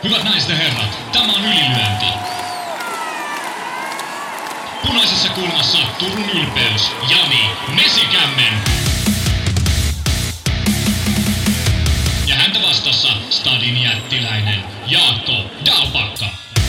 Hyvät naiset ja herrat, tämä on Ylilyönti. Punaisessa kulmassa Turun ylpeys, Jani Mesikämmen. Ja häntä vastassa Stadin jättiläinen Jaakko Dalpakka.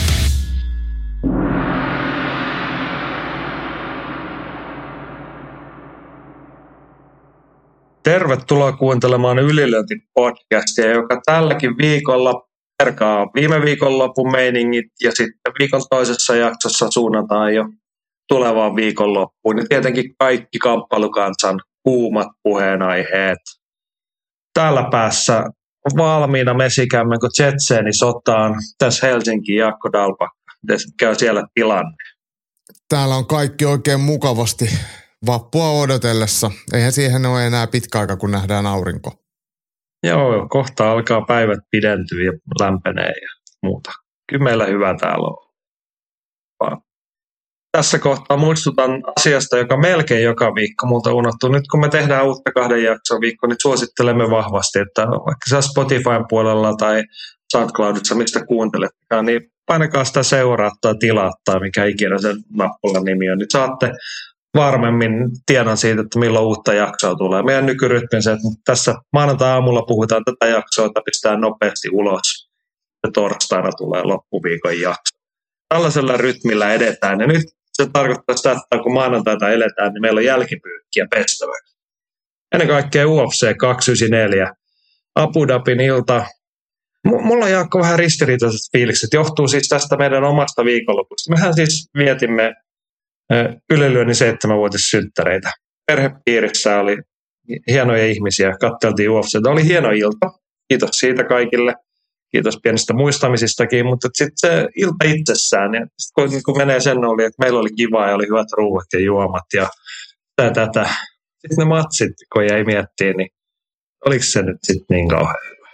Tervetuloa kuuntelemaan Ylilyönti-podcastia, joka tälläkin viikolla perkaa viime viikonlopun meiningit ja sitten viikon toisessa jaksossa suunnataan jo tulevaan viikonloppuun. Ja tietenkin kaikki kamppailukansan kuumat puheenaiheet. Täällä päässä valmiina Mesikämmen kuin Jetseeni sotaan. Tässä Helsinki, Jaakko Dalpakka. Miten käy siellä tilanne? Täällä on kaikki oikein mukavasti vappua odotellessa. Eihän siihen ole enää pitkä aika, kun nähdään aurinko. Joo, kohta alkaa päivät pidentyä ja lämpenee ja muuta. Kyllä meillä hyvä täällä on. Tässä kohtaa muistutan asiasta, joka melkein joka viikko multa unohtuu. Nyt kun me tehdään uutta 2 jakson viikkoa, niin suosittelemme vahvasti, että vaikka sä Spotifyn puolella tai SoundCloudissa, mistä kuunteletkaan, niin painakaa sitä seuraa tai tilaa tai mikä ikinä sen nappulan nimi on. Nyt saatte varmemmin tiedon siitä, että milloin uutta jaksoa tulee. Meidän nykyrytmi on se, että tässä maanantai-aamulla puhutaan tätä jaksoa, että pistetään nopeasti ulos. Ja torstaina tulee loppuviikon jakso. Tällaisella rytmillä edetään. Ja nyt se tarkoittaa sitä, että kun maanantaita eletään, niin meillä on jälkipyykkiä pestäväksi. Ennen kaikkea UFC 294. Abu Dhabin ilta. Mulla on Jaakko vähän ristiriitaiset fiilikset. Johtuu siis tästä meidän omasta viikonlopusta. Mehän siis vietimme Ylilyönnin 7-vuotissynttäreitä. Perhepiirissä oli hienoja ihmisiä, katseltiin UFC:tä. Oli hieno ilta, kiitos siitä kaikille, kiitos pienistä muistamisistakin, mutta sitten se ilta itsessään, ja kun menee sen oli, että meillä oli kivaa ja oli hyvät ruuat ja juomat ja tätä. Sitten ne matsit, kun jäi miettimään, niin oliko se nyt sitten niin kauhean hyvä?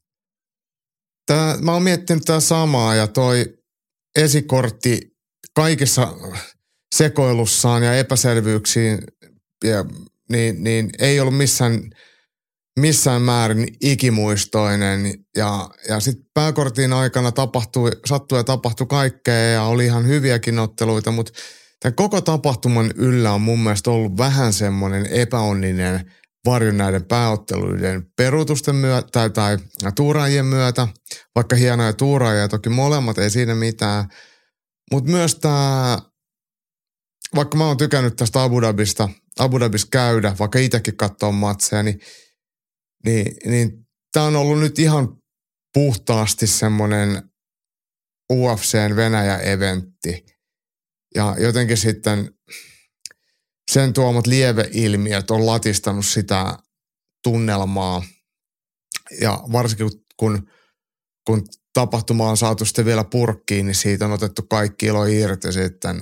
Mä oon miettinyt tää samaa ja toi esikortti kaikissa sekoilussaan ja epäselvyyksiin niin ei ollut missään määrin ikimuistoinen. Ja sitten pääkortin aikana sattui ja tapahtui kaikkea ja oli ihan hyviäkin otteluita, mutta tämän koko tapahtuman yllä on mun mielestä ollut vähän semmoinen epäonninen varjo näiden pääotteluiden peruutusten myötä tai tuuraajien myötä, vaikka hienoja tuuraajia toki molemmat, ei siinä mitään. Mutta myös tämä, vaikka mä oon tykännyt tästä Abu Dhabista käydä, vaikka itsekin katsoo matseja, niin tää on ollut nyt ihan puhtaasti semmoinen UFC:n Venäjä-eventti. Ja jotenkin sitten sen tuomat lieveilmiöt on latistanut sitä tunnelmaa. Ja varsinkin kun tapahtuma on saatu sitten vielä purkkiin, niin siitä on otettu kaikki ilo irti sitten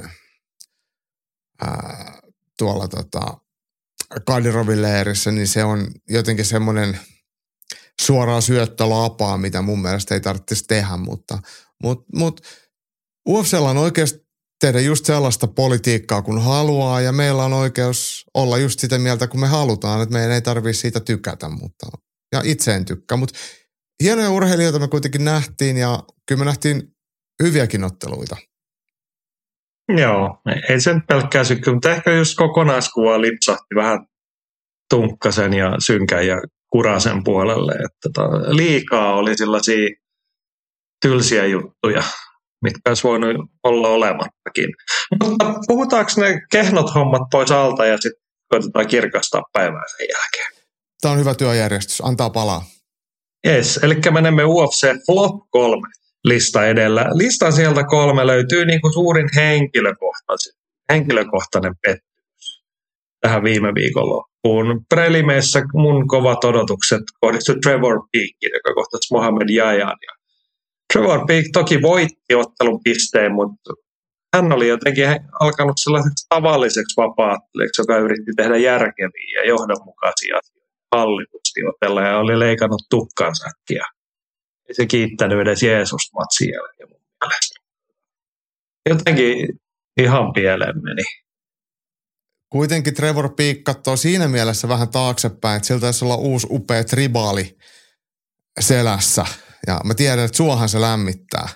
tuolla Kadirovin leirissä, niin se on jotenkin semmoinen suoraan syöttölapaa, mitä mun mielestä ei tarvitsisi tehdä, mutta UFC:llä on oikeasti tehdä just sellaista politiikkaa, kun haluaa, ja meillä on oikeus olla just sitä mieltä, kun me halutaan, että meidän ei tarvitse siitä tykätä, ja itse en tykkää, mutta hienoja urheilijoita me kuitenkin nähtiin, ja kyllä me nähtiin hyviäkin otteluita. Joo, ei sen pelkkää sykkää, mutta ehkä just kokonaiskuva lipsahti vähän tunkkasen ja synkän ja kurasen puolelle. Että liikaa oli sellaisia tylsiä juttuja, mitkä olisi voinut olla olemattakin. Mutta puhutaanko ne kehnot hommat pois alta ja sitten koitetaan kirkastaa päivää sen jälkeen? Tämä on hyvä työjärjestys, antaa palaa. Yes, eli menemme UFC Flop 3 lista edellä. Listan sieltä 3 löytyy niin kuin suurin henkilökohtainen pettymys tähän viime viikonloppuun. Prelimeissä mun kovat odotukset kohdistui Trevor Peakiin, joka kohtasi Mohamed Jayan. Trevor Peak toki voitti ottelun pisteen, mutta hän oli jotenkin alkanut sellaiseksi tavalliseksi vapaa-atletiiksi, joka yritti tehdä järkeviä ja johdonmukaisia asioita hallitusti otella ja oli leikannut tukkansäkkiä. Ei se kiittänyt edes Jeesusta matsin jälkeen mun mielestä. Jotenkin ihan pieleen meni. Kuitenkin Trevor Peak katsoo siinä mielessä vähän taaksepäin, että sillä taisi olla uusi upea tribaali selässä. Ja mä tiedän, että suohan se lämmittää.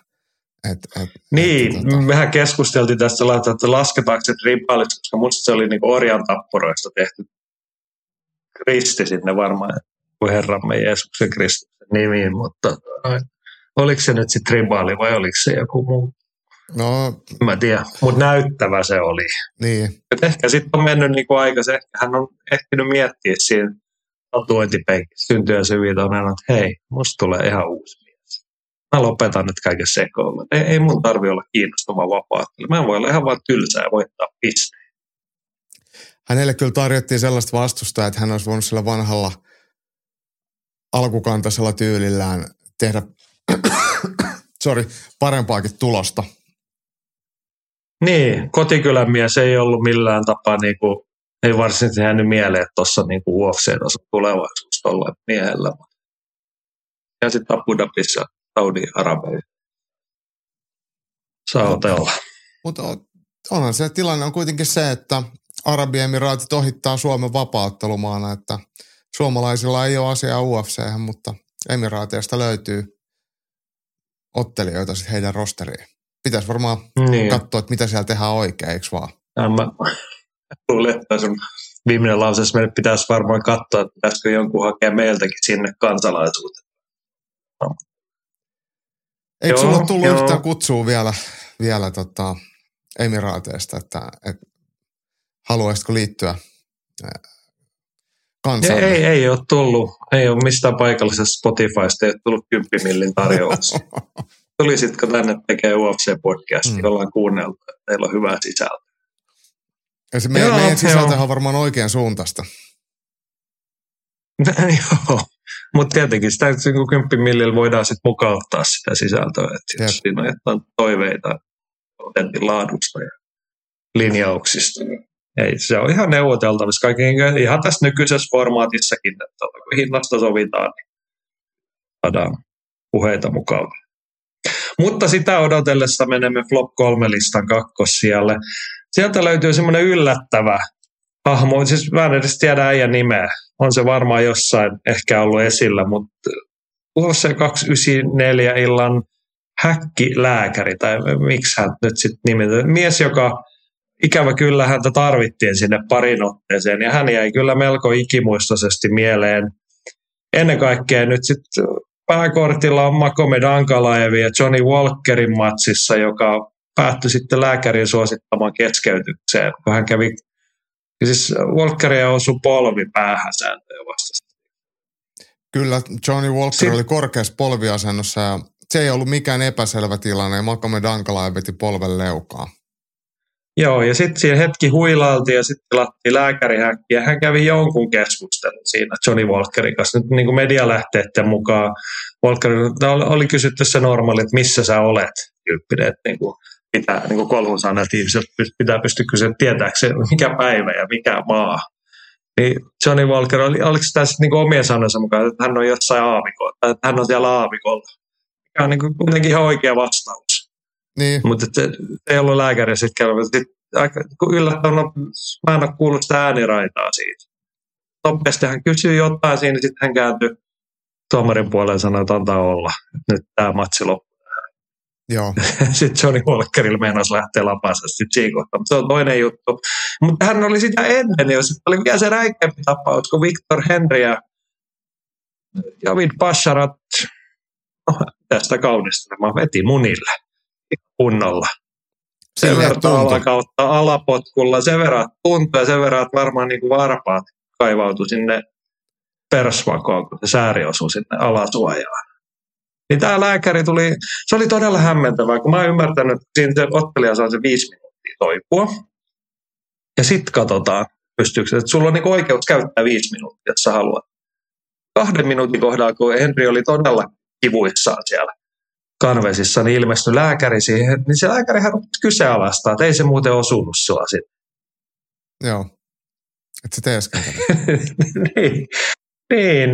Mehän keskusteltiin tästä, että lasketaanko se tribaliksi, koska musta se oli niinku orjan tappuroista tehty kristi sinne varmaan, kuin Herramme Jeesuksen Kristuksen nimiin, mutta oliko se nyt sitten tribali vai oliko se joku muu? No, mä tiedän, mutta näyttävä se oli. Niin. Et ehkä sitten on mennyt niinku aika se, hän on ehtinyt miettiä siinä tatuointipenkissä syntyä syviä, on että hei, musta tulee ihan uusi mies. Mä lopetan nyt kaiken sekoilla. Ei mun tarvi olla kiinnostava vapaattelu. Mä voin olla ihan vaan tylsää ja voittaa pisteen. Hänelle kyllä tarjottiin sellaista vastusta, että hän olisi voinut sillä vanhalla alkukantaisella tyylillään tehdä parempaakin tulosta. Niin, kotikylän mies ei ollut millään tapaa, niinku, ei varsinaisesti jäänyt mieleen, että tuossa niinku UFC-tason tulevaisuus tuolla miehellä. Ja sitten Abu Dhabissa Saudi-Arabiassa saa otella. Mutta onhan se tilanne on kuitenkin se, että Arabiemiraatit ohittaa Suomen vapaaottelumaana, että suomalaisilla ei ole asiaa UFC:hän, mutta Emiraateista löytyy ottelijoita sitten heidän rosteriin. Pitäisi varmaan katsoa, että mitä siellä tehdään oikein, eikö vaan? Mä luulen, että sun viimeinen lauseessa meidän pitäisi varmaan katsoa, että pitäisikö jonkun hakea meiltäkin sinne kansalaisuuteen. No. Eikö sulla tullut yhtään kutsua vielä Emiraateista, että haluaisitko liittyä kansaan? Ei ole tullut. Ei ole mistään paikallisesta Spotifysta, ei ole tullut 10 millin tarjous. Tulisitko tänne tekemään UFC-podcastia, ollaan kuunneltu, että teillä on hyvää sisältöä. Ja se meidän sisältöhän on varmaan oikean suuntaista. Joo, mutta tietenkin sitä 10 millillä voidaan sitten mukauttaa sitä sisältöä. Että jos siinä on jotain toiveita otentin laadusta ja linjauksista, niin ei, se on ihan neuvoteltavissa. Ihan tässä nykyisessä formaatissakin, että kun hinnasta sovitaan, niin saadaan puheita mukaan. Mutta sitä odotellessa menemme Flop 3-listan kakkossijalle. Sieltä löytyy semmoinen yllättävä hahmo, siis mä en edes tiedä äijän nimeä. On se varmaan jossain ehkä ollut esillä, mutta UFC 294 illan häkkilääkäri, tai miksi hän nyt sitten nimitetään. Mies, joka ikävä kyllä häntä tarvittiin sinne parin otteeseen, ja hän jäi kyllä melko ikimuistoisesti mieleen. Ennen kaikkea nyt sitten pääkortilla on Magomed Ankalaev ja Johnny Walkerin matsissa, joka päättyi sitten lääkärin suosittamaan keskeytykseen, kun hän kävi, siis Walkeria osui polvi päähän sääntöjä vastasta. Kyllä, Johnny Walker oli korkeassa polviasennossa ja se ei ollut mikään epäselvä tilanne ja Magomed Ankalaev veti polven leukaa. Joo, ja sitten siinä hetki huilailtiin ja sitten tilattiin lääkärihäkki ja hän kävi jonkun keskustelun siinä Johnny Walkerin kanssa. Nyt niin kuin medialähteiden mukaan Walker oli kysytty se normaali, että missä sä olet tyyppinen, että niin kuin pitää niin kuin kolhun sanat, pitää pystyä kysyä, tietääkö se mikä päivä ja mikä maa. Niin Johnny Walker, oliko sitä sitten niin kuin omien sanansa mukaan, että hän on jossain aavikolla, tai että hän on siellä aavikolla, mikä on niin kuin kuitenkin ihan oikea vastaus. Niin. Mutta se ei ollut lääkäri sitten aika yllättävänä, mä en ole kuullut sitä ääniraitaa siitä. Nopeasti hän kysyi jotain siinä, sitten hän kääntyi tuomarin puolelle ja sanoi, että antaa olla. Nyt tämä matsi loppuu tähän. Joo. Sitten Johnny Walkerilla meinasi lähteä lapansa sitten siinä kohtaa, mutta se on toinen juttu. Mutta hän oli sitä ennen, ja sitten oli vielä se räikeämpi tapaus, kun Victor Henry ja Javid Basharat, tästä kaudesta, mä veti munille. Kunnolla. Sen verran alakautta alapotkulla, sen verran tuntui ja sen verran, että varmaan niin kuin varpaat kaivautui sinne persvakoon, kun se sääri osui sinne alasuojaan. Niin tämä lääkäri tuli, se oli todella hämmentävää, kun mä oon ymmärtänyt, että siinä ottelija saa se 5 minuuttia toipua. Ja sitten katsotaan, pystyykö, että sulla on niin kuin oikeus käyttää 5 minuuttia, jos sä haluat. 2 minuutin kohdalla, kun Henry oli todella kivuissaan siellä kanvesissa, niin ilmestyi lääkäri siihen, niin se lääkärihän rupesi kyseenalaistaa, että ei se muuten osunut sua sitten. Joo, että se teeskenteli. niin,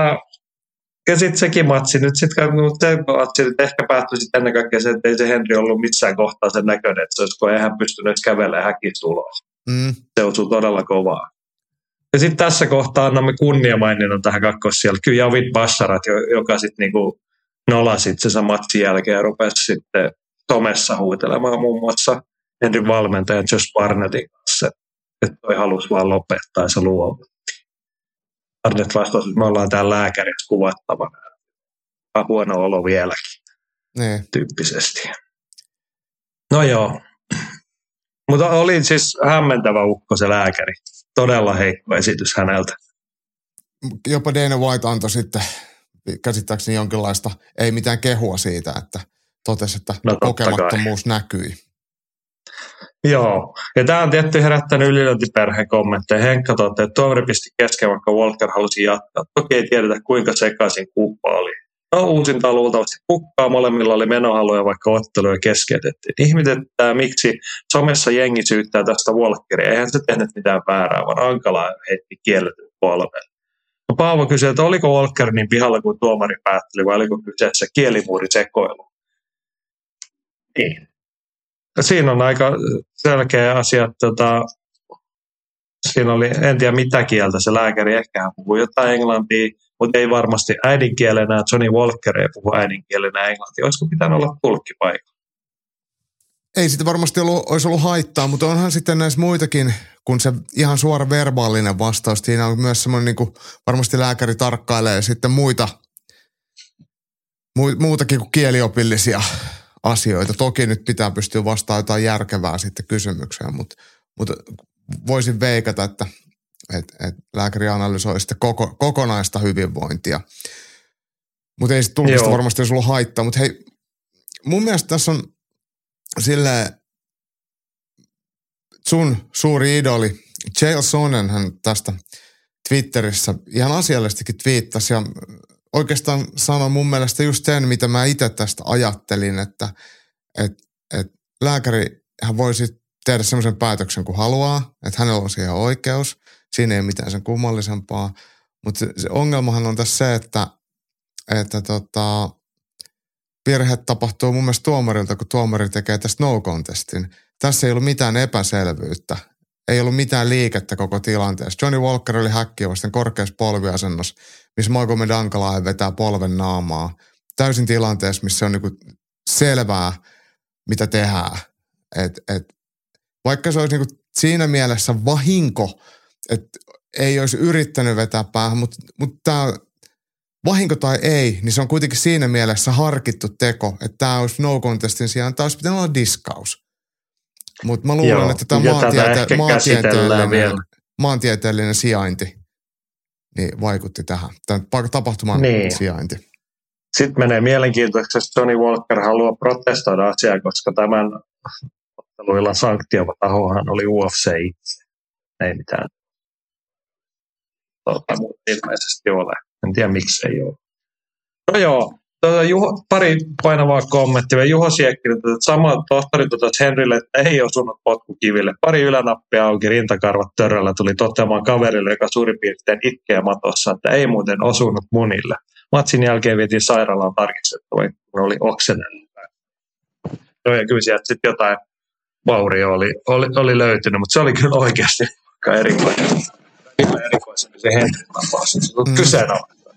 ja sitten sekin matsi, nyt ehkä päättyi sitten ennen kaikkea se, että ei se Henry ollut missään kohtaa sen näköinen, että se olisiko eihän pystynyt kävelemään häkistä ulos. Se osui todella kovaa. Ja sitten tässä kohtaa annamme kunniamaininnan tähän kakkossijalle. Kyllä Javid Basharat, joka sitten niinku nolasi itsensä matsin jälkeen ja rupesi sitten somessa huutelemaan muun muassa Henryn valmentajan Josh Barnettin kanssa, että toi halusi vaan lopettaa ja se luovutti. Barnett vastasi, että me ollaan täällä lääkärissä kuvattavana. Huono olo vieläkin, tyyppisesti. No joo. Mutta oli siis hämmentävä ukko se lääkäri. Todella heikko esitys häneltä. Jopa Dana White antoi sitten käsittääkseni jonkinlaista, ei mitään kehua siitä, että totesi, että kokemattomuus näkyi. Joo, ja tämä on tietty herättänyt ylilöintiperheen kommentteja. Henkka toteaa, että tuomari pisti kesken, vaikka Walker halusi jatkaa. Toki ei tiedetä, kuinka sekaisin kuppa oli. No uusinta luultavasti kukkaa, molemmilla oli menohaluja, vaikka otteluja keskeytettiin. Ihmetetään, miksi somessa jengi syyttää tästä Walkeria. Eihän se tehnyt mitään väärää, vaan Ankala heitti kielletyn polvelle. No Paavo kysyi, että oliko Walker niin pihalla kuin tuomari päätteli, vai oliko kyseessä kielimuurisekoilu? Niin. Siinä on aika selkeä asia, että siinä oli, en tiedä mitä kieltä se lääkäri, ehkä hän puhui jotain englantia, mutta ei varmasti äidinkielenä. Johnny Walker ei puhu äidinkielenä englantia. Olisiko pitänyt olla tulkkipaikka? Ei sitä varmasti olisi ollut haittaa, mutta onhan sitten näissä muitakin, kun se ihan suora verbaalinen vastaus. Siinä on myös semmoinen, niin kuin varmasti lääkäri tarkkailee sitten muutakin kuin kieliopillisia asioita. Toki nyt pitää pystyä vastaamaan jotain järkevää sitten kysymykseen, mutta voisin veikata, että lääkäri analysoi sitten kokonaista hyvinvointia. Mutta ei sitten tulkista varmasti olisi ollut haittaa. Mutta hei, mun mielestä tässä on silleen sun suuri idoli, Chael Sonnen, hän tästä Twitterissä ihan asiallisestikin twiittasi ja oikeastaan sanoi mun mielestä just sen, mitä mä itse tästä ajattelin, että lääkäri hän voisi tehdä semmoisen päätöksen kuin haluaa, että hänellä on siihen oikeus. Siinä ei ole mitään sen kummallisempaa. Mutta se ongelmahan on tässä se, että virhe tapahtuu mun mielestä tuomarilta, kun tuomari tekee tästä no contestin. Tässä ei ollut mitään epäselvyyttä. Ei ollut mitään liikettä koko tilanteessa. Johnny Walker oli häkkiä vasten korkeassa polviasennossa, missä Magomed Ankalainen vetää polven naamaa. Täysin tilanteessa, missä on niinku selvää, mitä tehdään. Vaikka se olisi niinku siinä mielessä vahinko, että ei olisi yrittänyt vetää päähän, mutta tämä vahinko tai ei, niin se on kuitenkin siinä mielessä harkittu teko, että tämä olisi no contestin sijaan, tämä olisi pitänyt olla diskaus. Mutta mä luulen, että tämä maantieteellinen sijainti niin vaikutti tähän, tämän tapahtuman sijainti. Sitten menee mielenkiintoisesti, että Johnny Walker haluaa protestoida asiaa, koska tämän otteluilla sanktiova tahohan oli UFC itse. Ei mitään. Mutta ilmeisesti ole. En tiedä miksi ei ole. No joo, pari painavaa kommenttia. Juho Siekkinen, että sama tohtori totesi Henrylle, että ei osunut potkukiville. Pari ylänappia auki, rintakarvat törröllä tuli toteamaan kaverille, joka suurin piirtein itkee matossa, että ei muuten osunut munille. Matsin jälkeen vietiin sairaalaan tarkistettavaksi, kun oli oksennellut. No ja kyllä sieltä sitten jotain vaurio oli löytynyt, mutta se oli kyllä oikeasti aika erikoinen. Erikoisemmin se Henryn tapaus. Se on kyseenalaista.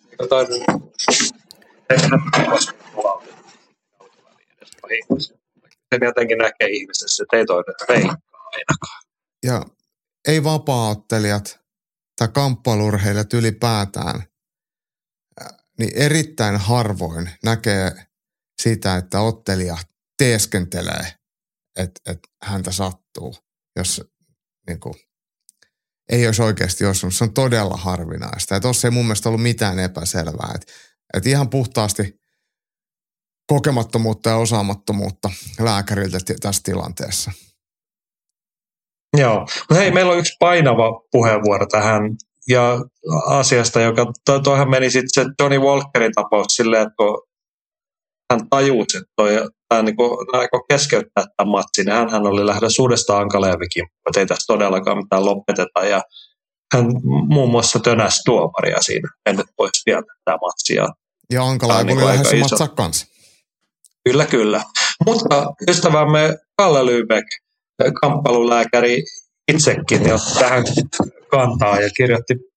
Sen jotenkin näkee ihmisessä, että ei toinen reikkaa ainakaan. Ja ei vapaa-ottelijat tai kamppailurheilijat ylipäätään, niin erittäin harvoin näkee sitä, että ottelija teeskentelee, että häntä sattuu, jos niin kuin, ei olisi oikeasti osunut. Se on todella harvinaista. Ja tuossa ei mun mielestä ollut mitään epäselvää. Että ihan puhtaasti kokemattomuutta ja osaamattomuutta lääkäriltä tässä tilanteessa. Joo, mutta hei, meillä on yksi painava puheenvuoro tähän ja asiasta, joka toihan meni sitten se Johnny Walkerin tapaus silleen, että kun hän tajusi, että tämä niin aikoi keskeyttää tämän matsin, niin hän oli lähdössä uudestaan Ankalaevikin, mutta ei tässä todellakaan mitään lopeteta, ja hän muun muassa tönäsi tuomaria siinä, ennen pois vielä tämä matsi. Ja Ankalaevi oli lähdössä matsaa kanssa. Kyllä. Mutta ystävämme Kalle Lybeck, kamppailulääkäri itsekin, jo tähän kantaa ja kirjoitti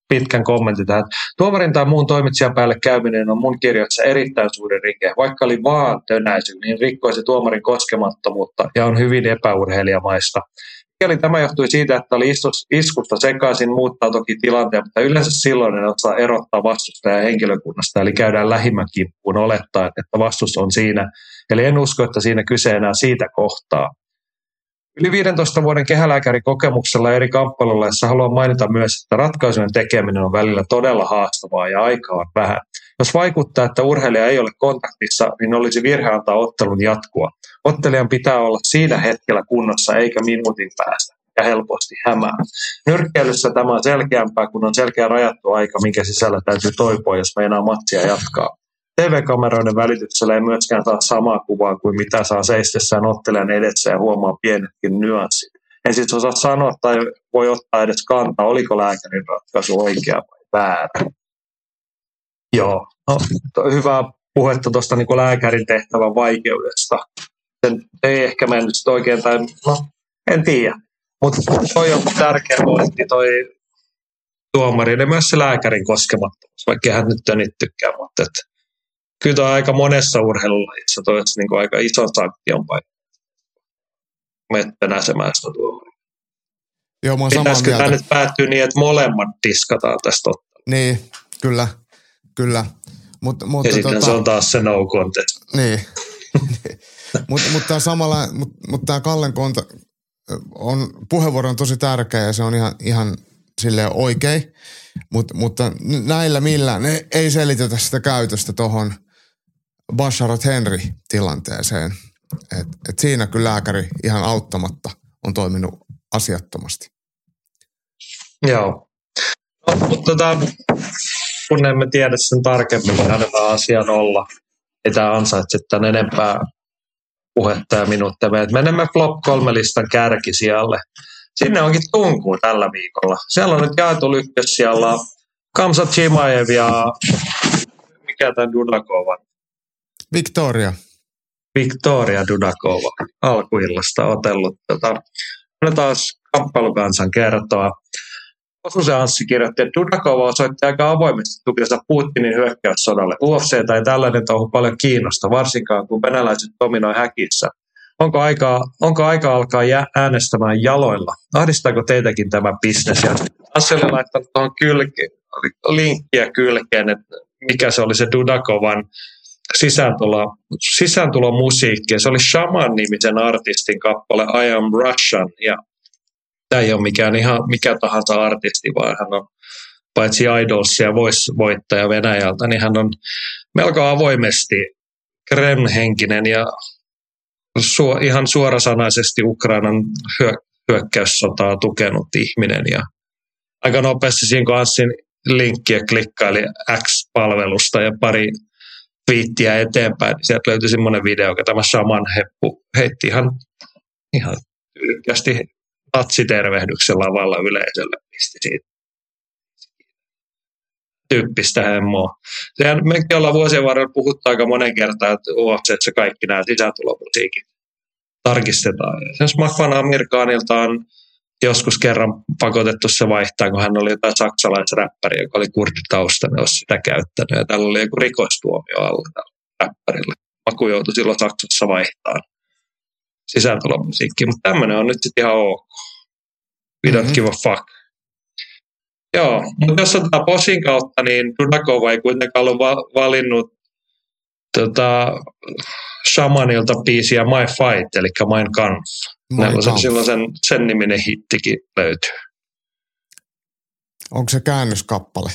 pitkän kommentin tähän. Tuomarin tai muun toimitsijan päälle käyminen on mun kirjoissa erittäin suuri rike. Vaikka oli vaan tönäisy, niin rikkoisi tuomarin koskemattomuutta ja on hyvin epäurheilijamaista. Eli tämä johtui siitä, että oli iskusta sekaisin, muuttaa toki tilanteen, mutta yleensä silloin en osaa erottaa vastustajan henkilökunnasta, eli käydään lähimmän kimppuun olettaen, että vastus on siinä. Eli en usko, että siinä kyse enää siitä kohtaa. Yli 15 vuoden kehälääkärikokemuksella eri kamppailuissa haluan mainita myös, että ratkaisujen tekeminen on välillä todella haastavaa ja aikaa on vähän. Jos vaikuttaa, että urheilija ei ole kontaktissa, niin olisi virhe antaa ottelun jatkua. Ottelijan pitää olla siinä hetkellä kunnossa eikä minuutin päästä ja helposti hämää. Nyrkkeilyssä tämä on selkeämpää, kun on selkeä rajattu aika, minkä sisällä täytyy toipua, jos meinaa matsia jatkaa. TV-kameroiden välityksellä ei myöskään saa samaa kuvaa kuin mitä saa seistessään ottelijan edessä ja huomaa pienetkin nyanssit. En siis osaa sanoa tai voi ottaa edes kantaa, oliko lääkärin ratkaisu oikea vai väärä. Joo, no, hyvää puhetta tuosta niin lääkärin tehtävän vaikeudesta. Sen ei ehkä mennyt oikein, tai no, en tiedä. Mutta toi on tärkeä pointti, toi tuomarin ja myös se lääkärin koskemattomuus, vaikka hän nyt tönnittykään, mutta kyllä toi aika monessa urheilulajissa toi olisi niin aika iso sanktion paikka. Mettänäsemään sitä tuomaria. Joo, mä oon samaa mieltä. Pitäisikö tämä nyt päättyy niin, että molemmat diskataan tästä ottaa? Niin, kyllä. Ja sitten se on taas se no contest. Niin. Mutta samalla, tämä Kallen puheenvuoro on tosi tärkeä ja se on ihan silleen oikein. Mutta näillä millään ei selitetä sitä käytöstä tuohon Basharat Henry-tilanteeseen. Et siinä kyllä lääkäri ihan auttamatta on toiminut asiattomasti. Joo. No, mutta kun emme tiedä sen tarkemmin, niin annetaan asian olla. Ei tämä ansaitse tämän enempää puhetta ja minuutteja. Menemme Flop 3-listan kärkisijalle. Sinne onkin tunkuu tällä viikolla. Siellä on nyt jaettu ykkössijalla Khamzat Chimaev ja mikä tämä Dudakova? Victoria Dudakova alkuillasta otellut. Taas kamppailukansan kertoa. Osusen Anssi kirjoitti, että Dudakova osoitti aika avoimesti tukensa Putinin hyökkäyssodalle. UFC tai tällainen touhu paljon kiinnosta, varsinkaan kun venäläiset dominoi häkissä. Onko aika alkaa äänestämään jaloilla? Ahdistaako teitäkin tämä bisnes? Ja Anssi oli laittanut tuohon linkkiä kylkeen, että mikä se oli se Dudakovan sisääntulomusiikki. Se oli Shaman-nimisen artistin kappale I Am Russian. Ja tämä ei ole mikään ihan mikä tahansa artisti, vaan hän on paitsi Idolsia Voice-voittaja Venäjältä, niin hän on melko avoimesti Kreml-henkinen ja ihan suorasanaisesti Ukrainan hyökkäyssotaa tukenut ihminen. Ja aika nopeasti siinä, kun Anssin linkkiä klikkaili X-palvelusta ja pari twiittiä eteenpäin, niin sieltä löytyi semmoinen video, joka tämä Shaman heppu heitti ihan tyylikkästi natsitervehdyksellä lavalla yleisölle pisti siitä tyyppistä hemmoa. Mekin ollaan vuosien varrella puhuttu aika monen kertaan, että UFC:ssä kaikki nämä sisääntulomusiikit tarkistetaan. Jos Makhwan Amirkhanilta on joskus kerran pakotettu se vaihtaa, kun hän oli jotain saksalaisräppäri, joka oli kurditaustainen, olisi sitä käyttänyt. Ja täällä oli joku rikostuomio alla tällä räppärillä. Maku joutui silloin Saksassa vaihtamaan sisääntulomusiikkiin, mutta tämmöinen on nyt sitten ihan ok. We don't give a fuck. Joo, mutta jos otetaan Bosin kautta, niin Dudakova ei kuitenkaan ollut valinnut Shamanilta biisiä My Fight, eli Mein Kampf. Silloin sen niminen hittikin löytyy. Onko se käännöskappale?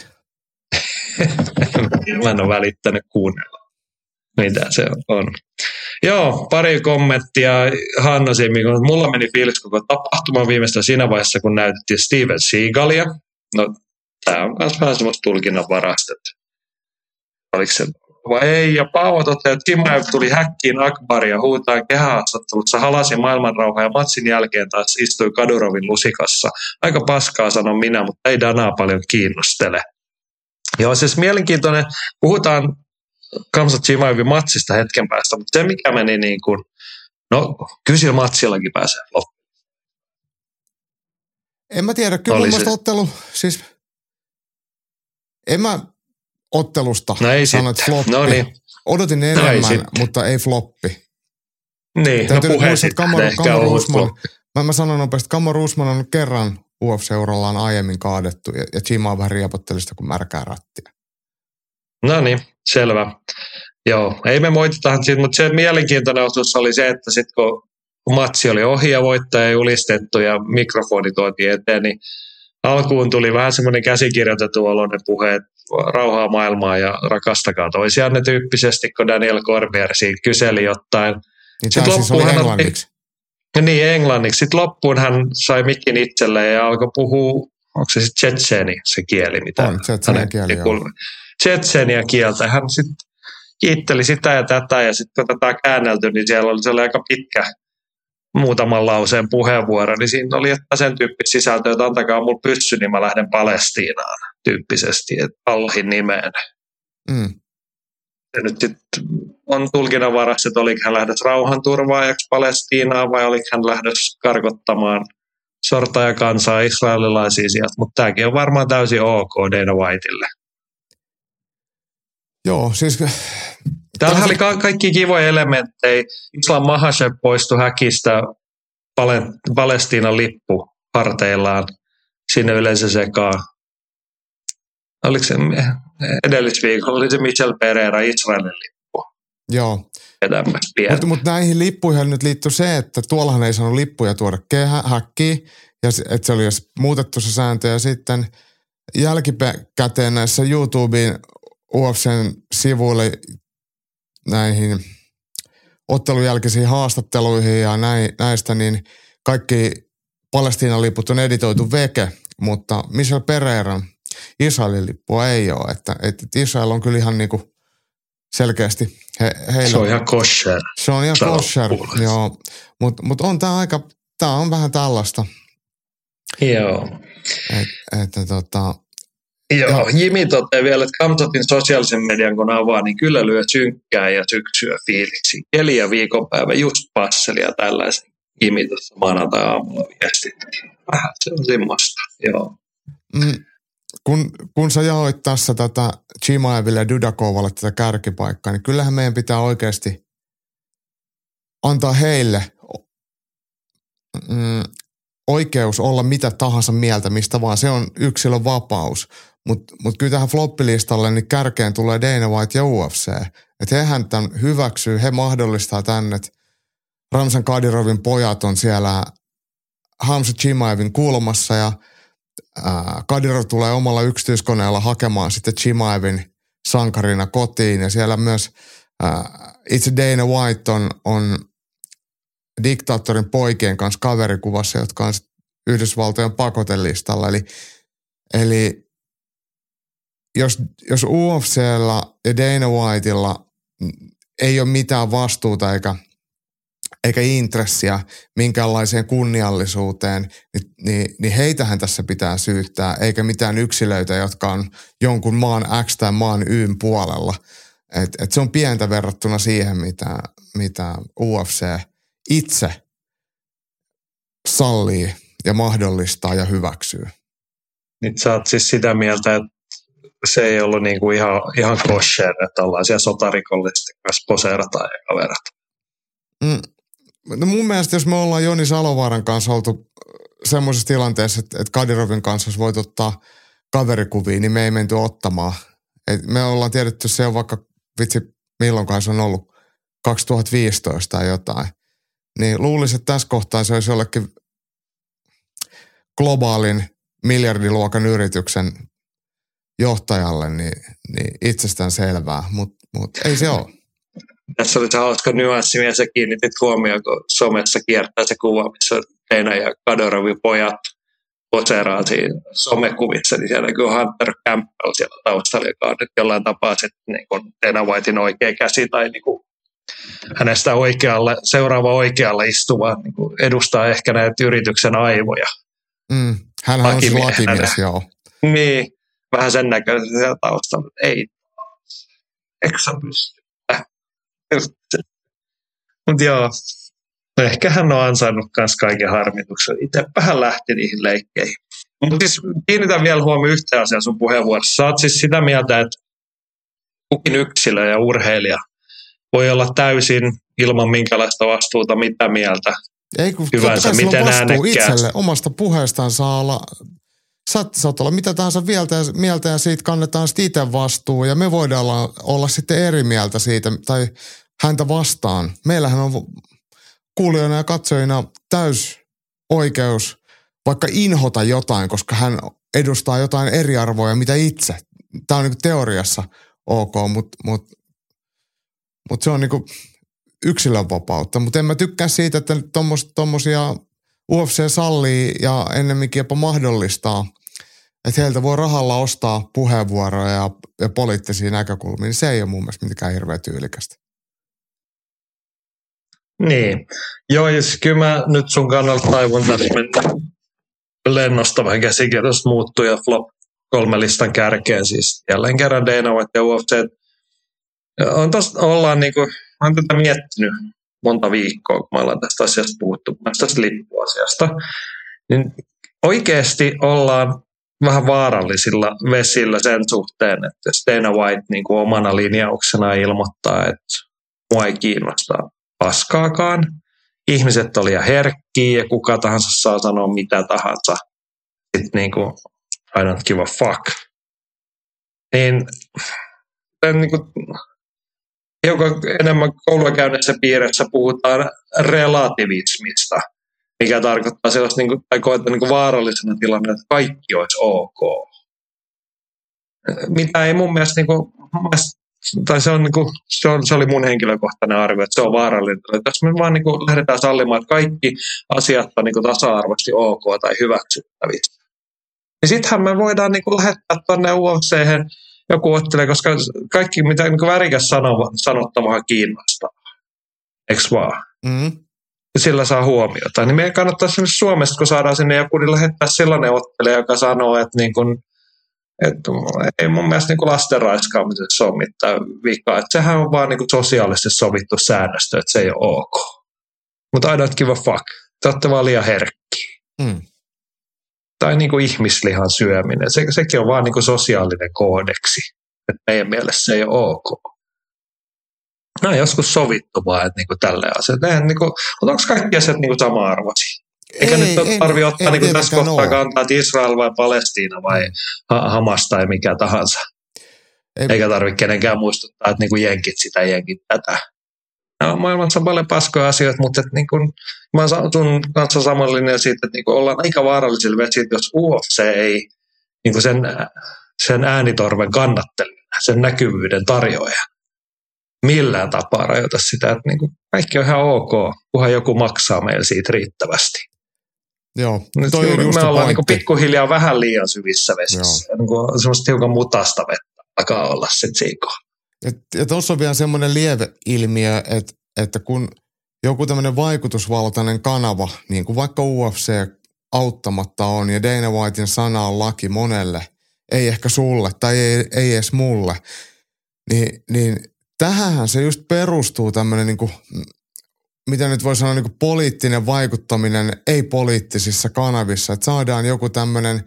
Mä en ole välittänyt kuunnella, mitä se on. Joo, pari kommenttia Hanna Simikon. Mulla meni fiilis koko tapahtuman viimeistä siinä vaiheessa, kun näytettiin Steven Seagalia. No, tämä on myös vähän semmoista tulkinnanvarasta, että oliko se vai ei. Ja Paavo toteaa, että Chimaev tuli häkkiin Akbaria huutaan kehähaastattelussa, halasi maailmanrauhaa ja matsin jälkeen taas istui Kadurovin lusikassa. Aika paskaa sanon minä, mutta ei Danaa paljon kiinnostele. Joo, siis mielenkiintoinen. Puhutaan Khamzat Chimaevin matsista hetken päästä, mutta se mikä meni niin kuin, no kyllä sillä matsillakin pääsee loppuun. En mä tiedä, kyllä mun mielestä ottelu, siis En mä ottelusta sanoit floppi. No niin. Odotin enemmän, mutta ei floppi. Niin, täytyy no puheen sitten ehkä ollut floppi. Mä sanon nopeasti, että Kamaru Usman on kerran UFC-urallaan aiemmin kaadettu ja Chimaa vähän riepotteli sitä kuin märkää rattia. No niin, selvä. Joo, ei me moititahan siitä, mutta se mielenkiintoinen osuus oli se, että sitten kun matsi oli ohi ja voittaja julistettu ja mikrofoni tuotiin eteen, niin alkuun tuli vähän semmoinen käsikirjoitettu oloinen puhe, että rauhaa maailmaa ja rakastakaa toisianne tyyppisesti, kun Daniel Cormier siinä kyseli jotain. Niin tämä siis oli englanniksi. Niin, englanniksi. Sitten loppuun hän sai mikin itselleen ja alkoi puhua, onko se sitten tsetseeni se kieli, mitä on, tsetseenia kieli, tsetseenia kieltä. Hän sitten kiitteli sitä ja tätä ja sitten kun tätä käännelty, niin siellä oli aika pitkä muutaman lauseen puheenvuoro, niin siinä oli että sen tyyppistä sisältöä, että antakaa mulle pyssy, niin mä lähden Palestiinaan tyyppisesti, että Allahin nimeen. Ja nyt sitten on tulkinnan varassa, että oliko hän lähdössä rauhanturvaajaksi Palestiinaan vai oliko hän lähdössä karkottamaan sortajakansaa israelilaisia sieltä, mutta tämäkin on varmaan täysin ok Dana Whitelle. Joo, siis... Täällä oli kaikki kivoja elementtejä. Islam Makhachev poistui häkistä Palestiinan lippu harteillaan sinne yleensä sekaan. Oliko se edellisviikolla, oli se Michel Pereira Israelin lippu. Joo. Mutta näihin lippuihin nyt liittyy se, että tuollahan ei saanut lippuja tuoda häkkiin, ja että se oli jos muutettu se sääntö, ja sitten jälkikäteen näissä YouTubeen UFCn sivuille näihin ottelun jälkeisiin haastatteluihin ja näistä, niin kaikki Palestiinan liput on editoitu veke, mutta Michel Pereiran Israelin lippua ei ole. Että Israel on kyllä ihan niinku selkeästi heillä. Se on ihan kosher. Se on ihan kosher, joo. Mutta on tää on vähän tällaista. Joo. Joo, Jimi toteaa vielä, että Kamsotin sosiaalisen median kun avaa, niin kyllä lyö synkkää ja syksyä fiiliksi. Keli ja viikonpäivä just passeli ja tällaisen. Jimi tuossa maanantai-aamulla viestitti. Vähän se on semmoista, joo. Kun sä jaoit tässä tätä Chimaeville ja Dudakovalle tätä kärkipaikkaa, niin kyllähän meidän pitää oikeasti antaa heille oikeus olla mitä tahansa mieltä, mistä vaan. Se on yksilön vapaus. Mutta kyllä tähän floppilistalle niin kärkeen tulee Dana White ja UFC. Että hehän tämän hyväksyy, he mahdollistaa tänne, että Ramzan Kadirovin pojat on siellä Hamza Chimaevin kulmassa ja Kadirov tulee omalla yksityiskoneella hakemaan sitten Chimaevin sankarina kotiin ja siellä myös itse Dana White on diktaattorin poikien kanssa kaverikuvassa, jotka on Yhdysvaltojen pakotelistalla. Eli jos UFC:llä ja Dana Whitella ei ole mitään vastuuta eikä intressiä minkäänlaiseen kunniallisuuteen, niin heitähän tässä pitää syyttää, eikä mitään yksilöitä, jotka on jonkun maan X tai maan Y:n puolella. Et se on pientä verrattuna siihen, mitä UFC itse sallii ja mahdollistaa ja hyväksyy. Nyt sä oot siis sitä mieltä, että se ei ollut niinku ihan kosher, että ollaan siellä sotarikollisten kanssa poseerataan ja kaverata. No mun mielestä, jos me ollaan Joni Salovaaran kanssa oltu semmoisessa tilanteessa, että Kadirovin kanssa olisi voitu ottaa kaverikuvia, niin me ei menty ottamaan. Me ollaan tiedetty se on vaikka, vitsi, milloinkaan se on ollut, 2015 tai jotain. Niin luulisin, että tässä kohtaa se olisi jollekin globaalin miljardiluokan yrityksen johtajalle niin itsestään selvää, mutta ei se ole. Tässä oli se hauska nyanssi, ja sä kiinnitit huomioon, kun somessa kiertää se kuva, missä Dana ja Kadirovin pojat poseeraa siinä somekuvissa, niin siellä näkyy Hunter Campbell siellä taustalla, joka on nyt jollain tapaa sitten niin Dana Whitein oikea käsi tai niin kuin hänestä seuraava oikealla istuva niin kuin edustaa ehkä näitä yrityksen aivoja. Hän on siis lakimies, joo. Niin, vähän sen näköinen siellä taustalla, mutta ei eikö sä pysty? Mutta joo, ehkä hän on ansainnut myös kaiken harmituksen. Itsepä hän lähti niihin leikkeihin. Mutta siis kiinnitän vielä huomioon yhteen asiaan sun puheenvuorossa. Sä oot siis sitä mieltä, että kukin yksilö ja urheilija voi olla täysin ilman minkälaista vastuuta mitä mieltä. Ei, kun hyvänsä, miten vastuu itselle omasta puheestaan saa olla. Saat olla mitä tahansa mieltä ja siitä kannetaan sitten itse vastuu ja me voidaan olla sitten eri mieltä siitä tai häntä vastaan. Meillähän on kuulijoina ja katsojina täys oikeus vaikka inhota jotain, koska hän edustaa jotain eri arvoja mitä itse. Tämä on niin kuin teoriassa ok, mutta se on niin kuin yksilönvapautta. Mutta en mä tykkää siitä, että tommosia UFC sallii ja ennemminkin jopa mahdollistaa, että heiltä voi rahalla ostaa puheenvuoroja ja poliittisia näkökulmia, niin se ei ole mun mielestä mitenkään hirveän tyylikästä. Niin. Joo, ja siis kyllä mä nyt sun kannalta taivun tässä mennä lennosta vähän käsikirjoitus muuttuu ja flop 3 listan kärkeen. Siis jälleen kerran Dana White ja UFC. Olen tätä miettinyt monta viikkoa, kun me ollaan tästä asiasta puhuttu, tästä lippuasiasta. Niin oikeasti ollaan vähän vaarallisilla vesillä sen suhteen, että jos Dana White niin kuin omana linjauksena ilmoittaa, että mua ei kiinnosta paskaakaan, ihmiset on liian herkkiä ja kuka tahansa saa sanoa mitä tahansa, sitten niin kuin I don't give a fuck. Niin kuin hiukan enemmän koulukäynnissä piirissä puhutaan relativismista, mikä tarkoittaa sellaista, niin kuin, tai koetaan niin kuin vaarallisena tilanne, että kaikki olisi ok. Mitä ei mun mielestä, niin kuin, tai se, on, niin kuin, se oli mun henkilökohtainen arvio, että se on vaarallinen. Että jos me vaan niin kuin, lähdetään sallimaan, että kaikki asiat on niin kuin, tasa-arvoisesti ok tai hyväksyttävissä, niin sittenhän me voidaan niin kuin, lähettää tuonne UFC:hen joku ottelee, koska kaikki mitä niin kuin värikäs sanottavaa kiinnostaa. Eikö vaan? Mm. Sillä saa huomiota. Niin meidän kannattaa esimerkiksi Suomesta, kun saadaan sinne joku, niin lähettää sellainen ottelija, joka sanoo, että, niin kuin, että ei mun mielestä niin kuin lasten raiskaamisessa ole mitään vikaa. Että sehän on vaan niin kuin sosiaalisesti sovittu säännöstö, että se ei ole ok. Mutta I don't give a fuck. Te olette vaan liian herkkiä. Mm. Tai niin kuin ihmislihan syöminen. Sekin on vaan niin kuin sosiaalinen koodeksi. Että meidän mielestä se ei ole ok. No joskus sovittu vaan, että niinku tälleen asiat. Niinku, mutta onko kaikki asiat niinku sama-arvoisia? Eikä nyt tarvitse ottaa niinku tässä kohtaa kantaa, että Israel vai Palestiina vai Hamas tai mikä tahansa. Eikä tarvitse kenenkään muistuttaa, että niinku jenkit sitä, jenkit tätä. No, maailmassa on paljon paskoja asioita, mutta niinku, mä oon sun kanssa saman linjan siitä, että niinku ollaan aika vaarallisilla vesillä, jos UFC ei niinku sen äänitorven kannattelija, sen näkyvyyden tarjoaja millään tapaa rajoita sitä, että niin kuin kaikki on ihan ok, kunhan joku maksaa meille siitä riittävästi. Joo, nyt toi on just me ollaan niin pikkuhiljaa vähän liian syvissä vesissä. Niin semmoista hiukan mutasta vettä alkaa olla sitten siikoa. Ja tuossa on vielä semmoinen lieve ilmiö, että kun joku tämmöinen vaikutusvaltainen kanava, niin kuin vaikka UFC auttamatta on, ja Dana Whitein sana on laki monelle, ei ehkä sulle tai ei edes mulle, niin tähänhän se just perustuu tämmöinen niinku, mitä nyt voi sanoa niinku poliittinen vaikuttaminen ei-poliittisissa kanavissa, että saadaan joku tämmöinen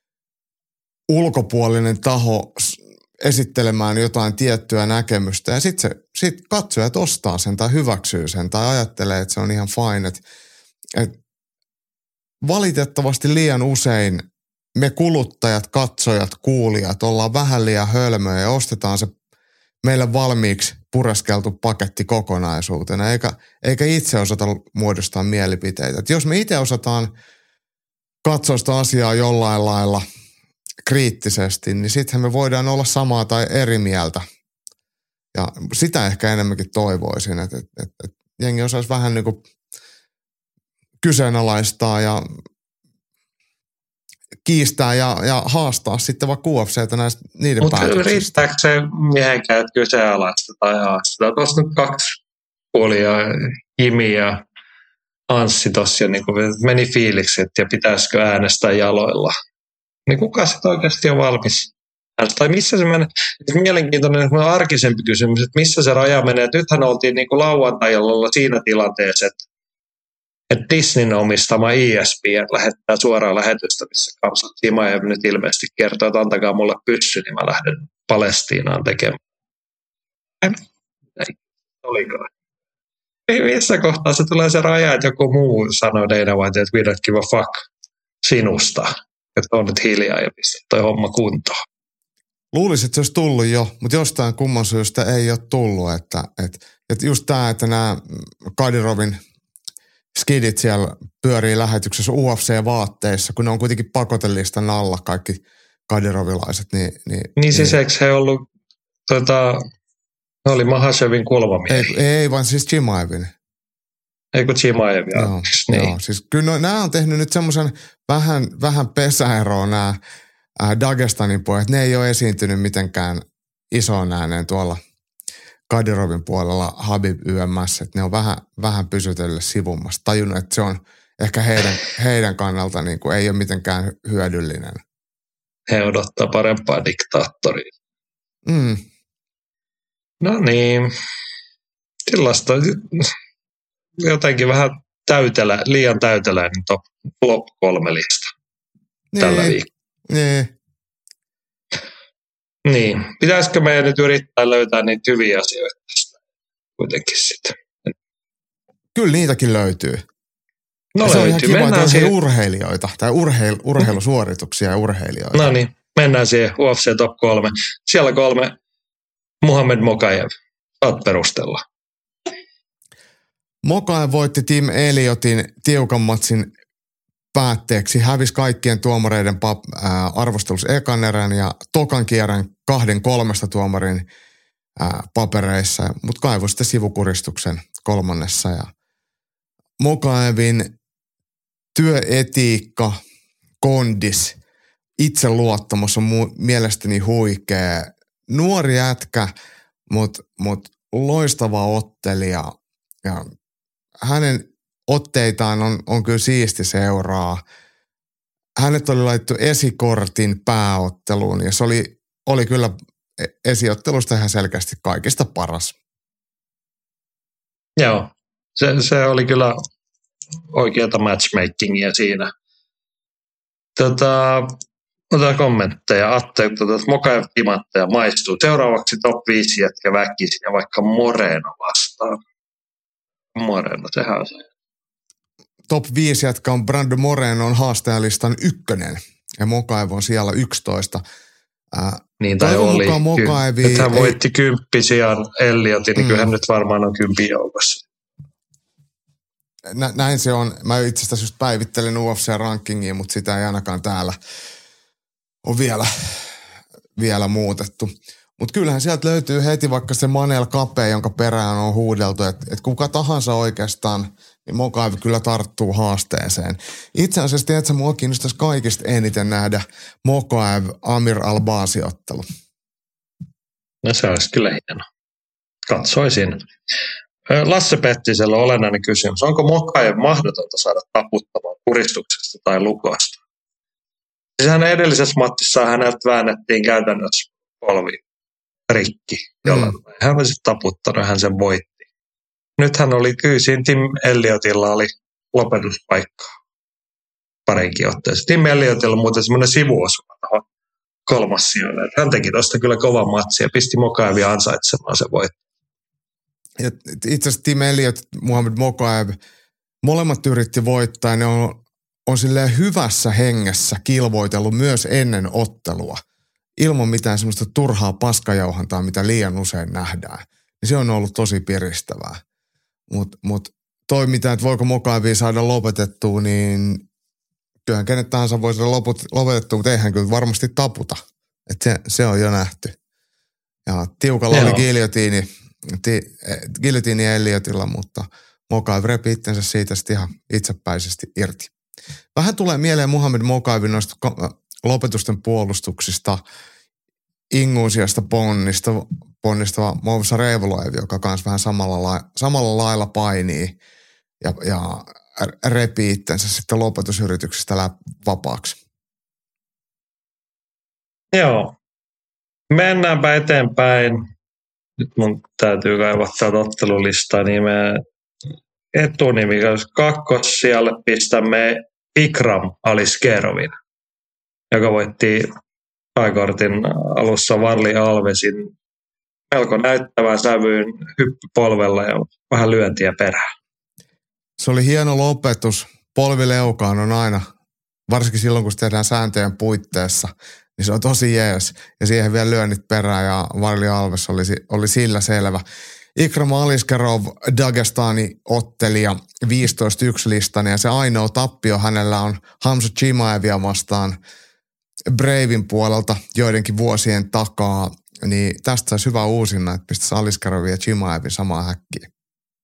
ulkopuolinen taho esittelemään jotain tiettyä näkemystä ja sitten katsojat ostaa sen tai hyväksyy sen tai ajattelee, että se on ihan fine. Et valitettavasti liian usein me kuluttajat, katsojat, kuulijat ollaan vähän liian hölmöjä ja ostetaan se meille valmiiksi pureskeltu paketti kokonaisuutena, eikä itse osata muodostaa mielipiteitä. Et jos me itse osataan katsoa sitä asiaa jollain lailla kriittisesti, niin sittenhän me voidaan olla samaa tai eri mieltä. Ja sitä ehkä enemmänkin toivoisin, että jengi osaisi vähän niin kuin kyseenalaistaa ja kiistää ja haastaa sitten vaikka UFC:tä näistä niiden päätöksistä. Mutta riittääkö se miehenkään, että kyseenalaista tai haastaa? Tuossa nyt 2 puolia, Jimi ja Anssi tuossa niin meni fiilikset ja pitäisikö äänestää jaloilla. Niin kuka sitten oikeasti on valmis? Tai missä se menee? Mielenkiintoinen arkisempi kysymys, että missä se raja menee. Nythän oltiin niin kuin lauantai-jaloilla siinä tilanteessa, että Disneyn omistama ESPN lähettää suoraan lähetystä, missä Khamzat Chimaev nyt ilmeisesti kertoo, että antakaa mulle pyssy, niin mä lähden Palestiinaan tekemään. Ei, olikaan. Missä kohtaa se tulee se raja, että joku muu sanoo Dana White, että we don't give a fuck sinusta, että on nyt hiljaa ja pistä toi homma kuntoon. Luulisin, että se olisi tullut jo, mutta jostain kumman syystä ei ole tullut. Että just tämä, että nämä Kadirovin skidit siellä pyörii lähetyksessä UFC-vaatteissa, kun ne on kuitenkin pakotelistan alla kaikki kadirovilaiset. Niin siis eikö he ollut, ne oli Mahashevin kulmamiehiä? Ei, vaan siis Chimaevin. Eikö Chimaev? Niin. Joo, siis kyllä nämä on tehnyt nyt semmoisen vähän pesäeroa nämä Dagestanin pojat. Ne ei ole esiintynyt mitenkään isoon ääneen tuolla Kadirovin puolella Habib YMS, että ne on vähän pysytellyt sivummassa. Tajunnut, että se on ehkä heidän kannalta niin kuin ei ole mitenkään hyödyllinen. He odottaa parempaa diktaattoria. Mm. No niin, sellaista jotenkin vähän liian täyteläinen top 3 lista tällä viikolla. Niin, pitäisikö meidän nyt yrittää löytää niitä hyviä asioita tästä kuitenkin sitten? Kyllä niitäkin löytyy. No se löytyy. On ihan kiva, mennään että siihen urheilijoita tai urheilusuorituksia ja urheilijoita. No niin, mennään siihen UFC Top 3. Siellä 3 Muhammad Mokaev. Saat perustella. Mokaev voitti Tim Elliotin tiukan matsin päätteeksi. Hävisi kaikkien tuomareiden arvostelussa ekan erän ja tokan kierran 2-3 tuomarin papereissa, mutta kaivoi sitten sivukuristuksen 3. Ja Mokaevin työetiikka, kondis, itseluottamus on mielestäni huikea. Nuori jätkä, mutta loistava ottelija ja hänen otteitaan on kyllä siisti seuraa. Hänet oli laittu esikortin pääotteluun ja se oli kyllä esiottelusta ihan selkeästi kaikista paras. Joo, se oli kyllä oikeata matchmakingia siinä. Otetaan kommentteja. Atte, Mokaev timantteja maistuu. Seuraavaksi top 5 jätkä väkisin ja vaikka Moreno vastaan. Moreno, sehän on se. Top 5 jätkä on Brando Moreno on haastajalistan 1 ja Mokaev on siellä 11. Niin tai oli. Nyt hän voitti 10 sijaan Elliotin, niin kyllähän nyt varmaan on 10 joukossa. Näin se on. Mä itse asiassa just päivittelen UFC-rankingia, mutta sitä ei ainakaan täällä ole vielä muutettu. Mutta kyllähän sieltä löytyy heti vaikka se Manel Kape, jonka perään on huudeltu, että kuka tahansa oikeastaan, niin Mokaev kyllä tarttuu haasteeseen. Itse asiassa, tiedätkö, mua kiinnostaisi kaikista eniten nähdä Mokaev Amir Albazi-ottelu. No se olisi kyllä hieno. Katsoisin. Lasse Pettisellä on olennainen kysymys. Onko Mokaev mahdotonta saada taputtamaan puristuksesta tai lukosta? Siis hän edellisessä matsissa häneltä väännettiin käytännössä polvi rikki, jolla hän olisi taputtanut, hän sen voitti. Nyt hän oli kyllä, siinä Tim Elliotilla oli lopetuspaikka parinkin otteessa. Tim Elliotilla on muuten semmoinen sivuosuma tuohon 3. sijoille. Hän teki tuosta kyllä kovan matsin ja pisti Mokaevia ansaitsemaan se voitto. Itse asiassa Tim Elliot, Muhammad Mokaev, molemmat yritti voittaa ja ne on silleen hyvässä hengessä kilvoitellut myös ennen ottelua. Ilman mitään semmoista turhaa paskajauhantaa, mitä liian usein nähdään. Ja se on ollut tosi piristävää. Mut toi mitä, että voiko Mokaevia saada lopetettua, niin kyllähän kenet tahansa voi saada lopetettua, mutta eihän kyllä varmasti taputa. Että se on jo nähty. Ja tiukalla oli giljotiini Elliotilla, mutta Mokaev repi itsensä siitä sitten ihan itsepäisesti irti. Vähän tulee mieleen Muhammad Mokaevin noista lopetusten puolustuksista, Ingusiasta ponnistava Movsa Revuloev, joka kanssa vähän samalla lailla painii ja repii itsensä sitten lopetusyrityksistä vapaaksi. Joo. Mennäänpä eteenpäin. Nyt mun täytyy kaivaa täältä ottelulistaa, niin me etunimi, jos kakkossijalle pistämme Ikram Aliskerovin, joka voitti pääkortin alussa Varli Alvesin melko näyttävän sävyyn hyppypolvella ja vähän lyöntiä perään. Se oli hieno lopetus. Polvileukaan on aina, varsinkin silloin kun se tehdään sääntöjen puitteissa, niin se on tosi jees. Ja siihen vielä lyönnit perään ja Varli Alves oli sillä selvä. Ikram Aliskerov, Dagestani ottelija, 15-1 listainen ja se ainoa tappio hänellä on Hamza Chimaevia vastaan Bravin puolelta joidenkin vuosien takaa. Niin tästä saisi hyvä uusinna, että pistäisi Aliskerovia ja Chimaevin samaan häkkiin.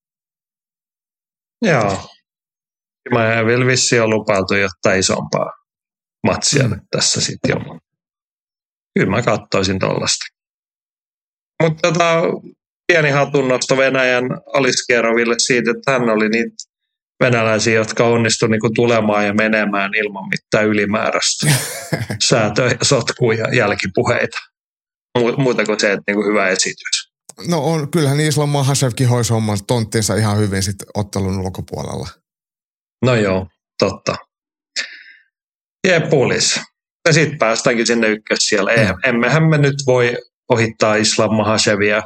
Joo. Chimaeville vissiin on lupailtu jotain isompaa matsia nyt tässä sitten jo. Kyllä mä katsoisin tollaista. Mutta pieni hatunnosto Venäjän Aliskeroville siitä, että hän oli niitä venäläisiä, jotka onnistuivat niinku tulemaan ja menemään ilman mitään ylimääräistä säätöä ja sotkuja ja jälkipuheita. Muuta kuin se, että niinku hyvä esitys. No on, kyllähän Islam Mahashevkin hoisi homman tonttinsa ihan hyvin sitten ottelun ulkopuolella. No joo, totta. Jepulis. Ja sitten päästäänkin sinne ykkössijalle. Emmehän me nyt voi ohittaa Islam Mahashevia.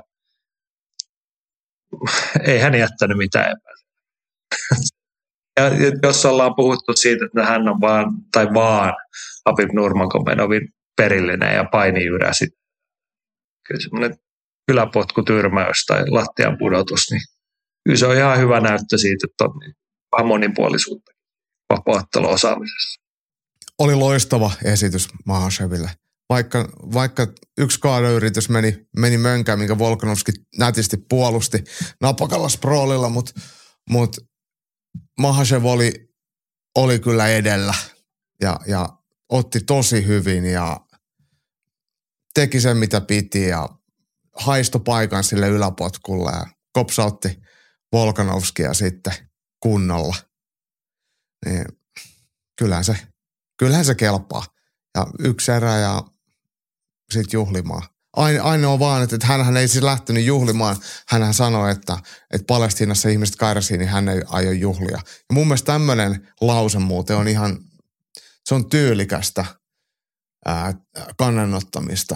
Ei hän jättänyt mitään epäilyä. Ja jos ollaan puhuttu siitä, että hän on vaan Habib Nurmagomedovin perillinen ja painijyrä sitten. Kyllä semmoinen yläpotkutyrmäys tai lattian pudotus, niin kyllä se on ihan hyvä näyttö siitä, että on vähän monipuolisuutta vapaaotteluosaamisessa. Oli loistava esitys Mahasheville. Vaikka yksi kaadayritys meni mönkään, minkä Volkanovski nätisti puolusti napakalla sproolilla, mutta Mahashev oli kyllä edellä ja otti tosi hyvin ja teki sen mitä piti ja haisto paikan sille yläpotkulle ja kopsautti Volkanovskia sitten kunnolla. Niin, kyllähän se kelpaa. Ja yksi erä ja sitten juhlimaan. Ainoa vaan, että hänhän ei siis lähtenyt juhlimaan. Hänhän sanoi, että Palestiinassa ihmiset kärsii, niin hän ei aio juhlia. Ja mun mielestä tämmöinen lause muuten on ihan, se on tyylikästä kannanottamista.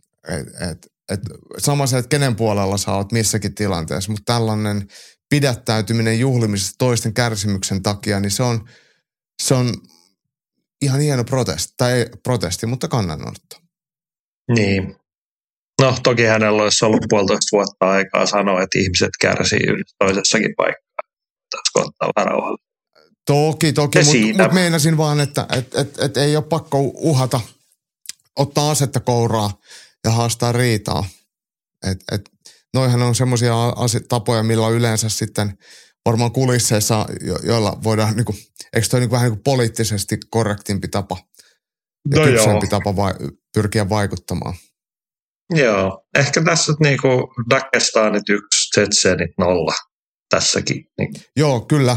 Sama se, että kenen puolella sä oot missäkin tilanteessa, mutta tällainen pidättäytyminen juhlimisesta toisten kärsimyksen takia, niin se on ihan hieno protesti, mutta kannanotto. Niin. No toki hänellä olisi ollut 1,5 vuotta aikaa sanoa, että ihmiset kärsii yhdessä toisessakin paikkaa. Pitäisikö ottaa vähän rauhalla? Toki, mutta meinasin vaan, että ei ole pakko uhata, ottaa asetta kouraa ja haastaa riitaa. Noihän on semmoisia tapoja, millä on yleensä sitten varmaan kulisseissa, joilla voidaan, niinku, eikö toi niinku vähän niinku poliittisesti korrektimpi tapa ja kypsempi tapa pyrkiä vaikuttamaan? Joo, ehkä tässä niinku Dagestanit 1, Tsetsenit 0 tässäkin. Niin. Joo, kyllä.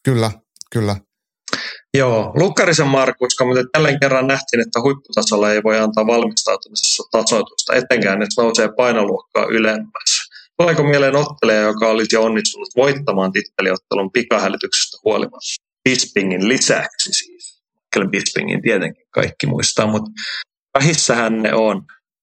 Joo, Lukkarisen Markuska, mutta jälleen kerran nähtiin, että huipputasolla ei voi antaa valmistautumisessa tasoitusta, etenkään että nousee painoluokkaa ylemmässä. Tuleeko mieleen ottelija, joka olisi jo onnistunut voittamaan titteliottelun pikahälytyksestä huolimatta? Bispingin lisäksi siis. Kyllä Bispingin tietenkin kaikki muistaa, mutta vähissähän ne on.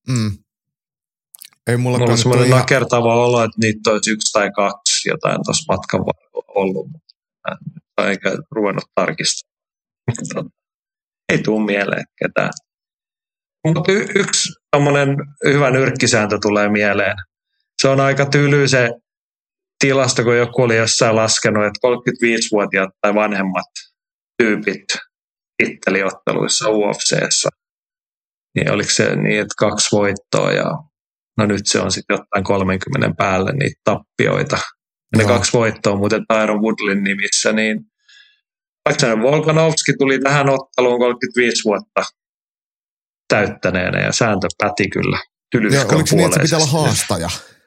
Ei mulla on semmoinen nakertava olo, että niitä olisi 1 tai 2 jotain tuossa matkan varrella ollut, mutta eikä ruvennut tarkistamaan. Ei tule mieleen ketään. Mutta yksi tommoinen hyvä nyrkkisääntö tulee mieleen. Se on aika tyly se tilasto, kun joku oli jossain laskenut, että 35-vuotiaat tai vanhemmat tyypit titteliotteluissa UFC:ssä. Niin oliko se niin, että 2 voittoa ja no nyt se on sitten jotain 30 päälle niitä tappioita. Ja ne 2 voittoa muuten Tyron Woodlin nimissä, niin Aleksander Volkanovski tuli tähän otteluun 35 vuotta täyttäneenä ja sääntö päti kyllä tylyskän puoleisesti. Oliko niin, että se pitää olla haastaja?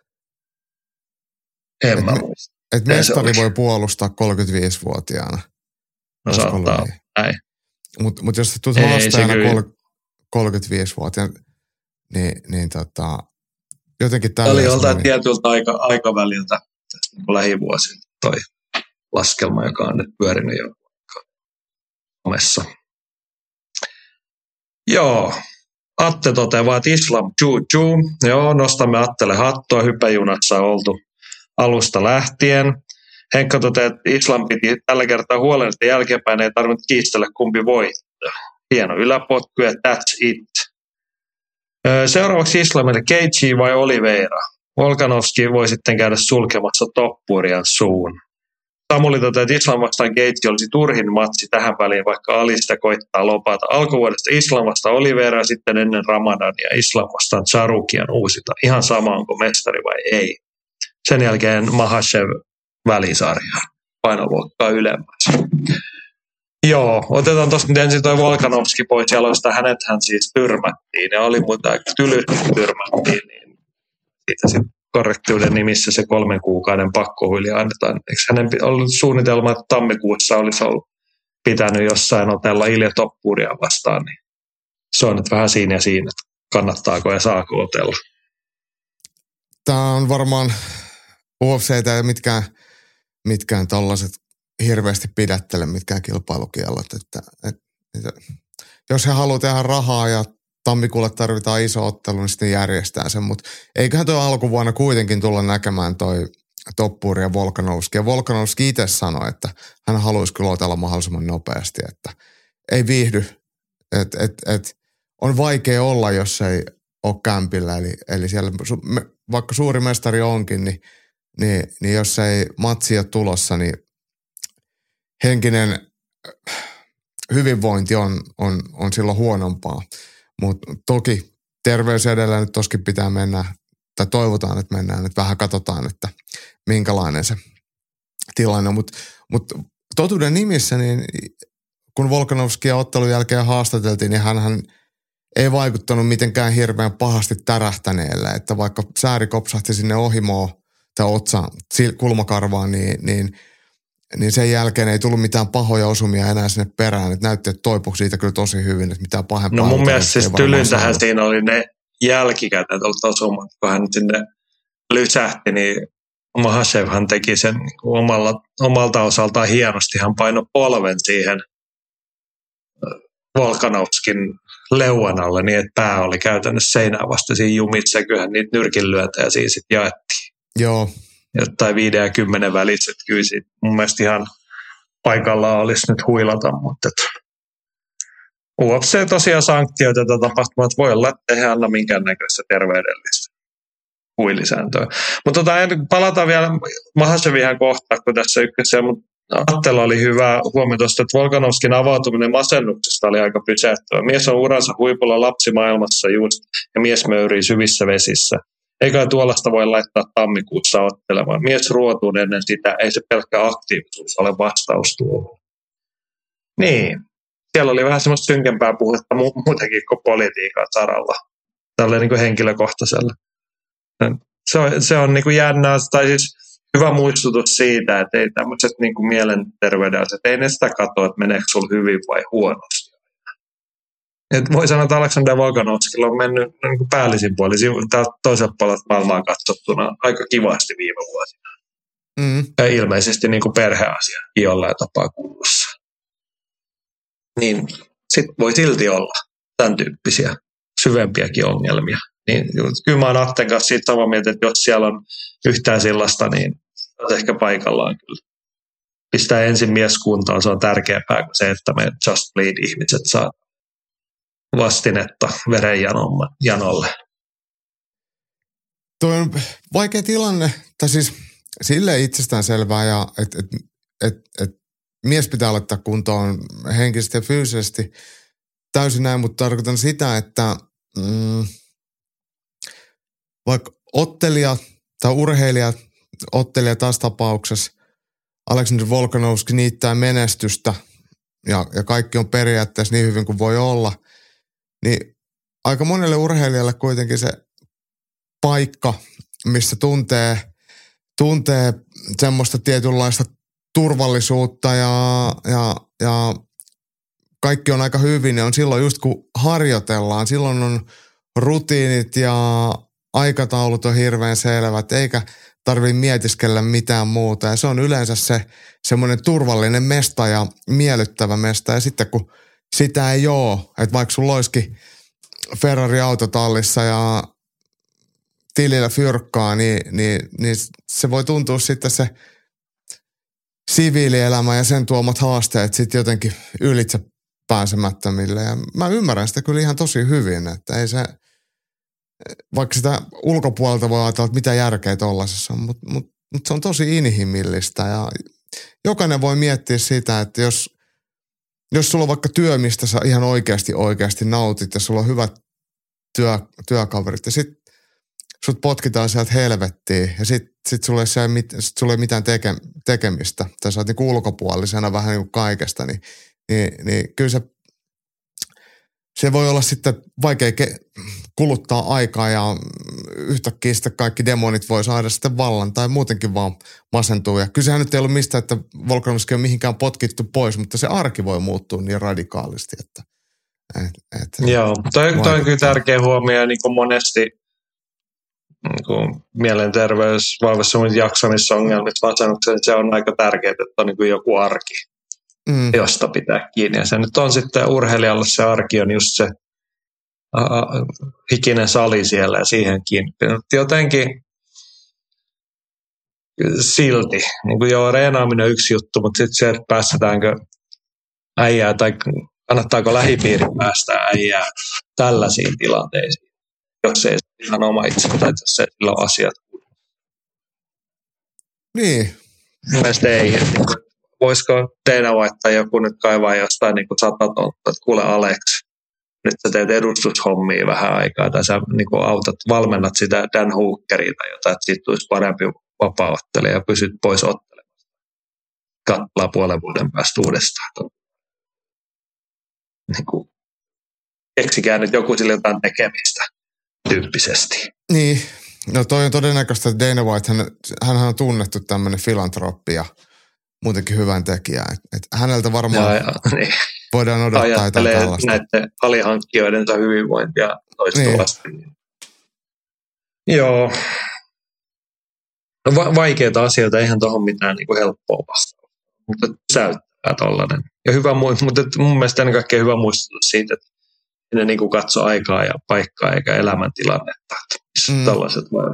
En mä muista. Että mestari voi puolustaa 35-vuotiaana. No saattaa näin. Mutta jos sä tulet haastajana 35-vuotiaana, niin jotenkin tällaista. Oli joltain tietyltä aikaväliltä niin lähivuosilta toi laskelma, joka on nyt pyörinyt jo somessa. Joo, Atte toteaa, että Islam juu. Joo, nostamme Attelle hattua, hypäjunassa oltu alusta lähtien. Henkka toteaa, että Islam piti tällä kertaa huolen, että jälkeenpäin ei tarvinnut kiistellä kumpi voittaa. Hieno yläpotku ja that's it. Seuraavaksi Islamille Keiji vai Oliveira? Volkanovski voi sitten käydä sulkemassa Toppurian suun. Samuli toteaa, että Islam vastaan Keiji olisi turhin matsi tähän väliin, vaikka Ali sitä koittaa lopata. Alkuvuodesta Islam vastaan Oliveira, sitten ennen Ramadania Islam vastaan Tsarukian uusita. Ihan sama, onko mestari vai ei. Sen jälkeen Makhachev välisarjaa, painoluokkaa ylemmäs. Joo, otetaan tuosta nyt ensin toi Volkanovski pois jaloista. Hänethän siis tyrmättiin ja oli muuten aika tylysti tyrmättiin. Niin siitä sitten korrektiuden nimissä se 3 kuukauden pakkohuili annetaan. Eikö hänen ollut suunnitelma, että tammikuussa olisi ollut pitänyt jossain otella Ilja Toppuria vastaan, niin se on nyt vähän siinä ja siinä, että kannattaako ja saako otella. Tämä on varmaan UFC:tä ja mitkään tollaiset hirveästi pidättele mitkään kilpailukiellot. Että jos he haluaa tehdä rahaa ja tammikuulle tarvitaan iso ottelu, niin sitten järjestää sen. Mutta eiköhän tuo alkuvuonna kuitenkin tulla näkemään toi Toppuri ja Volkanovski. Ja Volkanovski itse sanoi, että hän haluaisi kyllä otella mahdollisimman nopeasti, että ei viihdy. On vaikea olla, jos ei ole kämpillä. Eli siellä, vaikka suuri mestari onkin, niin jos ei matsi ole tulossa, niin henkinen hyvinvointi on silloin huonompaa. Mutta toki terveys edellä nyt toskin pitää mennä, tai toivotaan, että mennään, että vähän katsotaan, että minkälainen se tilanne on. Mutta totuuden nimissä, niin kun Volkanovskia ottelun jälkeen haastateltiin, niin hänhän ei vaikuttanut mitenkään hirveän pahasti tärähtäneelle, että vaikka sääri kopsahti sinne ohimoon tai otsaan kulmakarvaan, niin sen jälkeen ei tullut mitään pahoja osumia enää sinne perään. Että näytti, että toipui siitä kyllä tosi hyvin, että mitään pahempaa. No mun mielestä siis tylyntähän siinä oli ne jälkikäteen osumat, kun hän sinne lysähti, niin Makhachevhan teki sen omalta osaltaan hienosti. Hän painoi polven siihen Volkanovskin leuan alle niin, että pää oli käytännössä seinää vasta siinä jumitse. Kyllähän niitä nyrkinlyöntejä siinä sitten jaettiin. Joo. Jotain 5 ja 10 välissä, että kyllä siitä mun mielestä ihan paikallaan olisi nyt huilata, mutta UFC tosiaan sanktioita tapahtumat voi olla, että he anna minkäännäköistä terveydellistä huilisääntöä. Mutta palataan vielä Makhacheviin kohta, kun tässä ykkössä, mutta Attella oli hyvä huomio tuosta, että Volkanovskin avautuminen masennuksesta oli aika pysäyttävä. Mies on uransa huipulla lapsimaailmassa just, ja mies möyrii syvissä vesissä. Eikä tuollaista voi laittaa tammikuussa ottelemaan. Mies ruotuun ennen sitä, ei se pelkkä aktiivisuus ole vastaus tuohon. Niin, siellä oli vähän semmoista synkempää puhetta muutenkin kuin politiikan saralla, tällä niin kuin henkilökohtaisella. Se on niin kuin jännää, tai siis hyvä muistutus siitä, että ei tämmöiset niin kuin mielenterveydelliset, ei ne sitä katso, että meneekö sulla hyvin vai huonosti. Et voi sanoa, että Aleksander Volkanovskilla on mennyt niin kuin päällisin puolin täältä toiselta puolelta maailmaa katsottuna aika kivasti viime vuosina. Ja ilmeisesti niin kuin perheasia jollain tapaa kunnossa. Niin sitten voi silti olla tämän tyyppisiä syvempiäkin ongelmia. Niin, kyllä mä oon Atten kanssa siitä samaa mieltä, että jos siellä on yhtään sellaista, niin on ehkä paikallaan kyllä. Pistää ensin mies kuntoon, se on tärkeämpää kuin se, että me Just Bleed-ihmiset saa vastinetta verenjanolle. Tuo on vaikea tilanne, tai siis silleen itsestäänselvää, ja että mies pitää laittaa kuntoon henkisesti ja fyysisesti täysin näin, mutta tarkoitan sitä, että vaikka ottelija tai ottelija taas tapauksessa Aleksander Volkanovski niittää menestystä ja kaikki on periaatteessa niin hyvin kuin voi olla, niin aika monelle urheilijalle kuitenkin se paikka, missä tuntee semmoista tietynlaista turvallisuutta ja kaikki on aika hyvin, niin on silloin just kun harjoitellaan, silloin on rutiinit ja aikataulut on hirveän selvät, eikä tarvitse mietiskellä mitään muuta. Ja se on yleensä se semmoinen turvallinen mesta ja miellyttävä mesta. Ja sitten kun sitä ei ole, että vaikka sulla olisikin Ferrari-autotallissa ja tilillä fyrkkaa, niin se voi tuntua sitten se siviilielämä ja sen tuomat haasteet sitten jotenkin ylitse pääsemättömille. Ja mä ymmärrän sitä kyllä ihan tosi hyvin, että ei se, vaikka sitä ulkopuolelta voi ajatella, että mitä järkeä tollasessa on, mutta se on tosi inhimillistä ja jokainen voi miettiä sitä, että jos sulla on vaikka työ, mistä sä ihan oikeasti nautit ja sulla on hyvät työkaverit ja sitten sut potkitaan sieltä helvettiin ja sit sulla ei ole mitään tekemistä tai sä oot niin ulkopuolisena vähän niin kuin kaikesta, niin kyllä se voi olla sitten vaikea kuluttaa aikaa ja yhtäkkiä sitten kaikki demonit voi saada sitten vallan tai muutenkin vaan masentua. Ja kysehän nyt ei ollut mistä, että Volkanovski on mihinkään potkittu pois, mutta se arki voi muuttua niin radikaalisti, että joo, toi on kyllä tärkeä huomio, niin kuin monesti niin kuin mielenterveys, vahvassa jaksamisongelmissa, masennuksen, se on aika tärkeää, että on niin kuin joku arki, josta pitää kiinni. Ja se nyt on sitten urheilijalle se arki on just se hikinen sali siellä ja siihen kiinni. Jotenkin silti, niin kuin joo, reenaaminen on yksi juttu, mutta sitten se, että päästetäänkö äijää tai kannattaako lähipiirin päästää äijää tällaisiin tilanteisiin, jos ei ihan oma itse tai jos ei sillä ole asiat. Niin. Mielestäni ei. Voisiko Dana White tai joku nyt kaivaa jostain niin 100 tontta, että kuule Alex, nyt sä teet edustushommia vähän aikaa, tai sä niin valmennat sitä Dan Hookeria tai jotain, että siitä tulisi parempi vapaa-ottelija ja pysyt pois ottelemasta. Kattelaa puolen vuoden päästä uudestaan. Niin kuin, keksikää nyt joku sille jotain tekemistä tyyppisesti. Niin, no toi on todennäköistä, että Dana White, hän on tunnettu tämmöinen filantrooppi ja muutenkin hyvän tekijä. Että häneltä varmaan niin. voidaan odottaa jotain tällaista. Näiden alihankkijoidensa hyvinvointia toistuvasti. Niin. Joo. No, vaikeita asioita, eihän tuohon mitään niin kuin helppoa vastaa. Mutta säyttää tollainen. Ja hyvä, mutta mun mielestä ennen kaikkea hyvä muistutus siitä, että ne niin kuin katso aikaa ja paikkaa eikä elämäntilannetta. Tällaiset voi.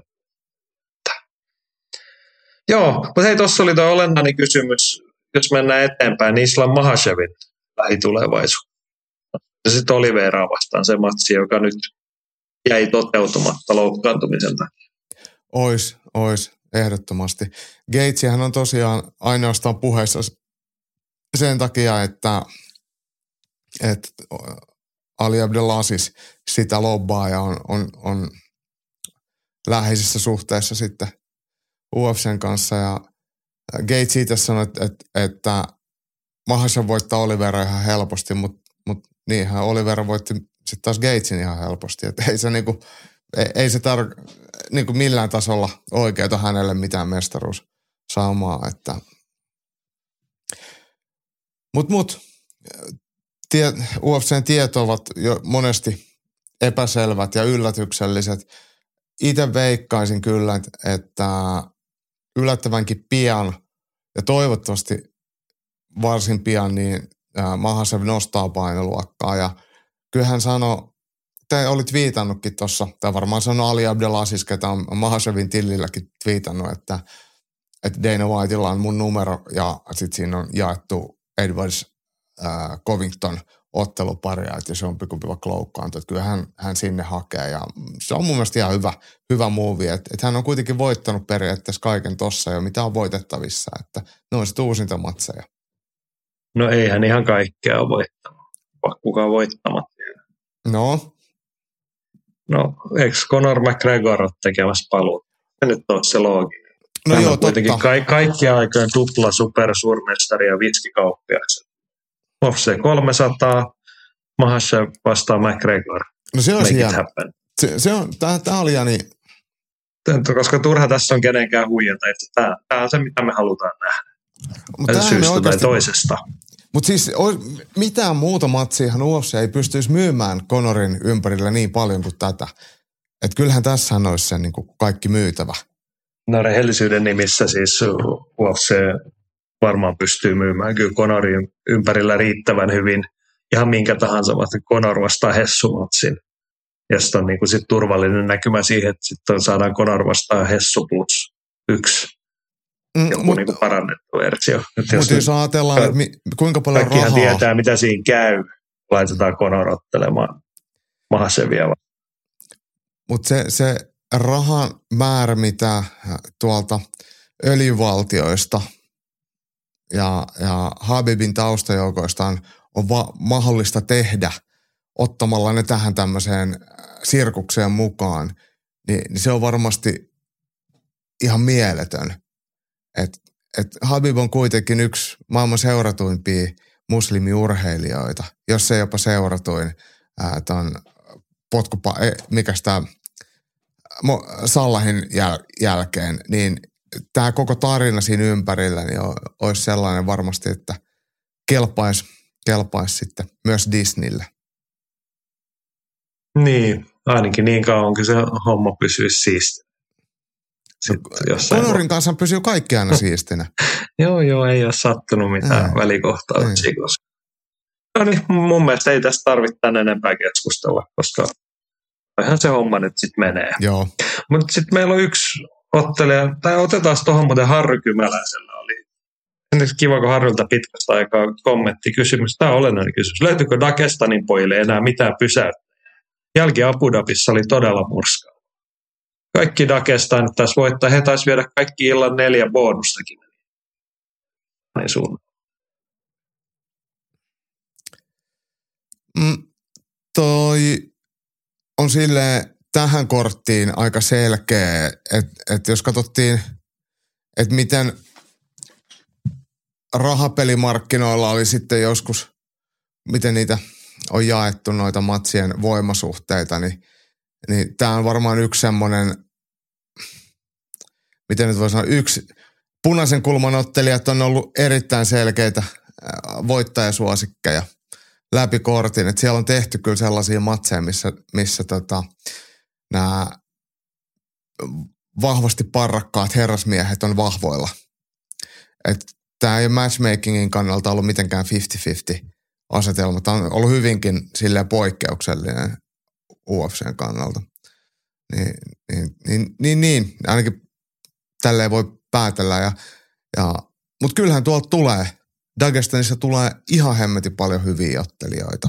Joo, mutta hei, tuossa oli tuo olennainen kysymys, jos mennään eteenpäin, niin Islam Makhachevin lähitulevaisuus. Ja sitten Oliveira vastaan se matsi, joka nyt jäi toteutumatta loukkaantumisen takia. Ois, ehdottomasti. Gatesihän on tosiaan ainoastaan puheessa sen takia, että Ali Abdelaziz sitä lobbaa ja on läheisissä suhteessa sitten UFCn kanssa. Ja Gates itse sanoi, että Makhachev voittaa Oliveira ihan helposti, mutta niinhän Oliveira voitti sitten taas Gatesin ihan helposti. Että ei se niinku millään tasolla oikeuta hänelle mitään mestaruussaumaa. UFCn tiet ovat jo monesti epäselvät ja yllätykselliset. Itse veikkaisin kyllä, että yllättävänkin pian ja toivottavasti varsin pian niin Makhachev nostaa painoluokkaa. Ja kyllä hän sanoi, te olit viitannutkin tuossa, tai varmaan sanoi Ali Abdelaziz, ketä on Makhachevin tililläkin viitannut, että Dana Whitella on mun numero ja sitten siinä on jaettu Edwards Covington otteluparia, että jos on vaikka loukkaantu, että kyllä hän sinne hakee ja se on mun mielestä ihan hyvä move, että hän on kuitenkin voittanut periaatteessa kaiken tossa ja mitä on voitettavissa, että ne on sitten uusinta matseja. No eihän ihan kaikkea ole voittanut, kukaan voittamatta. No, eikö Conor McGregor ole tekemässä paluuta? Se nyt on se looginen. No hän joo, on kuitenkin kaikkia aikojen tupla supersuurmestari ja vitskikauppiaksi. UFC 300, Makhachev vastaa McGregor. No se on hieno. Tämä oli Jani. Koska turha tässä on kenenkään huijata, että tämä on se, mitä me halutaan nähdä. Syystä oikeasti, tai toisesta. Mutta siis mitään muuta matsiahan UFC ei pystyisi myymään Conorin ympärillä niin paljon kuin tätä. Että kyllähän tässä olisi se niin kuin kaikki myytävä. No rehellisyyden nimissä siis UFC varmaan pystyy myymään kyllä Conorin ympärillä riittävän hyvin ihan minkä tahansa vasta Conor vastaan Hessu-matsin. Ja sitten on niin sit turvallinen näkymä siihen, että sitten saadaan Conor vastaan Hessu plus 1. Joku niin parannettu versio. Mutta jos ajatellaan, että kuinka paljon rahaa... Kaikkihan tietää, mitä siinä käy. Laitetaan Conor ottelemaan Mahasevia. Mutta se rahan määrä, mitä tuolta öljyvaltioista ja Habibin taustajoukoista on mahdollista tehdä ottamalla ne tähän tämmöiseen sirkukseen mukaan, niin se on varmasti ihan mieletön. Et Habib on kuitenkin yksi maailman seuratuimpia muslimiurheilijoita, jos ei jopa seuratuin ton Sallahin jälkeen, niin tämä koko tarina siinä ympärillä niin olisi sellainen varmasti, että kelpaisi sitten myös Disneylle. Niin, ainakin niin kauan, kun se homma pysyisi siistinä. Conorin kanssa pysyy kaikki aina siistinä. Joo, ei ole sattunut mitään välikohtauksia. No niin, mun mielestä ei tästä tarvitse tämän enempää keskustella, koska ihan se homma nyt sitten menee. Joo. Mutta sitten meillä on yksi ottelija, tai otetaan tuohon muuten Harry Kymäläisellä oli. Entäks kiva, kun Harrylta pitkästä aikaa kommenttikysymys. Tämä on olennainen kysymys. Löytyykö Dagestanin pojille enää mitään pysäyttäjää? Jälki Abu Dhabissa oli todella murskaava. Kaikki Dagestan taas voittaa. He taisi viedä kaikki illan 4 bonustakin. Näin suunnan. Toi on silleen tähän korttiin aika selkeä, että jos katsottiin, että miten rahapelimarkkinoilla oli sitten joskus, miten niitä on jaettu noita matsien voimasuhteita, niin tämä on varmaan yksi semmoinen, miten nyt voi sanoa, yksi punaisen kulman ottelijat on ollut erittäin selkeitä voittajasuosikkeja läpi kortin. Että siellä on tehty kyllä sellaisia matseja, missä nämä vahvasti parrakkaat herrasmiehet on vahvoilla. Että tämä ei ole matchmakingin kannalta ollut mitenkään 50-50 asetelma. Tämä on ollut hyvinkin silleen poikkeuksellinen UFCn kannalta. Niin, ainakin tälleen voi päätellä. Mutta kyllähän tuolta tulee, Dagestanissa tulee ihan hemmetin paljon hyviä ottelijoita.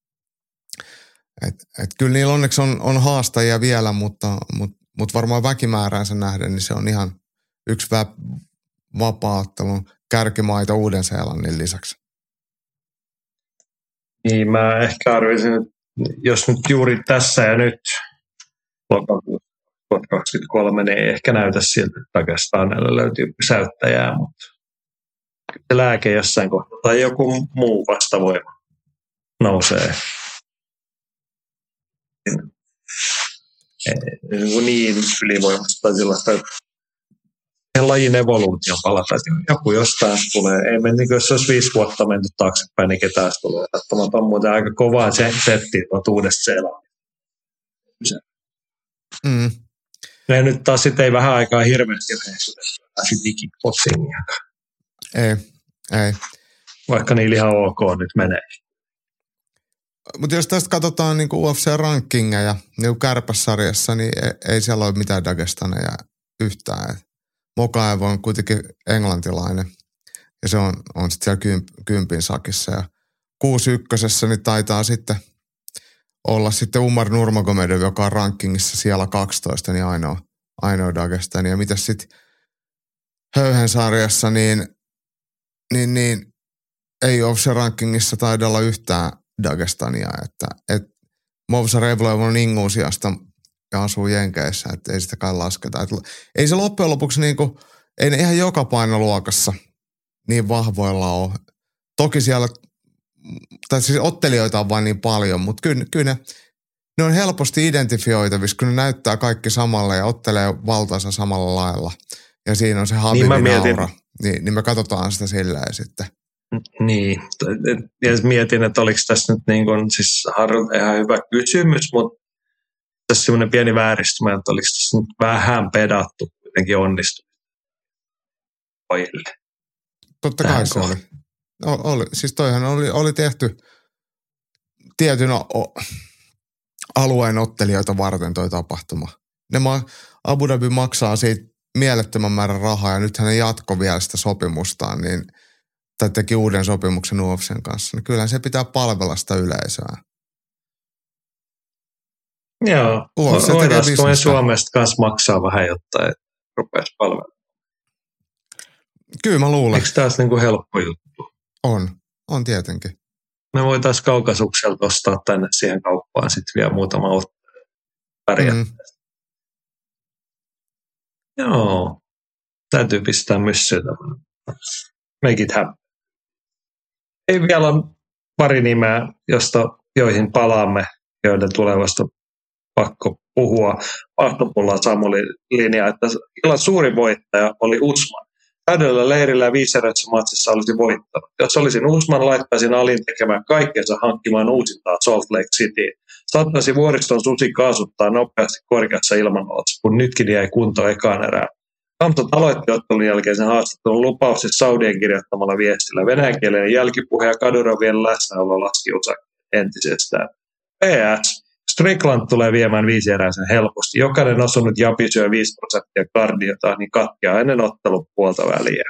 Et kyllä niillä onneksi on haastajia vielä, mutta varmaan väkimääräänsä nähden, niin se on ihan yksi vapaa-ottelun kärkimaita Uuden-Seelannin lisäksi. Niin, mä ehkä arvioisin, että jos nyt juuri tässä ja nyt lokakuussa 2023, niin ei ehkä näytä siltä, että Dagestanille löytyy pysäyttäjää, mutta se lääke jossain kohtaa tai joku muu vastavoima nousee. Niin ylivoimasta tai sellaista, että lajin evoluution palata, että joku jostain tulee. Ei meni, jos se olisi 5 vuotta menty taaksepäin, niin ketään tulee. Tämä on muuten aika kovaa settiä tuolta Uudesta-Seelannista. Ja nyt taas sitten ei vähän aikaa hirveästi reissuudessa pääsi digiboxingiakaan. Ei. Vaikka niillä ihan ok nyt menee. Mutta jos tästä katsotaan niin UFC-rankingeja niin kärpässarjassa, niin ei siellä ole mitään Dagestaneja yhtään. Mokaev on kuitenkin englantilainen ja se on sitten siellä kympin sakissa. Ja 6-1 niin taitaa sitten olla sitten Umar Nurmagomedov, joka on rankingissa siellä 12, niin ainoa Dagestan. Ja mitäs sitten Höyhensarjassa, niin ei UFC-rankingissa taida olla yhtään Dagestania. Että Movsa Revlev on Ingusiasta ja asuu Jenkeissä, että ei sitä kai lasketa. Ei se loppujen lopuksi niinku, ei ne ihan joka painoluokassa niin vahvoilla ole. Toki siellä, tai siis ottelijoita on vain niin paljon, mutta kyllä ne on helposti identifioitavissa, kun ne näyttää kaikki samalle ja ottelee valtaansa samalla lailla. Ja siinä on se Habibin aura. Niin me katsotaan sitä silleen sitten. Niin, ja mietin, että oliko tässä nyt niin kuin, siis Harrylta ihan hyvä kysymys, mutta tässä semmoinen pieni vääristymä, että olisi tässä nyt vähän pedattu kuitenkin onnistunut pojille. Totta kai se oli. Siis toihan oli tehty tietyn alueen ottelijoita varten toi tapahtuma. Abu Dhabi maksaa siitä mielettömän määrän rahaa ja nythän ne jatko vielä sitä sopimustaan, tai teki uuden sopimuksen UFCn kanssa. Niin kyllähän se pitää palvella sitä yleisöä. Joo, voidaan Suomesta kanssa maksaa vähän, jotta rupeaisi palvelemaan. Kyllä mä luulen. Eikö taas niin kuin helppo juttu? On tietenkin. Me voitaisiin Kaukasukselta ostaa tänne siihen kauppaan sitten vielä muutama ottelu periaatteessa. Joo, täytyy pistää myssyä tämmöinen. Make it happen. Ei vielä on pari nimeä, joihin palaamme, joiden tulevasta pakko puhua. Vahtopulla Samuli linja, että illan suurin voittaja oli Usman. Täydellä leirillä ja 5 matsissa olisi voittanut. Jos olisin Usman, laittaisin Alin tekemään kaikkensa hankkimaan uusintaa Salt Lake Cityin. Saattaisi vuoriston susi kaasuttaa nopeasti korkeassa ilmanalossa, kun nytkin jäi kunto ekaan erään. Kamsat aloitti ottelun jälkeisen haastattelun lupaukset Saudien kirjoittamalla viestillä. Venäjänkielinen jälkipuhe ja Kadyrovien läsnäolo laski entisestään. PS. Strickland tulee viemään 5-eräisen helposti. Jokainen osunut japi syö 5% kardiota, niin katkeaa ennen ottelun puolta väliä.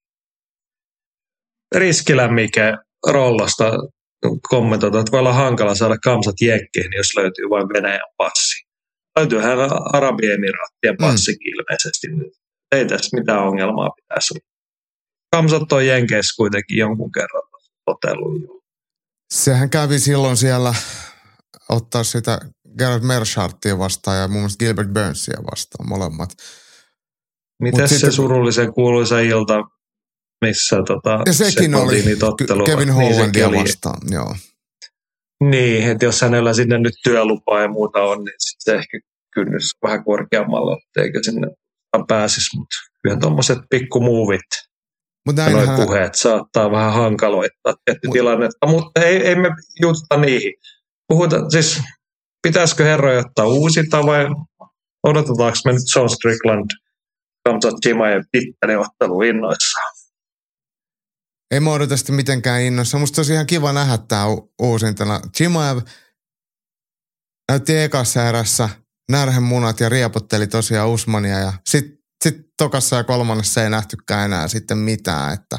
Riskilä Mike Rollosta kommentoida, että voi olla hankala saada kamsat jenkkeihin, jos löytyy vain Venäjän passi. Löytyyhän Arabiemiraattien passikin ilmeisesti nyt. Ei tässä mitään ongelmaa pitäisi olla. Kamsat on jenkeissä kuitenkin jonkun kerran otellut. Sehän kävi silloin siellä ottaa sitä Gerard Meerschaertia vastaan ja muun muassa Gilbert Burnsia vastaan, molemmat. Miten se surullisen kuuluisa ilta, missä ja sekin oli Kevin Hollandia vastaan, joo. Niin, että jos hänellä sinne nyt työlupaa ja muuta on, niin sitten ehkä kynnys vähän korkeammalle, eikö sinne pääsisi, mutta kyllä tuommoiset pikkumuuvit ja nuo puheet saattaa vähän hankaloittaa tietty tilannetta, mutta ei me jututa niihin. Puhutaan, siis pitäisikö herroja ottaa uusinta vai odotetaanko me nyt Sean Strickland, Khamzat Chimaev titteliottelu innoissaan? Ei mä odota sitä mitenkään innoissaan. Musta olisi ihan kiva nähdä tää uusintana. Chimaev näytti ekassa erässä närhemunat ja riepotteli tosiaan Usmania ja sit tokassa ja kolmannessa ei nähtykään enää sitten mitään, että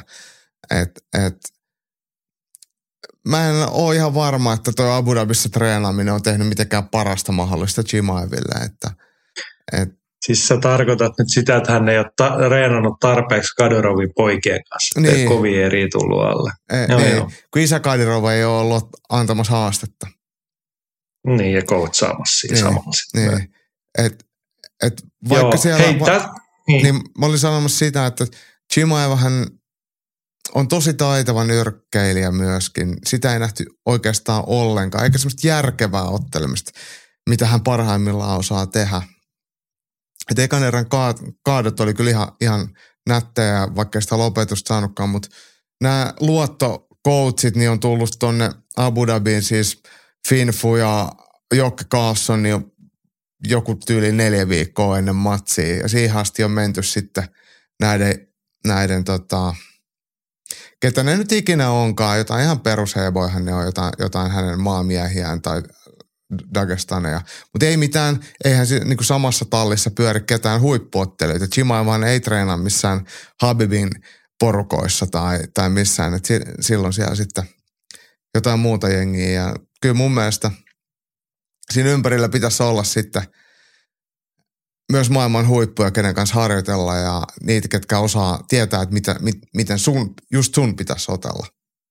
mä en ole ihan varma, että toi Abu Dhabissa treenaaminen on tehnyt mitenkään parasta mahdollista Chimaeville. Siis sä tarkoitat nyt sitä, että hän ei ole treenannut tarpeeksi Kadyrovin poikien kanssa. Niin. Kovin eri tullut alle. Joo. Kun isä Kadyrov ei ole ollut antamassa haastetta. Niin, ja coachaamassa siinä samalla sitten. Niin. Vaikka siellä... Niin mä olin sanomassa sitä, että Chimaevahan on tosi taitava nyrkkeilijä myöskin. Sitä ei nähty oikeastaan ollenkaan, eikä semmoista järkevää ottelemista, mitä hän parhaimmillaan osaa tehdä. Et ekan erän kaadot oli kyllä ihan nättejä, vaikka ei sitä lopetusta saanutkaan, mutta nämä luottocoachit niin on tullut tonne Abu Dhabiin, siis Finfu ja Jokke Carlson, niin joku tyyli 4 viikkoa ennen matsia. Ja siihen asti on menty sitten näiden ketä ne nyt ikinä onkaan, jotain ihan perusheboihan ne on, jotain hänen maamiehiään tai Dagestaneja. Mutta ei mitään, eihän se niin kuin samassa tallissa pyöri ketään huippuottelijoita. Chimaevan ei treenaa missään Habibin porukoissa tai missään. Et silloin siellä sitten jotain muuta jengiä. Ja kyllä mun mielestä siinä ympärillä pitäisi olla sitten myös maailman huippuja, kenen kanssa harjoitella ja niitä, ketkä osaa tietää, että miten just sun pitäisi otella.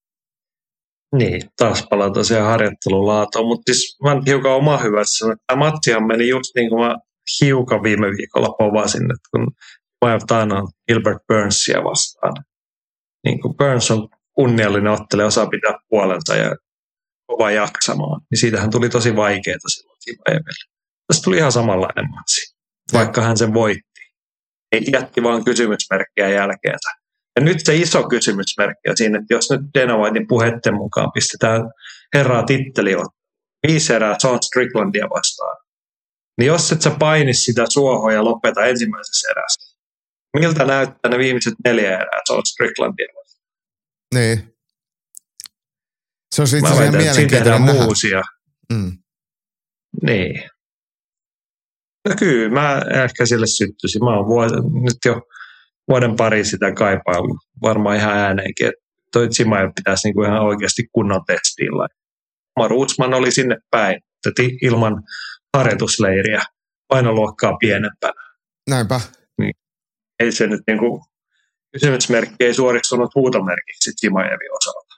Niin, taas palataan siihen harjoittelun laatuun, mutta siis mä hiukan oma hyvässä. Tämä matsihan meni just niin kuin mä hiukan viime viikolla povasin, että kun mä oon Gilbert Burnsia vastaan. Niin kuin Burns on kunniallinen ottelija, osaa pitää puolensa ja kova jaksamaan, niin siitähän tuli tosi vaikeaa silloin Chimaeville. Tästä tuli ihan samanlainen matsi, vaikka hän sen voitti. Ei jätti vaan kysymysmerkkiä jälkeensä. Ja nyt se iso kysymysmerkki on siinä, että jos nyt Dana Whitein puhetten mukaan pistetään herraa titteliin 5 erää Sean Stricklandia vastaan, niin jos et sä paini sitä suohon ja lopeta ensimmäisessä erässä, miltä näyttää ne viimeiset 4 erää John Stricklandia? Niin. Se on itse asiassa mielenkiintoinen nähdä. Muusia. Niin. No kyllä, mä ehkä sille syttyisin. Mä oon nyt jo vuoden pari sitä kaipaillut. Varmaan ihan ääneenkin, että toi Chimaev pitäisi niinku ihan oikeasti kunnon testillä. Maru Usman oli sinne päin, ilman harjoitusleiriä, painoluokkaa pienempänä. Näinpä. Niin. Ei se nyt niinku, kysymysmerkki ei suoristunut huutomerkiksi Chimaevin osalta.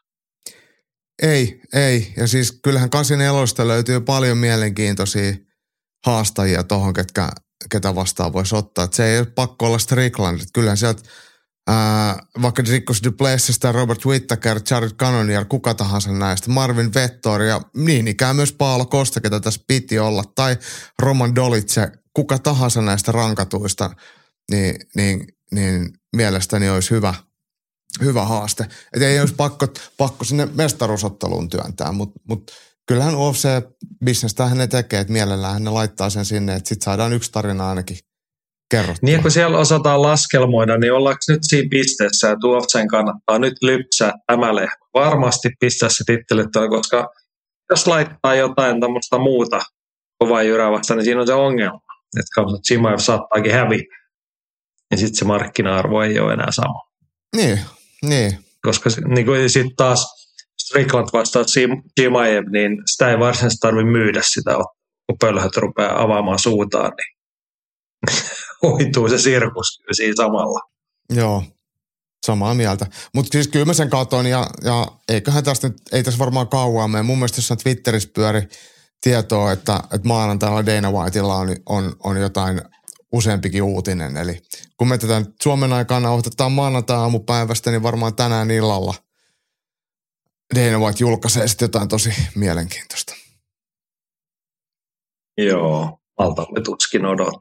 Ei. Ja siis kyllähän 84 löytyy paljon mielenkiintoisia haastajia tuohon, ketä vastaan voisi ottaa. Et se ei ole pakko olla Strickland. Et kyllähän sieltä vaikka Dricus du Plessis tai Robert Whittaker, Jared Cannonier, kuka tahansa näistä, Marvin Vettor ja niin ikään myös Paolo Costa, ketä tässä piti olla, tai Roman Dolice, kuka tahansa näistä rankatuista, niin mielestäni olisi hyvä haaste. Et ei olisi pakko sinne mestaruusotteluun työntää, mutta kyllähän UFC-bisnestä ne tekee, että mielellään ne laittaa sen sinne, että sitten saadaan yksi tarina ainakin kerrottua. Niin kun siellä osataan laskelmoida, niin ollaanko nyt siinä pisteessä, että UFC:n kannattaa nyt lypsää tämä lehmä. Varmasti pistää se tittelit, koska jos laittaa jotain tämmöistä muuta kovaa jyrävästä, niin siinä on se ongelma, että Chimaev saattaakin hävitä. Ja sitten se markkina-arvo ei ole enää sama. Niin. Koska niin sitten taas Strickland vastaa Chimaev, niin sitä ei varsinaisesti tarvitse myydä sitä, kun pölhöt rupeaa avaamaan suutaan, niin hoituu se sirkus kyllä siinä samalla. Joo, samaa mieltä. Mutta siis kyllä mä sen katon ja eiköhän tästä nyt, ei tässä varmaan kauan mene. Mun mielestä jossain Twitterissä pyöri tietoa, että maanantaina Dana Whitella on jotain useampikin uutinen. Eli kun me tätä Suomen aikana otetaan maanantai-aamupäivästä, niin varmaan tänään illalla Dana White julkaisee sitten jotain tosi mielenkiintoista. Joo, maltamme tuskin odottaa.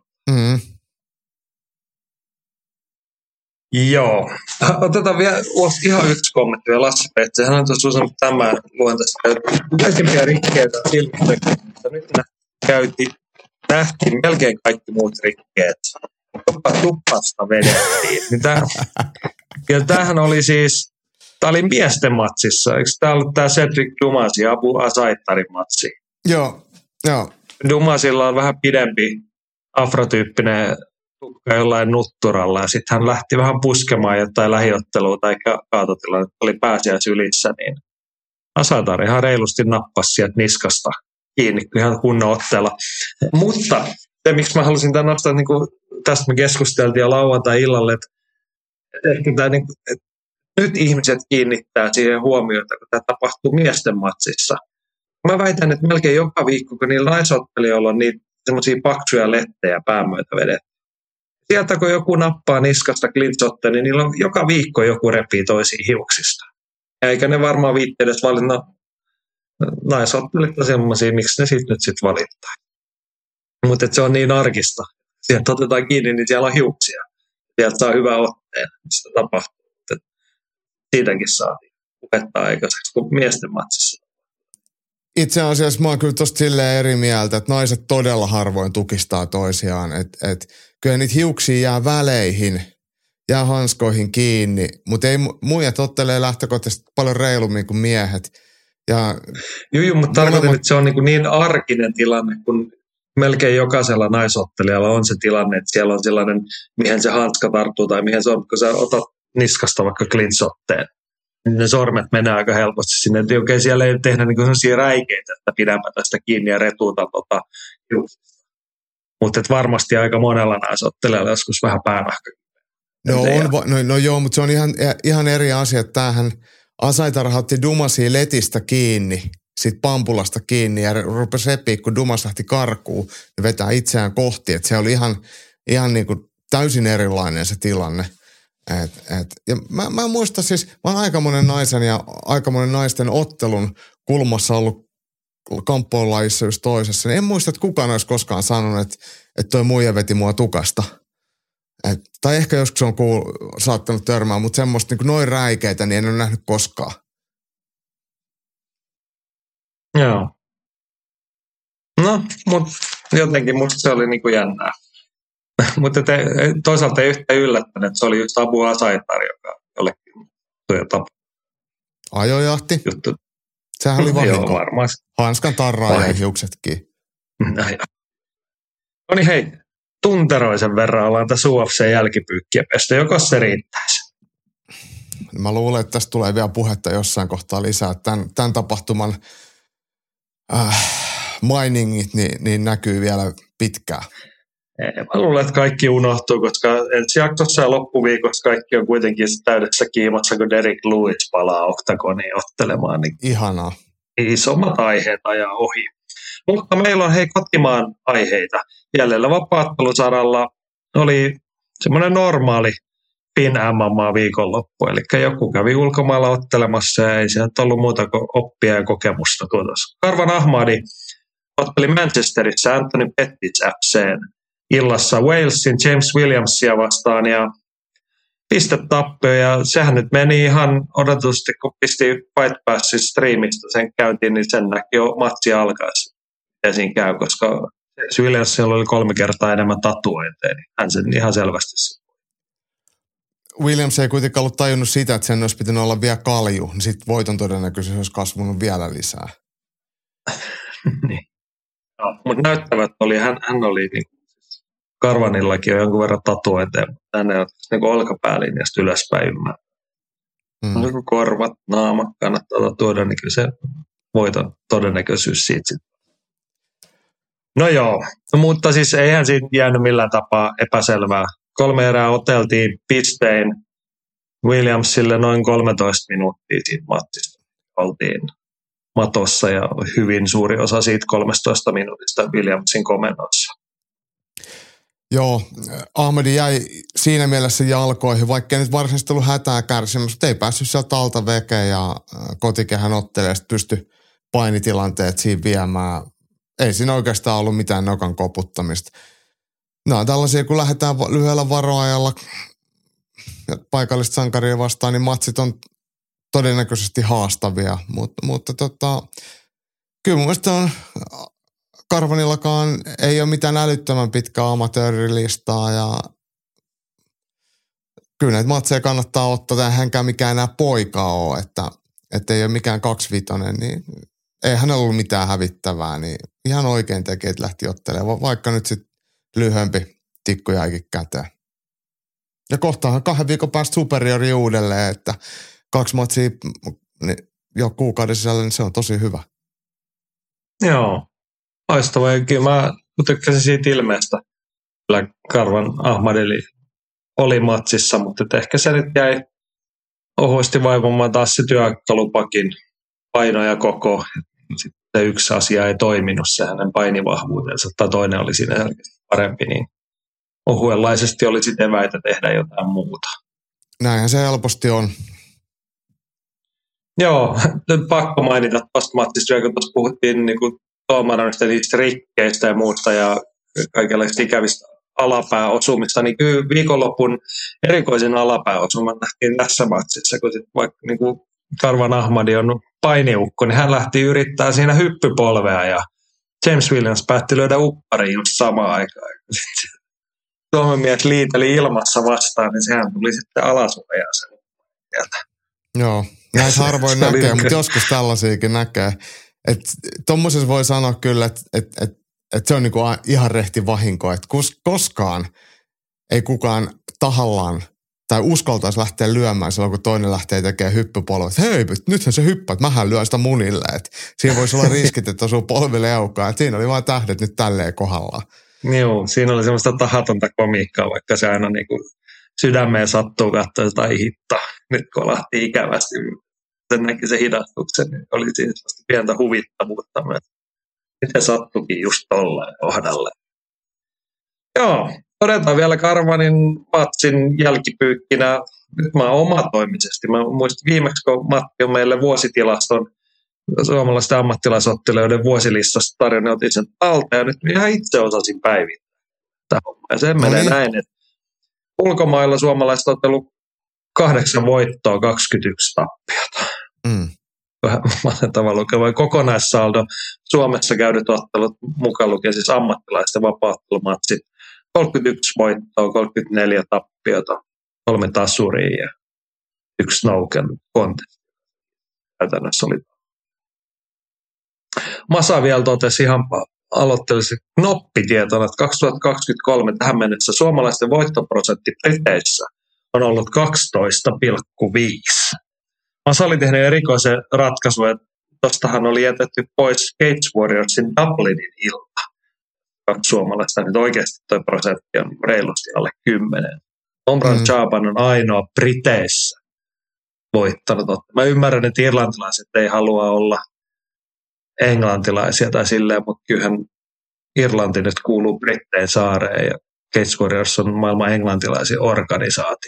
Joo. Otetaan vielä ihan yksi kommentti vielä Lasse Petsä. Hän on tuossa sanonut tämän luontaista. Kaikempia rikkeitä on silmissä, mutta nyt nähtiin melkein kaikki muut rikkeet. Jopa tuppasta vedettiin. Tämähän oli siis, tämä oli miesten matsissa. Eikö tämä ollut tämä Cedric Dumas ja Abu Asaitarin matsi? Joo. Dumasilla on vähän pidempi afrotyyppinen tukka jollain nutturalla ja sitten hän lähti vähän puskemaan jotain lähiottelua tai kaatotilannetta, oli pääsiäisylissä, niin Asatar ihan reilusti nappasi sieltä niskasta kiinni ihan kunnon otteella. Mutta se, miksi mä halusin tämän nostaa, niin kuin tästä me keskusteltiin jo lauantai-illalle, että nyt ihmiset kiinnittää siihen huomiota, kun tämä tapahtuu miesten matsissa. Mä väitän, että melkein joka viikko, kun niillä naisottelijoilla on niitä semmoisia paksuja lettejä pään myötä vedetty. Sieltä kun joku nappaa niskasta klintsotte, niin niillä on joka viikko joku repii toisiin hiuksista. Eikä ne varmaan viitte edes valinna naisottelijat on semmoisia, miksi ne sitten nyt sitten valittaa. Mutta se on niin arkista. Sieltä otetaan kiinni, niin siellä on hiuksia. Sieltä saa hyvä otteen, mistä tapahtuu. Siitäkin saatiin puhetta aikaiseksi kuin miesten matsissa. Itse asiassa mä oon kyllä tosta silleen eri mieltä, että naiset todella harvoin tukistaa toisiaan. Et kyllä niitä hiuksia jää väleihin, jää hanskoihin kiinni, mutta ei muijat ottelee lähtökohtaisesti paljon reilummin kuin miehet. Joo, mutta tarkoitan, että se on niin arkinen tilanne, kun melkein jokaisella naisottelijalla on se tilanne, että siellä on sellainen, mihin se hanska tarttuu tai mihin se on, kun sä otat niskasta vaikka clinch-otteen. Ne sormet menee aika helposti sinne, että okei, siellä ei tehdä niin sellaisia räikeitä, että pidämpä tästä kiinni ja retuuta mutta varmasti aika monella naisottelijalla joskus vähän päänahka. No joo, mutta se on ihan eri asia, että tämähän Asaitar otti Dumasia letistä kiinni, sit pampulasta kiinni ja rupesi repiä, kun Dumas lähti karkuun ja vetää itseään kohti, että se oli ihan niin kuin täysin erilainen se tilanne. Ja mä muistan siis, mä oon aika monen naisen ja aika monen naisten ottelun kulmassa ollut kamppoilajissa just toisessa. En muista, että kukaan olisi koskaan sanonut, että toi muija veti mua tukasta. Tai ehkä joskus on saattanut törmää, mutta semmoista niin noin räikeitä, niin en ole nähnyt koskaan. Joo. No, mutta jotenkin musta se oli niinku jännää. Mutta toisaalta ei yhtään yllättänyt, että se oli just Abu Asaitar, joka jollekin tapa. Ajojahti? Juttu. Sehän oli vahinko. Joo, varmaan. Hanskan tarraa ja hiuksetkin. No niin hei, tunteroisen verran ollaan tässä UFC-jälkipyykkiä pestä. Joko se riittäisi? Mä luulen, että tästä tulee vielä puhetta jossain kohtaa lisää. Tämän tapahtuman miningit niin näkyy vielä pitkään. Mä luulen, että kaikki unohtuu, koska ensi jaksossa ja loppuviikossa kaikki on kuitenkin täydessä kiimassa, kun Derek Lewis palaa oktagoniin ottelemaan. Niin ihanaa. Isommat aiheet ajaa ohi. Mutta meillä on hei kotimaan aiheita. Jäljellä vapaattelusaralla oli semmoinen normaali Fin MMA viikonloppu, eli joku kävi ulkomailla ottelemassa ja ei sieltä ollut muuta kuin oppia ja kokemusta tuossa. Karvan Ahmadi otteli Manchesterissa Anthony Pettis FC:n illassa Walesin James Williamsia vastaan ja pistetappio ja sehän nyt meni ihan odotusti, kun pisti Fight Passin striimistä sen käyntiin, niin sen näki jo matsi alkaessa. Ja siinä käy, koska Williamsilla oli 3 kertaa enemmän tatuointeja, niin hän sen ihan selvästi. Williams ei kuitenkaan ollut tajunnut sitä, että sen olisi pitänyt olla vielä kalju, niin sitten voiton todennäköisesti olisi kasvanut vielä lisää. Niin. No, mutta näyttävät oli, hän oli niin Karvanillakin on jonkun verran tatuointeja, mutta hän ei ole niin olkapäälinjasta ylöspäin ymmärrä. Niin korvat, naama, kannattaa tatuoida, niin kyllä se voiton todennäköisyys siitä sitten. No joo, mutta siis eihän siitä jäänyt millään tapaa epäselvää. 3 erää oteltiin pistein Williamsille noin 13 minuuttia siitä matsista. Oltiin matossa ja hyvin suuri osa siitä 13 minuutista Williamsin komennossa. Joo, Ahmadi jäi siinä mielessä jalkoihin, vaikka ei nyt varsinaisesti ollut hätää kärsimässä, mutta ei päässyt sieltä alta vekeen ja kotikehän ottelee, sitten pystyi painitilanteet siinä viemään. Ei siinä oikeastaan ollut mitään nokan koputtamista. No tällaisia, kun lähdetään lyhyellä varoajalla paikallista sankaria vastaan, niin matsit on todennäköisesti haastavia, mutta kyllä mun mielestä on Karvanillakaan ei ole mitään älyttömän pitkää amatöörilistaa ja kyllä näitä matseja kannattaa ottaa, tai hänkään mikään enää poika ole, että ei ole mikään 2-5, niin ei hänellä ollut mitään hävittävää, niin ihan oikein tekee, että lähti ottelemaan, vaikka nyt sitten lyhyempi tikku jäikin käteen. Ja kohtahan 2 viikon päästä superiori uudelleen, että 2 matsia niin jo kuukauden sisällä, niin se on tosi hyvä. Joo, loistava. Kyllä mä tykkäsin siitä ilmeestä. Kyllä Karvan Ahmadeli oli matsissa, mutta ehkä se nyt jäi ohuesti vaivamaan taas se työkalupakin paino ja koko. Sitten yksi asia ei toiminut, se hänen painivahvuutensa, tai toinen oli siinä selkeästi parempi, niin ohuenlaisesti oli sitten eväitä tehdä jotain muuta. Näinhän se helposti on. Joo, nyt pakko mainita tuosta matsista, kun tuossa puhuttiin niin tuomaroista, niistä rikkeistä ja muusta ja kaikenlaisista ikävistä alapääosumista, niin kyllä viikonlopun erikoisen alapääosuman nähtiin tässä matsissa, kun sitten vaikka niin kuin Karvan Ahmadi on painiukko, niin hän lähti yrittää siinä hyppypolvea ja James Williams päätti lyödä uppariin just samaan aikaan. Suomen mies liiteli ilmassa vastaan, niin sehän tuli sitten alasujaa sen sieltä. Joo, näitä harvoin näkee, mutta joskus tällaisiakin näkee. Että tommosessa voi sanoa kyllä, että se on niinku ihan rehti vahinko, että koskaan ei kukaan tahallaan tai uskaltaisi lähteä lyömään silloin, kun toinen lähtee tekemään hyppypolvea. Että hei, nythän se hyppää, että mähän lyön sitä munille. Että siinä voisi olla riskit, että osuu polville eukkaan. Että siinä oli vain tähdet nyt tälleen kohdallaan. Joo, siinä oli semmoista tahatonta komiikkaa, vaikka se aina niin kuin sydämeen sattuu katsoa jotain hittaa. Nyt kun lähti ikävästi, sen näki se hidastuksen, niin oli siinä pientä huvittavuutta myös. Miten sattukin just tolleen kohdalle. Joo, todetaan vielä Karvanin matsin jälkipyykkinä. Nyt mä oon omatoimisesti. Mä muistin viimeksi, kun Matti on meille vuositilaston suomalaisten ammattilaisottelijoiden vuosilistasta tarjonnut, otin sen alta ja nyt ihan itse osasin päivittää tämä homma. Ja se menee näin, että ulkomailla suomalaiset on otellut 8 voittoa, 21 tappiota. vähän masentava lukema. Kokonaissaldo Suomessa käydyt ottelut mukaan lukee siis ammattilaisten vapauttelumatsit. 31 voittoa, 34 tappiota, 3 tasuria ja 1 snooken contest. Käytännössä oli. Masa vielä totesi ihan aloitteellisesti knoppitietona, että 2023 tähän mennessä suomalaisten voittoprosentti Briteissä on ollut 12,5. Masa oli tehnyt erikoisen ratkaisun, että tuostahan oli jätetty pois Cage Warriorsin Dublinin ilta. 2 suomalaista, nyt oikeasti tuo prosentti on reilusti alle 10. Omran Chaban on ainoa Briteissä voittanut. Mä ymmärrän, että irlantilaiset ei halua olla englantilaisia tai silleen, mutta kyllähän Irlanti nyt kuuluu Brittein saareen ja Cage Warriors on maailman englantilaisin organisaatio.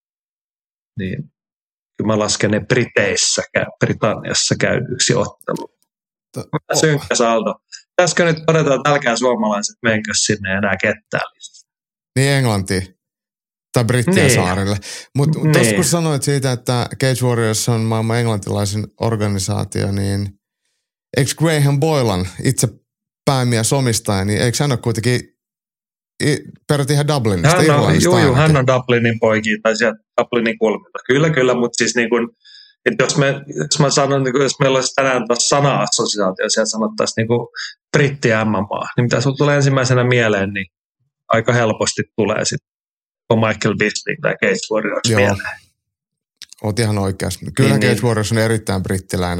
Niin kyllä mä lasken ne Britanniassa käydyksi ottelu. Synkkä saldo. Pitäisikö nyt todeta, että älkää suomalaiset menkö sinne enää ketään lisää? Niin Englantiin tai Brittien saarille. Mutta tuossa kun sanoit siitä, että Cage Warriors on maailman englantilaisin organisaatio, niin eikö Graham Boylan itse päämies omistaja, niin eikö hän ole kuitenkin peräti ihan Dublinista, Irlannista? Joo, hän on Dublinin poikia tai sieltä Dublinin kulmilta. Kyllä, mutta siis niin kuin, että jos mä sanon, niin kuin, jos meillä olisi tänään taas sana-assosiaatio, siellä sanottaisiin niin kuin britti MMA, niin mitä sinulla tulee ensimmäisenä mieleen, niin aika helposti tulee sitten Michael Bisping tai Cage Warriors mieleen. Oot ihan oikeassa. Kyllä Cage Warriors on erittäin brittiläinen.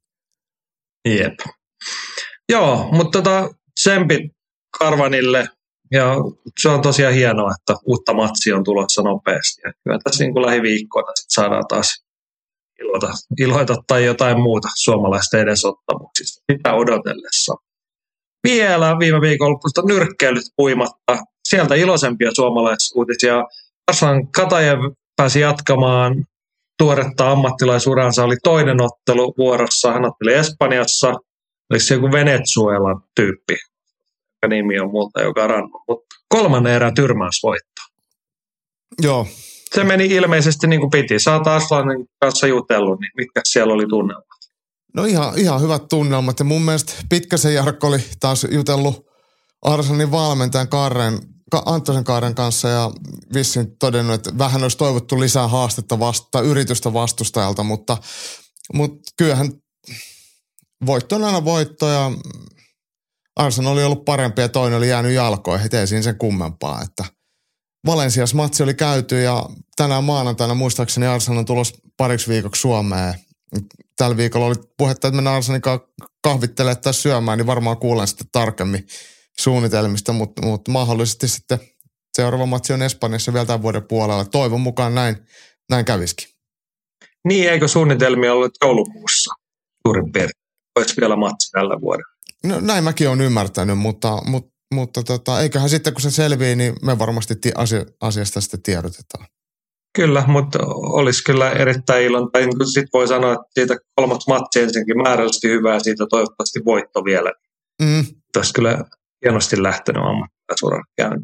Jep. Joo, mutta tsempit Karvanille. Ja se on tosiaan hienoa, että uutta matsia on tulossa nopeasti. Ja kyllä tässä niin kuin lähiviikkoina sit saadaan taas iloita tai jotain muuta suomalaisten edesottamuksista. Sitä odotellessa. Vielä viime viikonlopusta nyrkkeilyt puimatta. Sieltä iloisempia suomalaisuutisia. Arslan Katajev pääsi jatkamaan tuoretta ammattilaisuransa. Oli toinen ottelu vuorossa. Hän otteli Espanjassa. Oliko se joku Venezuelan tyyppi? Nimi on multa joka rannut, mutta 3. erän tyrmäysvoitto. Joo. Se meni ilmeisesti niin kuin piti. Sä oot Arslanin kanssa jutellut, niin mitkä siellä oli tunnelmat? No ihan hyvät tunnelmat ja mun mielestä Pitkäsen Jarkko oli taas jutellut Arslanin valmentajan Anttosen Kaaren kanssa ja vissiin todennut, että vähän olisi toivottu lisää haastetta yritystä vastustajalta, mutta kyllähän voitto on aina voitto ja Arsenal oli ollut parempi ja toinen oli jäänyt jalkoihin, ei siinä sen kummempaa, että Valensias matsi oli käyty ja tänään maanantaina muistaakseni Arsenal on tulossa pariksi viikoksi Suomeen. Tällä viikolla oli puhetta, että mennään Arsenanin kahvittelemaan tai syömään, niin varmaan kuulen sitten tarkemmin suunnitelmista, mutta mahdollisesti sitten seuraava matsi on Espanjassa vielä tämän vuoden puolella. Toivon mukaan näin kävisikin. Niin, eikö suunnitelmia ollut joulukuussa suurin piirtein? Olisi vielä matsi tällä vuodella? No näin mäkin olen ymmärtänyt, mutta eiköhän sitten kun se selvii, niin me varmasti asiasta sitten tiedotetaan. Kyllä, mutta olisi kyllä erittäin ilon. Tai sitten voi sanoa, että siitä 3. matsi ensinnäkin määrällisesti hyvää ja siitä toivottavasti voitto vielä. Olisi kyllä hienosti lähtenyt ammattilaisuran käyntiin.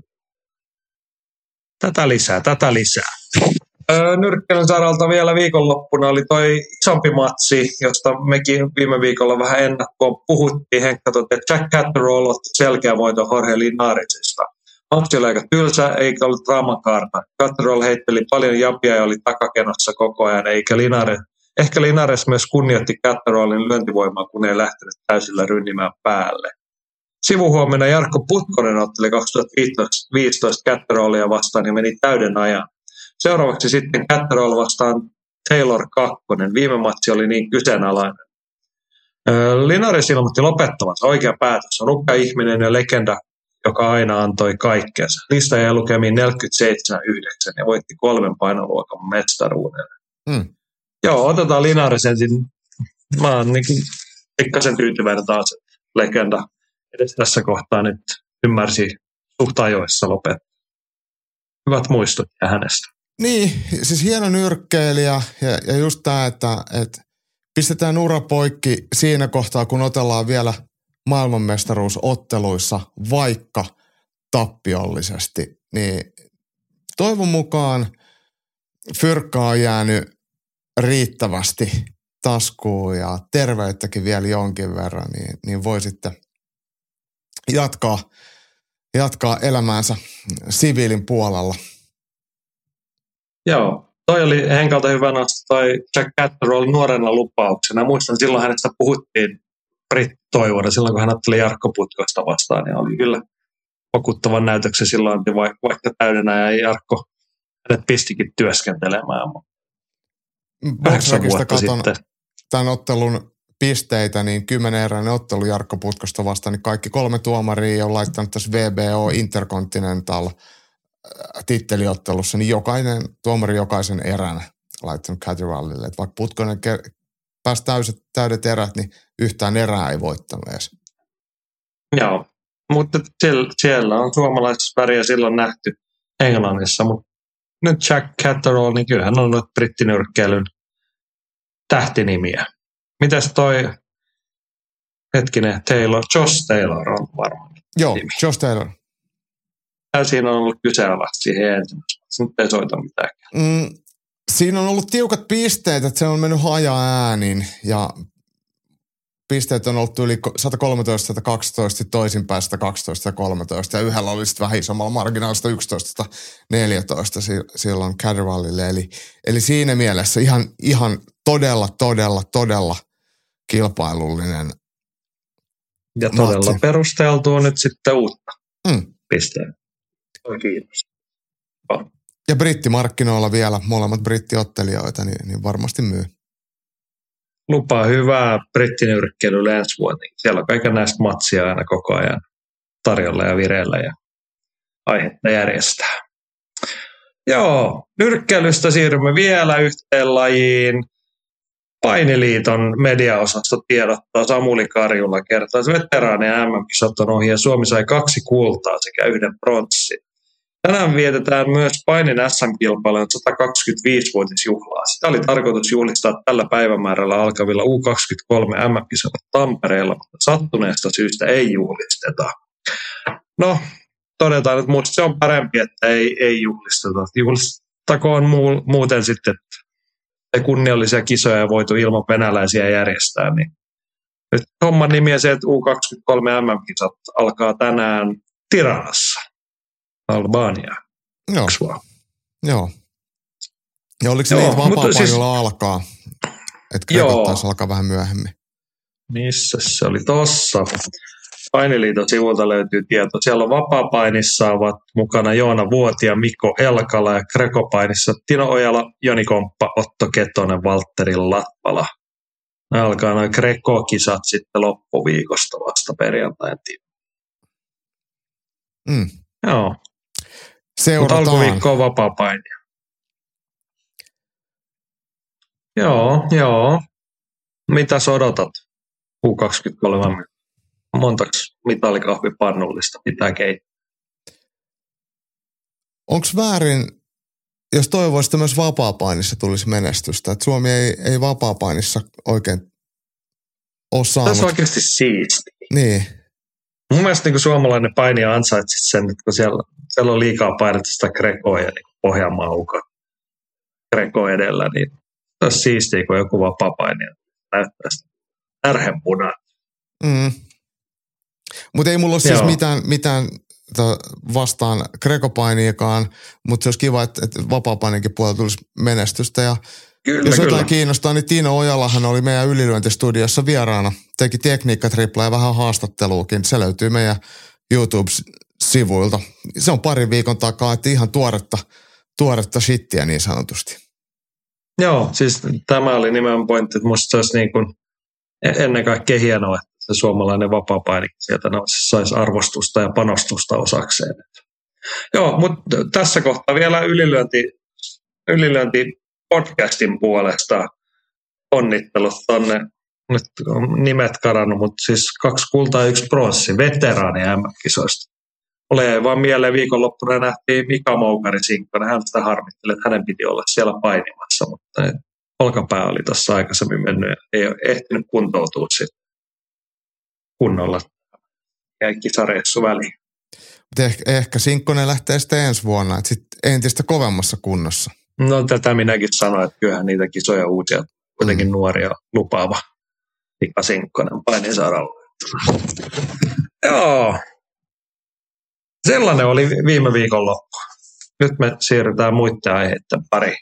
Tätä lisää. Nyrkkeilyn saralta vielä viikonloppuna oli toi isompi matsi, josta mekin viime viikolla vähän ennakkoon puhuttiin. Henkka totesi, että Jack Catterall otti selkeä voiton Jorge Linaresista. Matsi oli aika tylsä, eikä ollut draamakaarta. Catterall heitteli paljon japia ja oli takakenossa koko ajan, ehkä Linares myös kunnioitti Catterallin lyöntivoimaa, kun ei lähtenyt täysillä rynnimään päälle. Sivuhuomenna Jarkko Putkonen otteli 2015 Catterallia vastaan ja meni täyden ajan. Seuraavaksi sitten Catterall vastaan Taylor 2. Viime matsi oli niin kyseenalainen. Linares ilmoitti lopettavansa. Oikea päätös. On upea ihminen ja legenda, joka aina antoi kaikkensa. Lista jäi lukemiin 47-9 ja voitti 3 painoluokan mestaruuden. Joo, otetaan Linares ensin. Mä oon niin pikkasen tyytyväinen taas, että legenda edes tässä kohtaa nyt ymmärsi suht ajoissa lopettaa. Hyvät muistot ja hänestä. Niin, siis hieno nyrkkeilijä ja just tämä, että pistetään ura poikki siinä kohtaa, kun otellaan vielä maailmanmestaruusotteluissa, vaikka tappiollisesti. Niin toivon mukaan fyrkka on jäänyt riittävästi taskuun ja terveyttäkin vielä jonkin verran, niin voi sitten jatkaa elämäänsä siviilin puolella. Joo, toi oli Henkalta hyvä nosto, toi Jack Catterall nuorena lupauksena. Muistan silloin hänestä puhuttiin brittitoivona, silloin kun hän otteli Jarkko Putkosta vastaan, niin oli kyllä vakuuttavan näytöksen silloin, vaikka täydenä ja Jarkko hänet pistikin työskentelemään. 8 vuotta sitten. Tämän ottelun pisteitä, niin 10-eräinen ottelu Jarkko Putkosta vastaan, niin kaikki 3 tuomaria on laittanut tässä VBO Intercontinental titteliottelussa, niin tuomari jokaisen erän laittanut Catterallille. Että vaikka Putkonen pääsi täydet erät, niin yhtään erää ei voittanut edes. Joo, mutta siellä on suomalaisessa väriä silloin nähty Englannissa, mutta nyt Jack Catterall, niin kyllähän on nyt brittinyrkkeilyn tähtinimiä. Mitäs toi Josh Taylor on varmaan. Joo, nimi. Josh Taylor. Siinä on ollut kyseenalaista siihen ensimmäisenä. Nyt ei soita mitään. Siinä on ollut tiukat pisteet, että se on mennyt haja-äänin ja pisteet on ollut yli 113, 112, toisinpäin 112 ja 13 ja yhdellä oli sitten vähän isommalla marginaalista 11, 14 silloin Catterallille. Eli siinä mielessä ihan todella kilpailullinen ja todella matsi. Perusteltua nyt sitten uutta pisteen. Kiitos. Ja brittimarkkinoilla vielä molemmat brittiottelijoita, niin varmasti myy. Lupaa hyvää brittinyrkkeilylle ensi vuoteen. Siellä on kaiken näistä matsia aina koko ajan tarjolla ja vireillä ja aihetta järjestää. Joo, nyrkkeilystä siirrymme vielä yhteen lajiin. Painiliiton mediaosasto tiedottaa Samuli Karjula kertoo, että veteraanien MM-kisat on ohi ja Suomi sai 2 kultaa sekä 1 pronssin. Tänään vietetään myös painin SM-kilpailun 125-vuotisjuhlaa. Sitä oli tarkoitus juhlistaa tällä päivämäärällä alkavilla U23 MM-kisoilla Tampereella, mutta sattuneesta syystä ei juhlisteta. No, todetaan, että musta se on parempi, että ei juhlisteta. Juhlistakoon muuten sitten, että kunniallisia kisoja ei voitu ilman venäläisiä järjestää. Niin nyt homman nimi on se, että U23 MM-kisat alkaa tänään Tiranassa. Albania. Joo. Ja oliko se niin, että vapaa-painolla alkaa? Että Grekot taisi alkaa vähän myöhemmin. Missä se oli? Tossa. Painiliiton sivulta löytyy tieto. Siellä on vapaa-painissa ovat mukana Joona Vuoti ja Mikko Elkala ja Grekopainissa Tino Ojala, Joni Komppa, Otto Ketonen, Valtteri Latvala. Ne alkaa noin Greko-kisat sitten loppuviikosta vasta perjantain. Joo. Seurataan. Mutta alkuviikko on vapaa-painia. Joo. Mitäs odotat U23? Montaks mitalikahvipannullista pitää keittää? Onko väärin, jos toivoisi, että myös vapaa-painissa tulisi menestystä? Että Suomi ei vapaa-painissa oikein ole saanut. Tässä on oikeasti siistiä. Niin. Mun mielestä niin suomalainen painija ansaitsi sen, että kun siellä on liikaa painetta sitä Grekoa ja niin Pohjanmaa uka Greko edellä, niin se olisi siistiä, kun joku vapaa-painija näyttää sitä ärhenpunaa. Mutta ei mulla ole siis mitään vastaan Grekopainiakaan, mutta se olisi kiva, että vapaa-paininkin puolella tulisi menestystä. Ja kyllä, jos jotain kiinnostaa, niin Tino Ojalahan oli meidän ylilyöntistudiossa vieraana. Teki tekniikkatriplaa ja vähän haastatteluukin. Se löytyy meidän YouTube-sivuilta. Se on parin viikon takaa, että ihan tuoretta shittiä niin sanotusti. Joo, siis tämä oli nimenomaan pointti, että musta se olisi niin kuin ennen kaikkea hienoa, että se suomalainen vapaa-painikin sieltä saisi arvostusta ja panostusta osakseen. Joo, mutta tässä kohtaa vielä ylilyönti podcastin puolesta onnittelut tonne. Nyt on nimet karannut, mutta siis 2 kultaa ja 1 pronssi veteraani MM-kisoista. Mulle jäi vaan mieleen viikonloppuna nähtiin Mika Moukari sinkkona. Hän sitä harmitteli, että hänen piti olla siellä painimassa, mutta olkapää oli tuossa aikaisemmin mennyt ja ei ole ehtinyt kuntoutua sitten kunnolla. Jäi kisareissu väliin. Ehkä Sinkkonen lähtee sitten ensi vuonna, että sitten entistä kovemmassa kunnossa. No tätä minäkin sanoin, että kyllähän niitä kisoja uusia kuitenkin nuori ja lupaava Mika Sinkkonen painisaralla. Joo. Sellainen oli viime viikon loppu. Nyt me siirrytään muiden aiheiden pariin.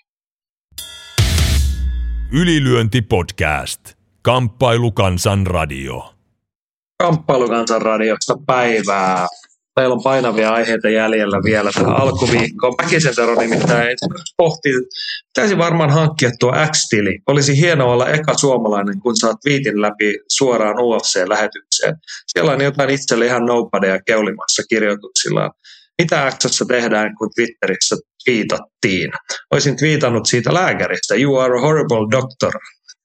Ylilyönti podcast. Kamppailukansan radio. Kamppailukansan radiosta päivää. Meillä on painavia aiheita jäljellä vielä tähän alkuviikkoon. Mäkisen Tero nimittäin pohti, pitäisi varmaan hankkia tuo X-tili. Olisi hienoa olla eka suomalainen, kun saat twiitin läpi suoraan UFC-lähetykseen. Siellä on jotain itselle ihan nobodyja keulimassa kirjoituksillaan. Mitä X:ssä tehdään, kun Twitterissä twiitattiin? Olisin twiitannut siitä lääkäristä. You are a horrible doctor.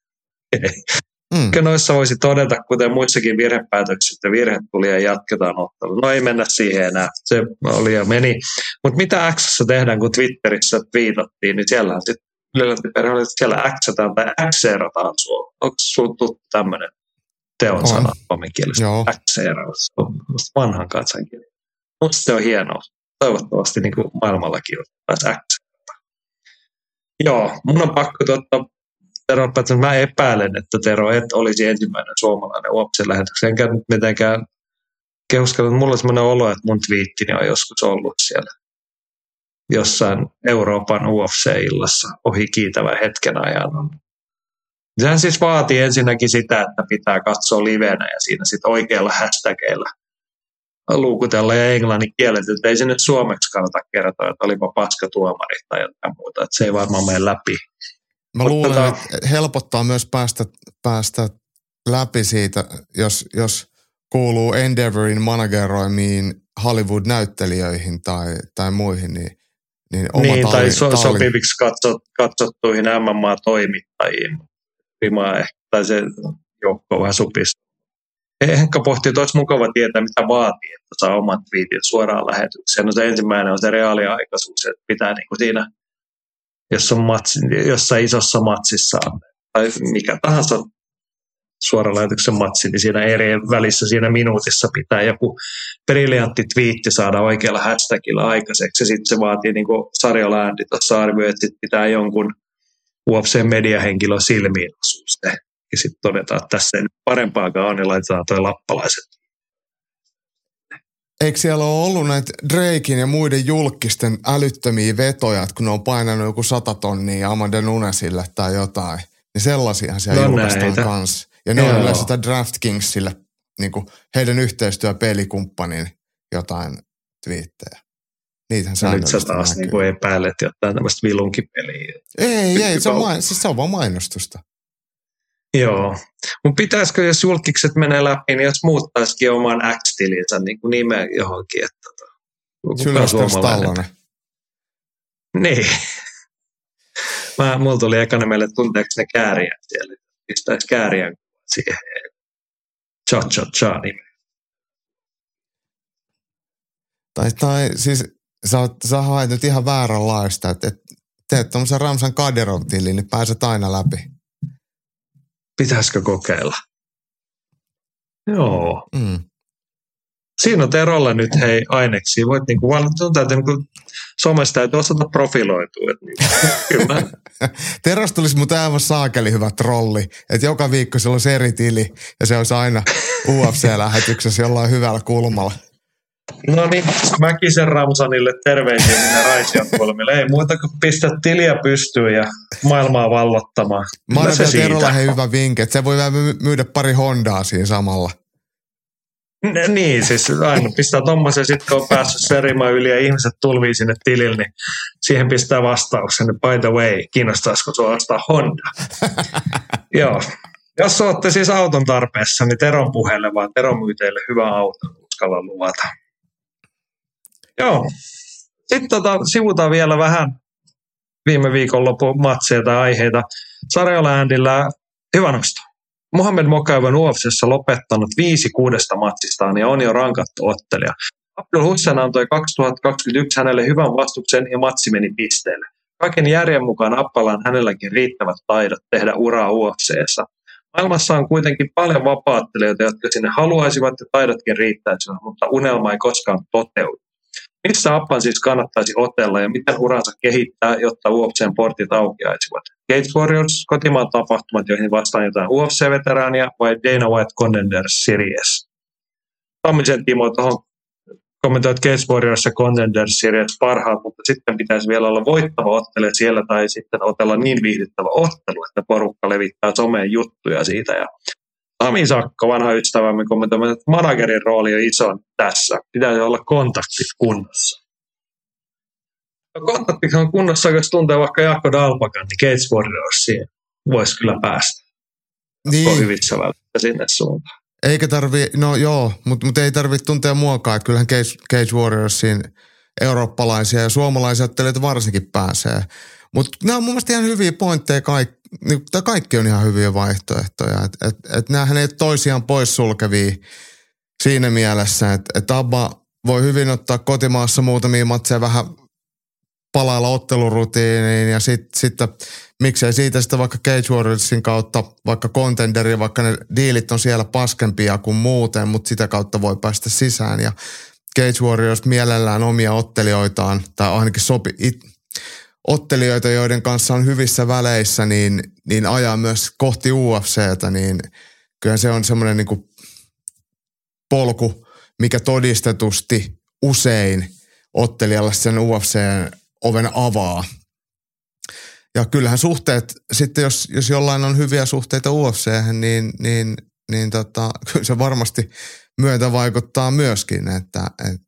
Noissa voisi todeta, kuten muissakin virhepäätöksissä, virhe tuli ja jatketaan ottelua. No ei mennä siihen enää, se oli ja meni. Mutta mitä X:ssä tehdään, kun Twitterissä twiitattiin, niin siellä on sitten siellä X:ätään tai X-eerataan sua. Onko sinulla tuttu tämmöinen teon sana suomenkielistä? X-eeraus. Vanhan kansankieli. Musta se on hienoa. Toivottavasti niin kuin maailmallakin ottaisi X-eerataan. Joo, mun on pakko Tero, mä epäilen, että Tero et olisi ensimmäinen suomalainen UFC-lähetyksen. Enkä nyt mitenkään kehuskella, että mulla on sellainen olo, että mun twiittini on joskus ollut siellä jossain Euroopan UFC-illassa ohi kiitävän hetken ajan. Sehän siis vaatii ensinnäkin sitä, että pitää katsoa livenä ja siinä sitten oikealla hashtageilla luukutella ja englannin kielet, että ei se nyt suomeksi kannata kertoa, että olipa paska tuomari tai jotain muuta, että se ei varmaan mene läpi. Mä luulen, että helpottaa myös päästä läpi siitä, jos kuuluu Endeavorin manageroimiin Hollywood-näyttelijöihin tai muihin, niin oma niin, tai sopiviksi katsottuihin MMA-toimittajiin. Tai se joukko on vähän supista. Ehkä pohtii, että olisi mukava tietää, mitä vaatii, että saa omat twiitit suoraan lähetykseen. No se ensimmäinen on se reaaliaikaisuus, että pitää niin kuin siinä jos on jossain isossa matsissa tai mikä tahansa suoralähetyksen matsi, niin siinä eri välissä siinä minuutissa pitää joku briljantti twiitti saada oikealla hashtagilla aikaiseksi. Ja sitten se vaatii, niin kuin Sarja Läändi tuossa arvioi, että pitää jonkun UFC-mediahenkilön silmiin osua se. Ja sitten todetaan, että tässä ei parempaakaan ole, niin laitetaan toi lappalaiset. Eikö siellä ole ollut näitä Drakein ja muiden julkisten älyttömiä vetoja, että kun ne on painanut joku 100 tonnia Amanda Nunesille tai jotain, niin sellaisiahan siellä julkaistaan kanssa. Ja ne on yleensä sitä DraftKingsille, niin kuin heidän yhteistyöpelikumppanin jotain twiittejä. Niitähän säännöllisesti nyt sä taas niin epäilet jotain tämmöistä vilunkipeliä. Ei, se on vaan mainostusta. Joo, mutta pitäisikö, jos julkikset menee läpi, niin jos muuttaisikin oman X-tilinsä niin kuin nimeä johonkin, että kuka suomalainen. Niin. Mulla tuli ekana meille tunteeksi ne kääriät siellä. Pistäisi kääriän siihen cha-cha-cha nimeä. Tai siis sä haet nyt ihan vääränlaista, että teet tommosen Ramzan Kadyrov-tilin, niin pääset aina läpi. Pitäisikö kokeilla? Joo. Siinä on Terolla nyt hei aineksia. Voit niinku somesta täytyy osata profiloitua. Kyllä. Terosta tulisi muuten aivan saakeli hyvä trolli. Että joka viikko sillä olisi eri tili ja se olisi aina UFC-lähetyksessä jollain hyvällä kulmalla. No niin, Mäkisen Ramsanille terveisiä minä Raision kulmille. Ei muuta kuin pistää tiliä pystyyn ja maailmaa vallottamaan. Mä annan vielä Terolla hyvä vinkki, että se voi vähän myydä pari Hondaa siinä samalla. Niin, siis aina pistää tommoisen, sitten kun on päässyt serimaan yli ja ihmiset tulvii sinne tilille, niin siihen pistää vastauksen. By the way, kiinnostaisiko sua ostaa Honda? Joo. Jos olette siis auton tarpeessa, niin Teron puheelle vaan. Tero myy teille hyvän auton, uskalla luvata. Joo. Sitten sivutaan vielä vähän viime viikonlopun matseja tai aiheita. Sarja Läändillä hyvä nosto. Mohamed Mokaev on UFC:ssä lopettanut 5 6 matsistaan ja on jo rankattu ottelija. Abdul Hussein antoi 2021 hänelle hyvän vastuksen ja matsi meni pisteelle. Kaiken järjen mukaan Appalla on hänelläkin riittävät taidot tehdä uraa UFC:ssä. Maailmassa on kuitenkin paljon vapaattelijoita, jotka sinne haluaisivat ja taidotkin riittäisivät, mutta unelma ei koskaan toteudu. Missä Appan siis kannattaisi otella ja miten uransa kehittää, jotta UFCn portit aukeaisivat? Cage Warriors, kotimaan tapahtumat, joihin vastaan jotain UFC-veteraania vai Dana White Contenders Series? Tammisen Timo tuohon kommentoi, että Cage Warriors ja Contenders Series parhaat, mutta sitten pitäisi vielä olla voittava ottelija siellä tai sitten otella niin viihdyttävä ottelu, että porukka levittää someen juttuja siitä. Ja Sami Sakko, vanha ystävämme, kommentoi, että managerin rooli on iso tässä. Pitäisi olla kontaktit kunnossa. Kontaktit on kunnossa, jos tuntee vaikka Jaakko Dalpakan, niin Cage Warriorsiin voisi kyllä päästä. Niin. Hyvissä välttämättä sinne suuntaan. Eikä mutta ei tarvitse tuntea muokaa. Kyllähän Cage Warriorsiin eurooppalaisia ja suomalaisia ottelijoita varsinkin pääsee. Mutta nämä on mun mielestä ihan hyviä pointteja. Kaikki on ihan hyviä vaihtoehtoja. Et näähän ei ole toisiaan poissulkevia siinä mielessä, että Abba voi hyvin ottaa kotimaassa muutamia matseja vähän palailla ottelurutiiniin ja sitten miksei siitä sitten vaikka Cage Warriorsin kautta, vaikka Contenderi, vaikka ne diilit on siellä paskempia kuin muuten, mutta sitä kautta voi päästä sisään ja Cage Warriors mielellään omia ottelijoitaan tai ainakin ottelijoita, joiden kanssa on hyvissä väleissä, niin ajaa myös kohti UFCtä, niin kyllä se on semmoinen niin kuin polku, mikä todistetusti usein ottelijalle sen UFC-oven avaa. Ja kyllähän suhteet, sitten jos jollain on hyviä suhteita UFC:hen, niin kyllä se varmasti myötä vaikuttaa myöskin, että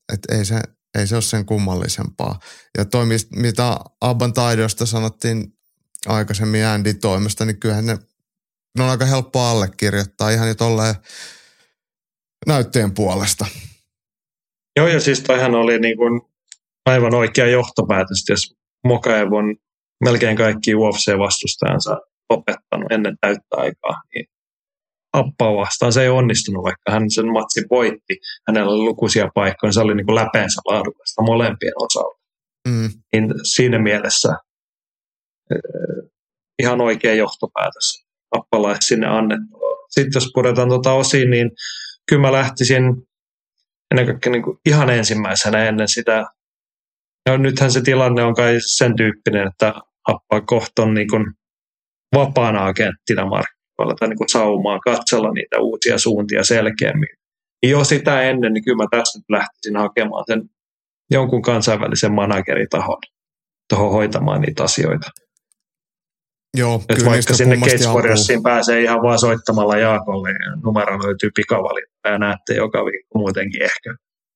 ei se ole sen kummallisempaa. Ja toi, mitä Abban taidosta sanottiin aikaisemmin Andy toimesta, niin kyllähän ne on aika helppoa allekirjoittaa ihan jo tolleen näyttöjen puolesta. Joo, ja siis toihan oli niin kuin aivan oikea johtopäätös, jos Mokaev on melkein kaikki UFC-vastustajansa opettanut ennen täyttä aikaa, niin Appaa vastaan se ei onnistunut, vaikka hän sen matsin voitti. Hänellä oli lukuisia paikkoja, niin se oli niin kuin läpeensä laadukasta molempien osalta. Niin siinä mielessä ihan oikea johtopäätös. Appalla olisi sinne annettu. Sitten jos puretaan osiin, niin kyllä mä lähtisin ennen kaikkea niin kuin ihan ensimmäisenä ennen sitä. Ja nythän se tilanne on kai sen tyyppinen, että Appa kohta on niin kuin vapaana agenttina markkinoilla tai niin kuin saumaa katsella niitä uusia suuntia selkeämmin. Jo sitä ennen, niin kyllä mä tästä nyt lähtisin hakemaan sen jonkun kansainvälisen manageritahon tuohon hoitamaan niitä asioita. Joo, että vaikka sinne Cage Warriorsiin pääsee ihan vaan soittamalla Jaakolle ja numero löytyy pikavalinta ja näette joka viikko muutenkin ehkä.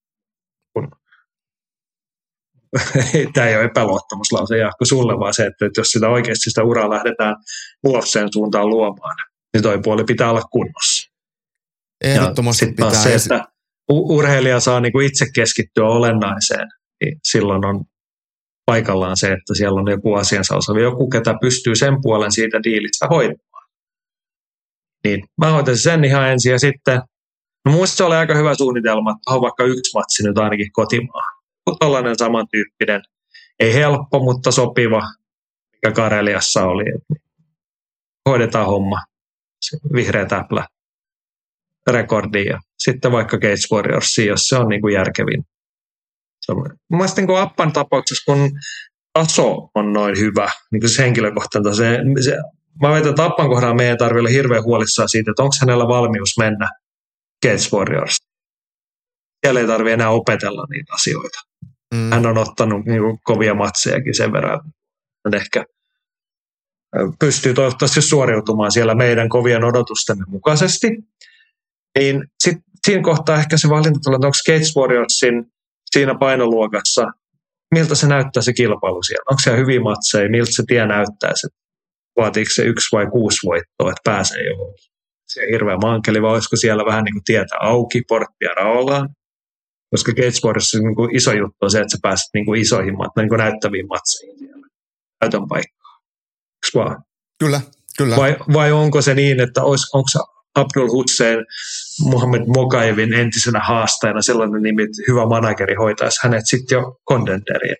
Tämä ei ole epäluottamuslause Jaakko sulle, vaan se, että jos sitä oikeasti sitä uraa lähdetään UFC:n suuntaan luomaan, niin toi puoli pitää olla kunnossa. Ehdottomasti pitää. Se, että urheilija saa niinku itse keskittyä olennaiseen, niin silloin on paikallaan se, että siellä on joku asiansa osaava, joku, ketä pystyy sen puolen siitä diilistä hoitamaan. Niin mä hoitan sen ihan ensin ja sitten, no muista se oli aika hyvä suunnitelma, että on vaikka yksi matsi nyt ainakin kotimaahan. Tällainen samantyyppinen, ei helppo, mutta sopiva, mikä Kareliassa oli. Hoidetaan homma, se vihreä täplä rekordiin ja sitten vaikka Cage Warriorsiin, jos se on niin kuin järkevin. Mielestäni niin Appan tapauksessa, kun taso on noin hyvä, niin kuin se henkilökohtainen, mä väitän, että Appan kohdalla meidän tarvitse olla hirveän huolissaan siitä, että onko hänellä valmius mennä Cage Warriors. Siellä ei tarvitse enää opetella niitä asioita. Hän on ottanut niin kuin kovia matsejakin sen verran. Hän ehkä pystyy toivottavasti suoriutumaan siellä meidän kovien odotustemme mukaisesti. Niin sitten siinä kohtaa ehkä se valinta tulee, että onko Cage Warriorsin siinä painoluokassa, miltä se näyttää se kilpailu siellä. Onko siellä hyviä matseja, miltä se tie näyttää, vaatiiko se 1 vai 6 voittoa, että pääsee johonkin. Se on hirveä mankeli, vai olisiko siellä vähän niin kuin tietä auki, porttia raollaan. Koska Cage Warriors niin kuin iso juttu on se, että sä pääset niin kuin isoihin niin kuin näyttäviin matseihin siellä. Näytön paikkaa. Eikö vaan? Kyllä. Vai onko se niin, että onko se Abdul Hussein Muhammad Mokaevin entisenä haastajana sellainen nimi, että hyvä manageri hoitaisi hänet sitten jo Contenderiin.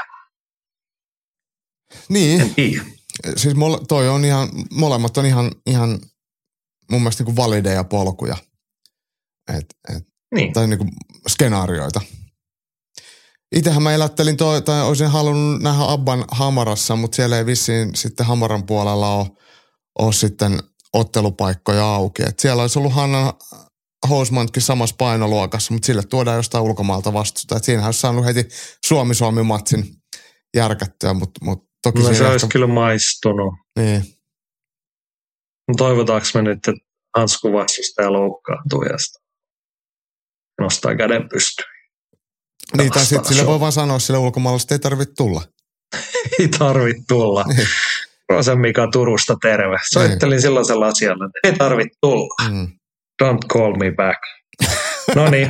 Niin. Siis toi on molemmat on ihan mun mielestä niin kuin valideja polkuja. Niin. Tai niin kuin skenaarioita. Itsehän mä elättelin tai olisin halunnut nähdä Abban Hamarassa, mutta siellä ei vissiin sitten Hamaran puolella ole sitten ottelupaikkoja auki. Et siellä olisi ollut Hanna Housmankin samassa painoluokassa, mutta sille tuodaan jostain ulkomaalta vastusta. Et siinähän olisi saanut heti Suomi-Suomi-matsin järkättyä, mutta toki no, se ehkä... olisi kyllä maistunut. Niin. Toivotaanko me nyt, että Hansku vastustaja loukkaantuu ja nostaa käden pystyyn? Niin, tai sitten sille voi vaan sanoa sille ulkomaalaiselle, että ei tarvitse tulla. Ei tarvitse tulla. Niin. Rosen Mika Turusta terve. Soittelin sellaisella asialla, että ei tarvitse tulla. Don't call me back. No niin.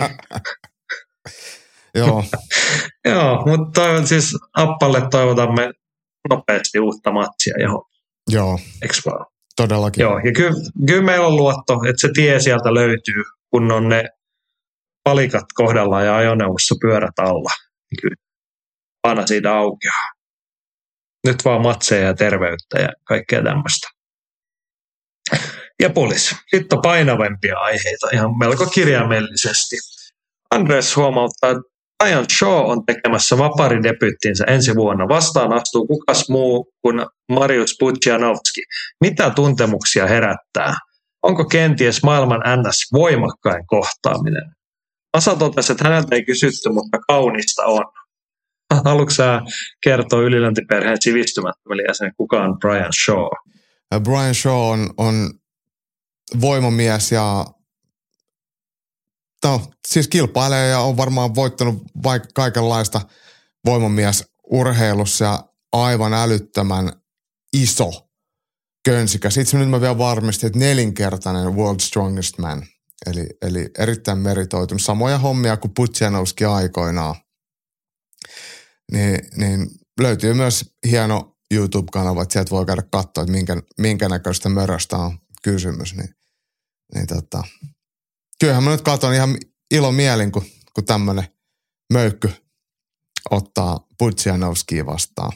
Joo. Joo, mutta siis Appalle toivotamme nopeasti uutta matsia johon. Joo. Eiks vaan? Todellakin. Joo, ja kyllä meillä on luotto, että se tie sieltä löytyy, kun on ne palikat kohdallaan ja ajoneuvossa pyörät alla. Niin kyllä aina siitä aukeaa. Nyt vaan matseja ja terveyttä ja kaikkea tämmöistä. Ja pulis. Sitten on painavempia aiheita ihan melko kirjaimellisesti. Andres huomauttaa, että Brian Shaw on tekemässä vaparidebyyttinsä ensi vuonna. Vastaan astuu kukas muu kuin Mariusz Pudzianowski. Mitä tuntemuksia herättää? Onko kenties maailman NS voimakkain kohtaaminen? Asa totesi, että häneltä ei kysytty, mutta kaunista on. Haluatko sä kertoa ylilöntiperheen sivistymättömille jäsenen, kuka on Brian Shaw? Brian Shaw on voimamies ja siis kilpailee ja on varmaan voittanut vaikka kaikenlaista voimamiesurheilussa ja aivan älyttömän iso könsikäs. Itse nyt mä vielä varmistin, että 4-kertainen World Strongest Man. Eli erittäin meritoitunut. Samoja hommia kuin Pudzianowski aikoinaan. Niin löytyy myös hieno YouTube-kanava, että sieltä voi käydä katsoa, että minkä näköistä möröstä on kysymys. Kyllähän mä nyt katson ihan ilomielin, kun tämmöinen möykky ottaa Pudzianowskia vastaan.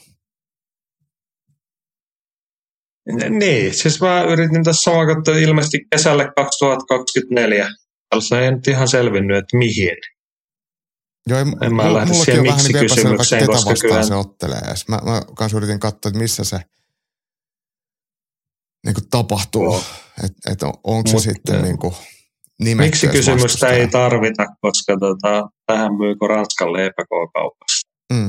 Niin, siis mä yritin tässä samaa katsoa ilmeisesti kesälle 2024. Tässä ei nyt ihan selvinnyt, että mihin. Joo, en mä lähde siihen miksi-kysymykseen, koska kyllä... se ottelee. Mä kanssa yritin katsoa, että missä se niin kuin tapahtuu. Että onko se sitten niin kuin miksi kysymystä ei tarvita, koska tähän myykö Ranskan leipäkookaupassa.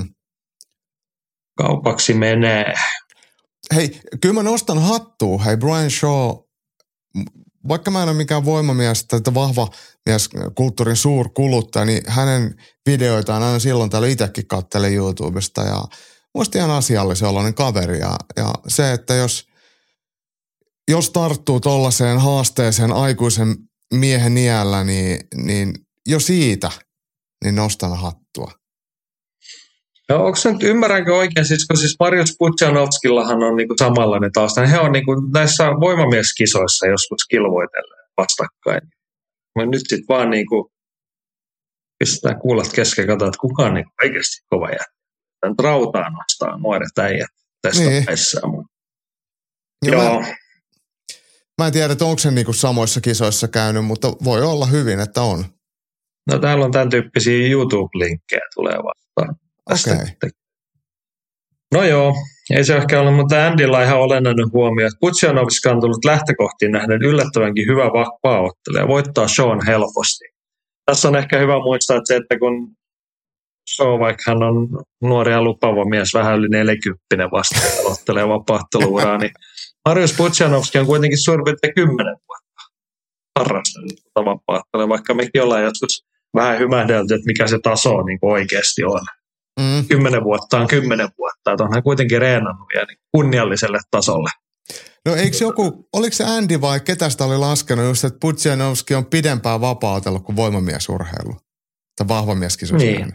Kaupaksi menee. Hei, kyllä mä nostan hattua. Hei, Brian Shaw, vaikka mä en ole mikään voimamies tai vahva mies, kulttuurin suurkuluttaja, niin hänen videoitaan aina silloin täällä itsekin katselen YouTubesta ja musta ihan asiallisen oloinen kaveri. Ja se, että jos tarttuu tollaiseen haasteeseen aikuisen miehen iällä, niin jo siitä, niin nostan hattua. No, onko se nyt, ymmärränkö oikein, kun siis Mariusz Pudzianowskillahan on niinku samanlainen tausta. He on niinku näissä voimamieskisoissa joskus kilvoitelleet vastakkain. Mä nyt sitten vaan niinku pistetään kuulat kesken ja katsotaan, että kuka on niinku oikeasti kova jättä. Tän rautaa nostaa nuoret äijät tästä päissään. Joo. Mä en tiedä, että onko se niinku samoissa kisoissa käynyt, mutta voi olla hyvin, että on. No täällä on tämän tyyppisiä YouTube-linkkejä tulee vastaan. Okay. No joo, ei se ehkä ole, mutta Andylla on ihan olennainen huomio, että Pudzianowski on tullut lähtökohtiin nähden yllättävänkin hyvä vapaa-ottelija ja voittaa Shawn helposti. Tässä on ehkä hyvä muistaa, että se, että kun Shaw, vaikka hän on nuori ja lupava mies, vähän yli 40 vasta ottelee vapaa-otteluuraa, niin Mariusz Pudzianowski on kuitenkin suurin piirtein 10 vuotta harrastanut vapaa-ottelua, vaikka mekin ollaan joskus vähän hymähdelty, että mikä se taso niin oikeasti on. 10 vuotta on 10 vuotta, että onhan kuitenkin reenannut vielä niin kunnialliselle tasolle. No eikö oliko se Andy vai ketä sitä oli laskenut just, että Pudzianowski on pidempään vapaa-otellut kuin voimamiesurheilu? Tai vahvamieskisurheilu? Niin.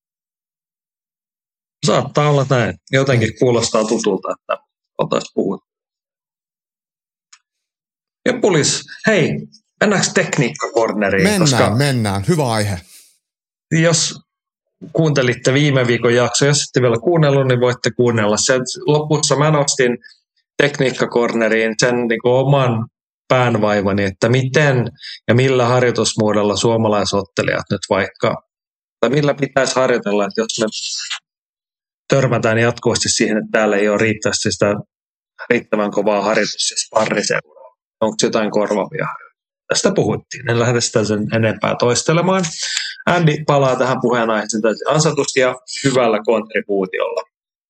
Saattaa olla näin. Jotenkin kuulostaa tutulta, että oltaisiin puhuttu. Ja pulis, hei, mennäänkö tekniikkakorneriin? Mennään. Hyvä aihe. Jos kuuntelitte viime viikon jakso, jos ette vielä kuunnellut, niin voitte kuunnella. Sen lopussa mä nostin tekniikkakorneriin sen niin kuin oman päänvaivani, että miten ja millä harjoitusmuodolla suomalaisottelijat nyt vaikka tai millä pitäisi harjoitella, että jos me törmätään jatkuvasti siihen, että täällä ei ole riittävästi sitä riittävän kovaa harjoitus- ja sparriseuraa. Onko jotain korvaavia? Tästä puhuttiin. En lähde sitä sen enempää toistelemaan. Andy palaa tähän puheenaiheeseen ansatusti ja hyvällä kontribuutiolla.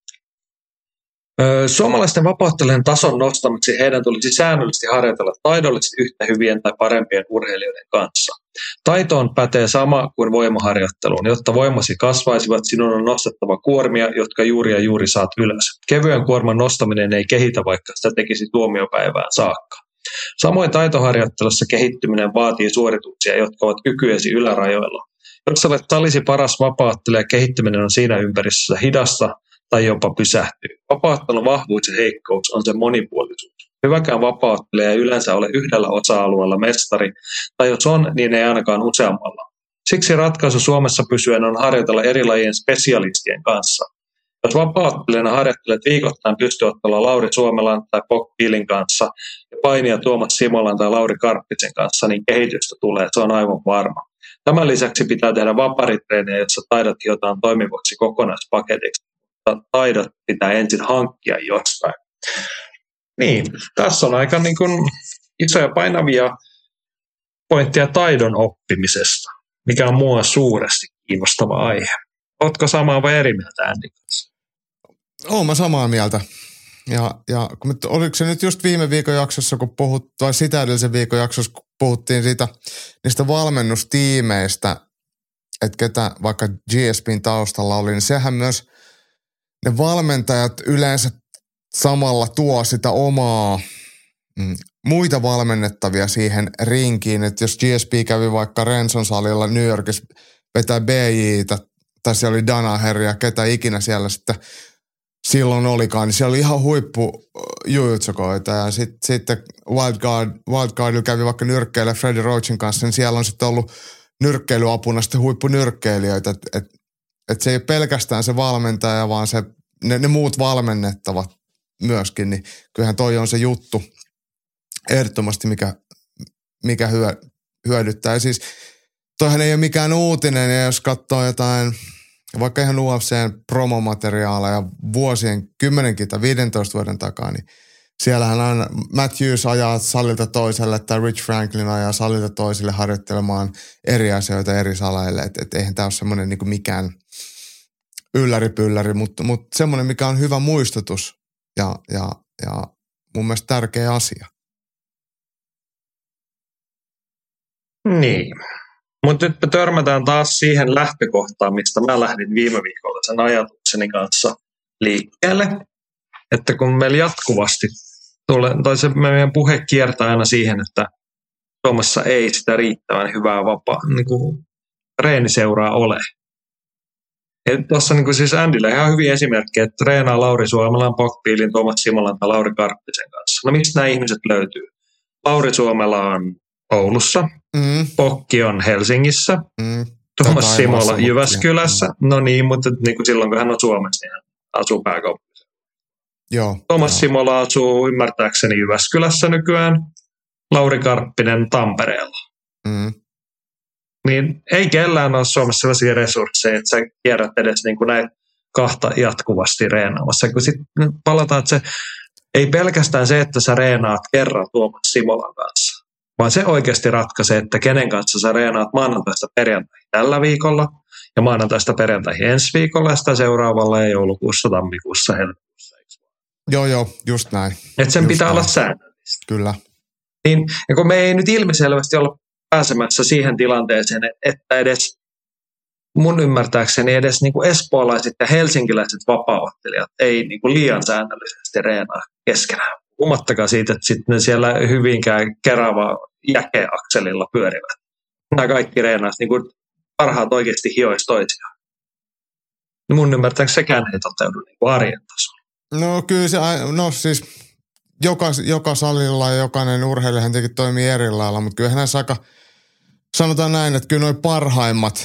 Suomalaisten vapauttelijan tason nostamiseksi heidän tulisi säännöllisesti harjoitella taidollisesti yhtä hyvien tai parempien urheilijoiden kanssa. Taitoon pätee sama kuin voimaharjoitteluun. Jotta voimasi kasvaisivat, sinun on nostettava kuormia, jotka juuri ja juuri saat ylös. Kevyen kuorman nostaminen ei kehitä, vaikka sitä tekisi tuomiopäivään saakka. Samoin taitoharjoittelussa kehittyminen vaatii suorituksia, jotka ovat kykyesi ylärajoilla. Jos olet salisi paras vapauttelija, kehittyminen on siinä ympäristössä hidasta tai jopa pysähtyy. Vapauttelun vahvuus ja heikkous on sen monipuolisuus. Hyväkään vapauttelija ei yleensä ole yhdellä osa-alueella mestari, tai jos on, niin ei ainakaan useammalla. Siksi ratkaisu Suomessa pysyen on harjoitella eri lajien spesialistien kanssa. Jos vapauttelijana harjoittelet viikoittain pystyottelua Lauri Suomelan tai Pok Piilin kanssa ja painia Tuomas Simolan tai Lauri Karppisen kanssa, niin kehitystä tulee, se on aivan varma. Tämän lisäksi pitää tehdä vaparitreeniä, jossa taidot hiotaan toimivaksi kokonaispaketiksi, mutta taidot pitää ensin hankkia jostain. Niin, tässä on aika niin kuin isoja painavia pointteja taidon oppimisesta, mikä on mua suuresti kiinnostava aihe. Ootko samaa vai eri mieltä, Andy? Oon mä samaa mieltä. Ja oliko se nyt just viime viikon jaksossa, kun vai sitä edellisen viikon jaksossa, kun puhuttiin niistä valmennustiimeistä, että ketä vaikka GSP:n taustalla oli, niin sehän myös ne valmentajat yleensä samalla tuo sitä omaa muita valmennettavia siihen rinkiin. Että jos GSP kävi vaikka Renson salilla New Yorkissa vetää BJ:tä, tai siellä oli Danaher ja ketä ikinä siellä sitten silloin olikaan, niin siellä oli ihan huippu jujutsukoita. Ja sitten Wildcardilla kävi vaikka nyrkkeilemään Freddie Roachin kanssa, niin siellä on sitten ollut nyrkkeilyapuna sitten huippunyrkkeilijöitä. Että se ei ole pelkästään se valmentaja, vaan ne muut valmennettavat myöskin, niin kyllähän toi on se juttu ehdottomasti, mikä hyödyttää. Ja siis toihan ei ole mikään uutinen, ja jos katsoo jotain, vaikka ihan UFC:n promomateriaaleja vuosien 10 tai 15 vuoden takaa, niin siellähän aina Matt Hughes ajaa salilta toiselle tai Rich Franklin ajaa salilta toiselle harjoittelemaan eri asioita eri saleille. Et eihän tämä ole semmoinen niin kuin mikään ylläripylläri, mutta semmoinen, mikä on hyvä muistutus ja mun mielestä tärkeä asia. Niin. Mutta nyt me törmätään taas siihen lähtökohtaan, mistä mä lähdin viime viikolla sen ajatukseni kanssa liikkeelle. Että kun meillä jatkuvasti tai se meidän puhe kiertää aina siihen, että Suomessa ei sitä riittävän hyvää niin treeniseuraa ole. Tuossa niin siis Andyllä ihan hyviä esimerkkejä, että treenaa Lauri Suomelan, Pok Piilin, Tuomas Simolan tai Lauri Karppisen kanssa. No mistä nämä ihmiset löytyy? Lauri Suomela on Oulussa, Pokki on Helsingissä, Tuomas Simola Jyväskylässä. No niin, mutta niin kuin silloin kun hän on Suomessa, niin hän asuu pääkaupungissa. Tuomas Simola asuu ymmärtääkseni Jyväskylässä nykyään, Lauri Karppinen Tampereella. Niin ei kellään ole Suomessa sellaisia resursseja, että sä kierrät edes niin kuin näitä kahta jatkuvasti reenaamassa. Kun sitten palataan, että se ei pelkästään se, että sä reenaat kerran Tuomas Simolan kanssa, vaan se oikeasti ratkaisee, että kenen kanssa sä reenaat maanantaista perjantaihin tällä viikolla ja maanantaista perjantaihin ensi viikolla ja sitä seuraavalla ja joulukuussa, tammikuussa, helmikuussa. Joo, just näin. Että sen pitää olla säännöllistä. Kyllä. Niin, ja kun me ei nyt ilmiselvästi olla pääsemässä siihen tilanteeseen, että edes mun ymmärtääkseni edes niin kuin espoolaiset ja helsinkiläiset vapaa-ottelijat ei niin kuin liian säännöllisesti reenaa keskenään. Puhumattakaan siitä, että sitten siellä Hyvinkään Kerava jäkeakselilla pyörivät. Nämä kaikki reenaisi niin kuin parhaat oikeasti hioisi toisiaan. Mun ymmärtääkseni sekään ei toteudu niin kuin arjen tasolla. No kyllä se, siis joka salilla ja jokainen urheilijahan tietenkin toimii eri lailla, mutta kyllähän näissä aika, sanotaan näin, että kyllä noin parhaimmat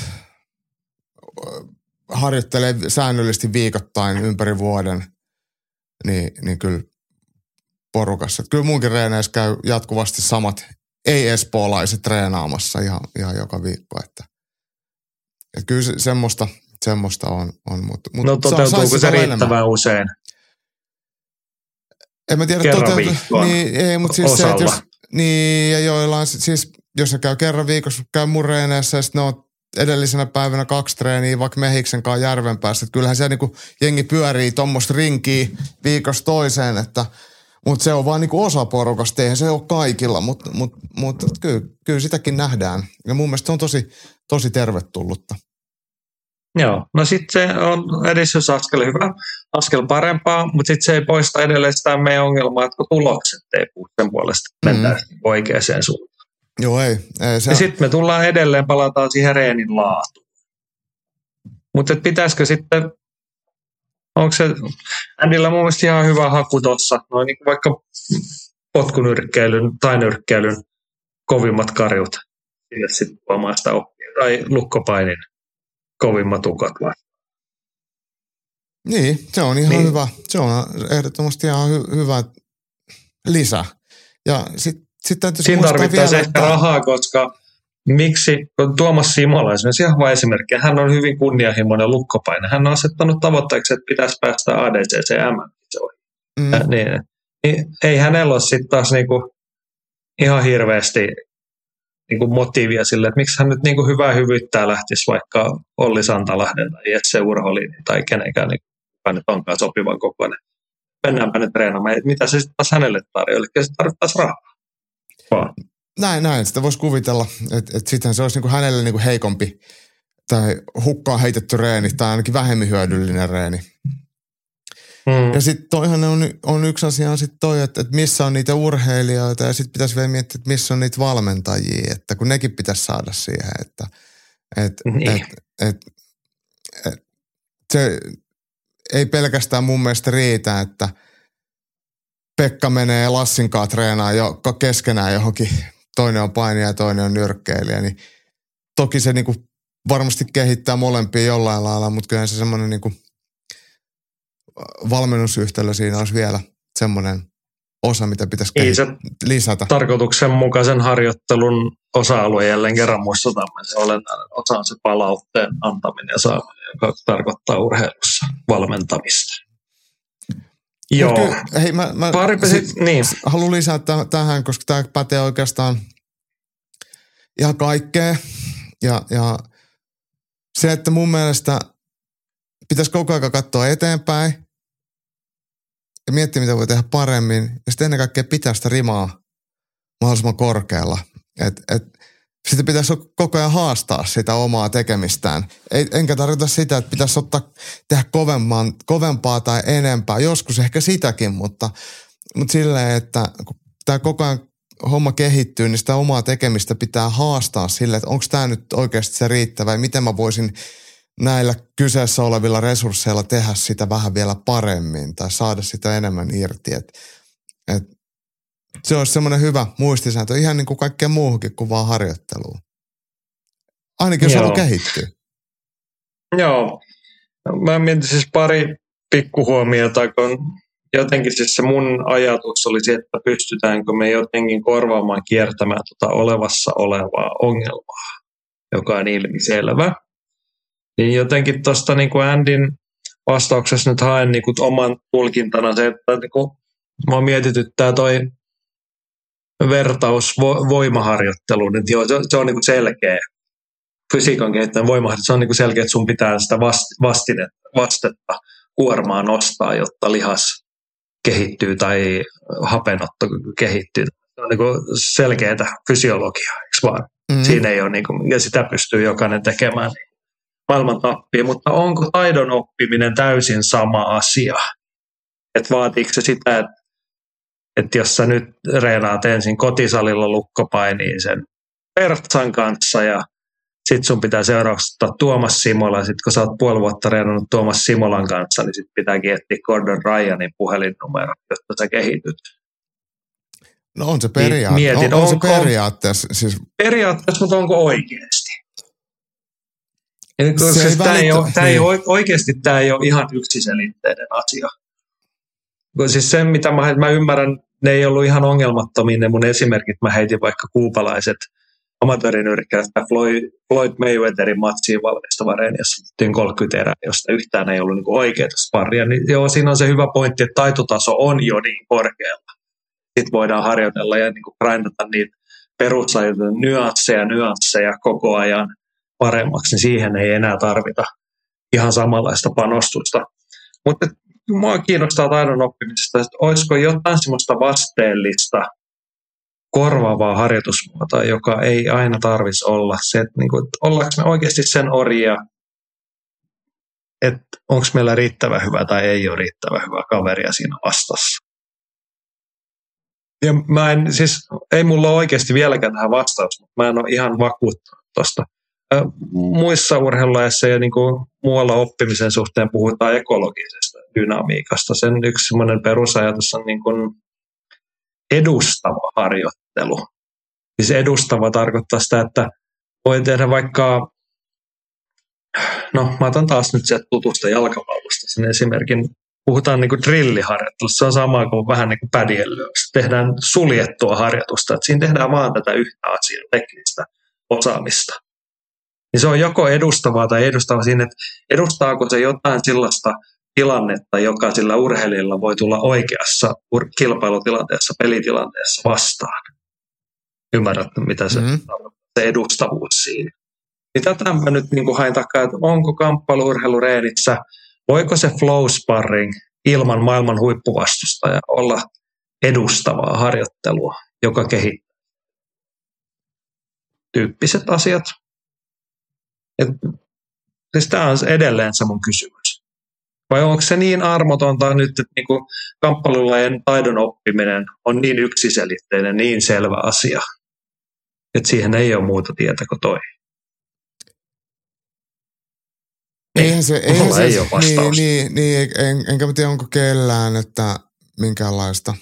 harjoittelee säännöllisesti viikoittain ympäri vuoden, niin kyllä porukassa. Että kyllä munkin reeneissä käy jatkuvasti samat ei-espoolaiset treenaamassa ihan joka viikko, että Et kyllä semmoista on. Mutta no toteutuuko se riittävän usein? En mä tiedä, kerran viikkoon niin, ei, mutta siis osalla. se, että niin, ja joillain, siis jos se käy kerran viikossa, käy mun reeneissä, ja sitten ne on edellisenä päivänä 2 treeniä, vaikka Mehiksen kanssa järven päässä. Että kyllähän siellä niinku jengi pyörii tuommoista rinkiä viikosta toiseen, mutta se on vaan niinku osa porukasta, eihän se ole kaikilla, mutta kyllä sitäkin nähdään. Ja mun mielestä se on tosi tervetullutta. Joo, no sitten se on edistysaskel hyvä, askel parempaa, mutta sitten se ei poista edelleen sitä meidän ongelmaa, että tulokset ei puhu sen puolesta, mennään oikeaan suuntaan. Joo, ei se... Ja sitten me tullaan edelleen, palataan siihen reenin laatuun. Mutta pitäisikö sitten, onko se Andilla mun mielestä ihan hyvä haku tuossa, noin niin kuin vaikka potkunyrkkeilyn tai nyrkkeilyn kovimmat karjut, sille sitten tuomaan sitä oppia, tai lukkopainin kovimmat ukot vastaan. Niin, se on ihan hyvä. Se on ehdottomasti ihan hyvä lisä. Ja sitten täytyisi siinä tarvittaisiin ehkä että... rahaa, koska miksi, kun Tuomas Simola esimerkiksi ihan vain esimerkki, hän on hyvin kunnianhimoinen lukkopaine. Hän on asettanut tavoitteeksi, että pitäisi päästä ADCC-MM-kisoihin. Niin ei hänellä ole sitten taas niinku ihan hirveästi niinku motiivia sille, että miksi hän nyt niinku hyvää hyvyyttää lähtisi vaikka Olli Santalahden tai Jesse Urholin tai kenenkään, niin kuka nyt onkaan sopivan kokoinen. Mennäänpä nyt treenaamaan. Mitä se sitten taas hänelle tarjoaa? Eli se tarvittaisi rahaa. Vaan. Näin. Sitä voisi kuvitella, että sittenhän se olisi niinku hänelle niinku heikompi tai hukkaan heitetty reeni tai ainakin vähemmän hyödyllinen reeni. Ja sitten toihan on yksi asia on sitten toi, että missä on niitä urheilijoita ja sitten pitäisi vielä miettiä, että missä on niitä valmentajia, että kun nekin pitäisi saada siihen, että se ei pelkästään mun mielestä riitä, että Pekka menee Lassinkaan treenaan jo keskenään johonkin, toinen on painija ja toinen on nyrkkeilijä, niin toki se niinku varmasti kehittää molempia jollain lailla, mutta kyllä se semmoinen niinku valmennusyhtälö siinä olisi vielä semmoinen osa, mitä pitäisi lisätä. Tarkoituksenmukaisen harjoittelun osa-alue jälleen kerran muistutamme. Se olennainen osa on se palautteen antaminen ja saaminen, joka tarkoittaa urheilussa valmentamista. Joo. Kyllä, hei, mä niin. haluan lisää tähän, koska tämä pätee oikeastaan ihan kaikkeen. Ja se, että mun mielestä pitäisi koko ajan katsoa eteenpäin ja miettiä, mitä voi tehdä paremmin. Ja sitten ennen kaikkea pitää sitä rimaa mahdollisimman korkealla. Sitten pitäisi koko ajan haastaa sitä omaa tekemistään. Enkä tarkoita sitä, että pitäisi tehdä kovempaa tai enempää. Joskus ehkä sitäkin, mutta silleen, että kun tämä koko ajan homma kehittyy, niin sitä omaa tekemistä pitää haastaa silleen, että onko tämä nyt oikeasti se riittävä ja miten mä voisin näillä kyseessä olevilla resursseilla tehdä sitä vähän vielä paremmin tai saada sitä enemmän irti. Se olisi semmoinen hyvä muistisääntö, ihan niin kuin kaikkea muuhunkin kuin vaan harjoitteluun. Ainakin jos haluaa kehittyä. Joo. Mä mietin siis pari pikkuhuomiota, kun jotenkin siis se mun ajatus olisi, että pystytäänkö me jotenkin korvaamaan kiertämään olevassa olevaa ongelmaa, joka on ilmiselvä. Niin jotenkin tuosta niin kuin Andin vastauksessa nyt haen niin kuin oman tulkintana se, että niin kuin mua mietityttää toi vertaus voimaharjoitteluun, että joo, se on niin kuin selkeä. Fysiikan kehittäminen voimaharjoittelu, se on niin kuin selkeä, että sun pitää sitä vastetta kuormaa nostaa, jotta lihas kehittyy tai hapenottokyky kehittyy. Se on niin kuin selkeää fysiologiaa, eikö vaan? Siinä ei ole, niin kuin, ja sitä pystyy jokainen tekemään maailman tappia, mutta onko taidon oppiminen täysin sama asia? Että vaatiiko se sitä, että jos sä nyt reenaat ensin kotisalilla lukkopainiin sen Pertsan kanssa ja sit sun pitää seuraavaksi ottaa Tuomas Simola ja sit kun sä oot puoli vuotta reenannut Tuomas Simolan kanssa, niin sit pitääkin etsiä Gordon Ryanin puhelinnumero, jotta sä kehityt. No on se periaatteessa. Mietin, on se periaatteessa. Siis... Periaatteessa, mutta onko oikeasti? Oikeasti tämä ei ole ihan yksiselitteinen asia. Siis sen, mitä mä ymmärrän, ne ei ollut ihan ongelmattomia ne mun esimerkit. Mä heitin vaikka kuupalaiset amatöörinyrkkeistä Floyd Mayweatherin matsiin valmistava reeni, jossa tehtiin 30 erää, josta yhtään ei ollut niin kuin oikeaa sparria. Niin joo, siinä on se hyvä pointti, että taitotaso on jo niin korkealla. Sitten voidaan harjoitella ja niin kuin grindata niitä perusasioita, nyansseja koko ajan paremmaksi, niin siihen ei enää tarvita ihan samanlaista panostusta. Mutta minua kiinnostaa taidon oppimisesta, että olisiko jotain semmoista vasteellista korvaavaa harjoitusmuotoa, joka ei aina tarvitsisi olla se, että, niin kuin, että ollaanko me oikeasti sen orjia, että onko meillä riittävän hyvä tai ei ole riittävän hyvä kaveria siinä vastassa. Ja ei mulla ole oikeasti vieläkään tähän vastaus, mutta mä en ole ihan vakuuttunut tuosta. Muissa urheilulajeissa ja niin kuin muualla oppimisen suhteen puhutaan ekologisesta dynamiikasta. Sen yksi semmoinen perusajatus on niin kuin edustava harjoittelu. Siis edustava tarkoittaa sitä, että voi tehdä vaikka, mä otan taas nyt sieltä tutusta jalkapallosta sen esimerkin. Puhutaan niin kuin drilliharjoittelusta, se on sama kuin vähän niin kuin pädienlyössä. Tehdään suljettua harjoitusta, että siinä tehdään vaan tätä yhtä asiaa, teknistä osaamista. Niin se on joko edustavaa tai edustava siinä, että edustaako se jotain sellaista tilannetta, joka sillä urheilijalla voi tulla oikeassa kilpailutilanteessa, pelitilanteessa vastaan. Ymmärrätte, mitä se edustavuus siinä. Niin tätä mä nyt niin kuin hain takaa, että onko kamppailu-urheilureenissä, voiko se flow sparring ilman maailman huippuvastustaja olla edustavaa harjoittelua, joka kehittää tyyppiset asiat. Siis tämä on edelleen se mun kysymys. Vai onko se niin armotonta nyt, että niinku kamppailulajien taidon oppiminen on niin yksiselitteinen, niin selvä asia, että siihen ei ole muuta tietä kuin toi? Eihän se ei ole vastausta. Enkä tiedä, onko kellään, että minkäänlaista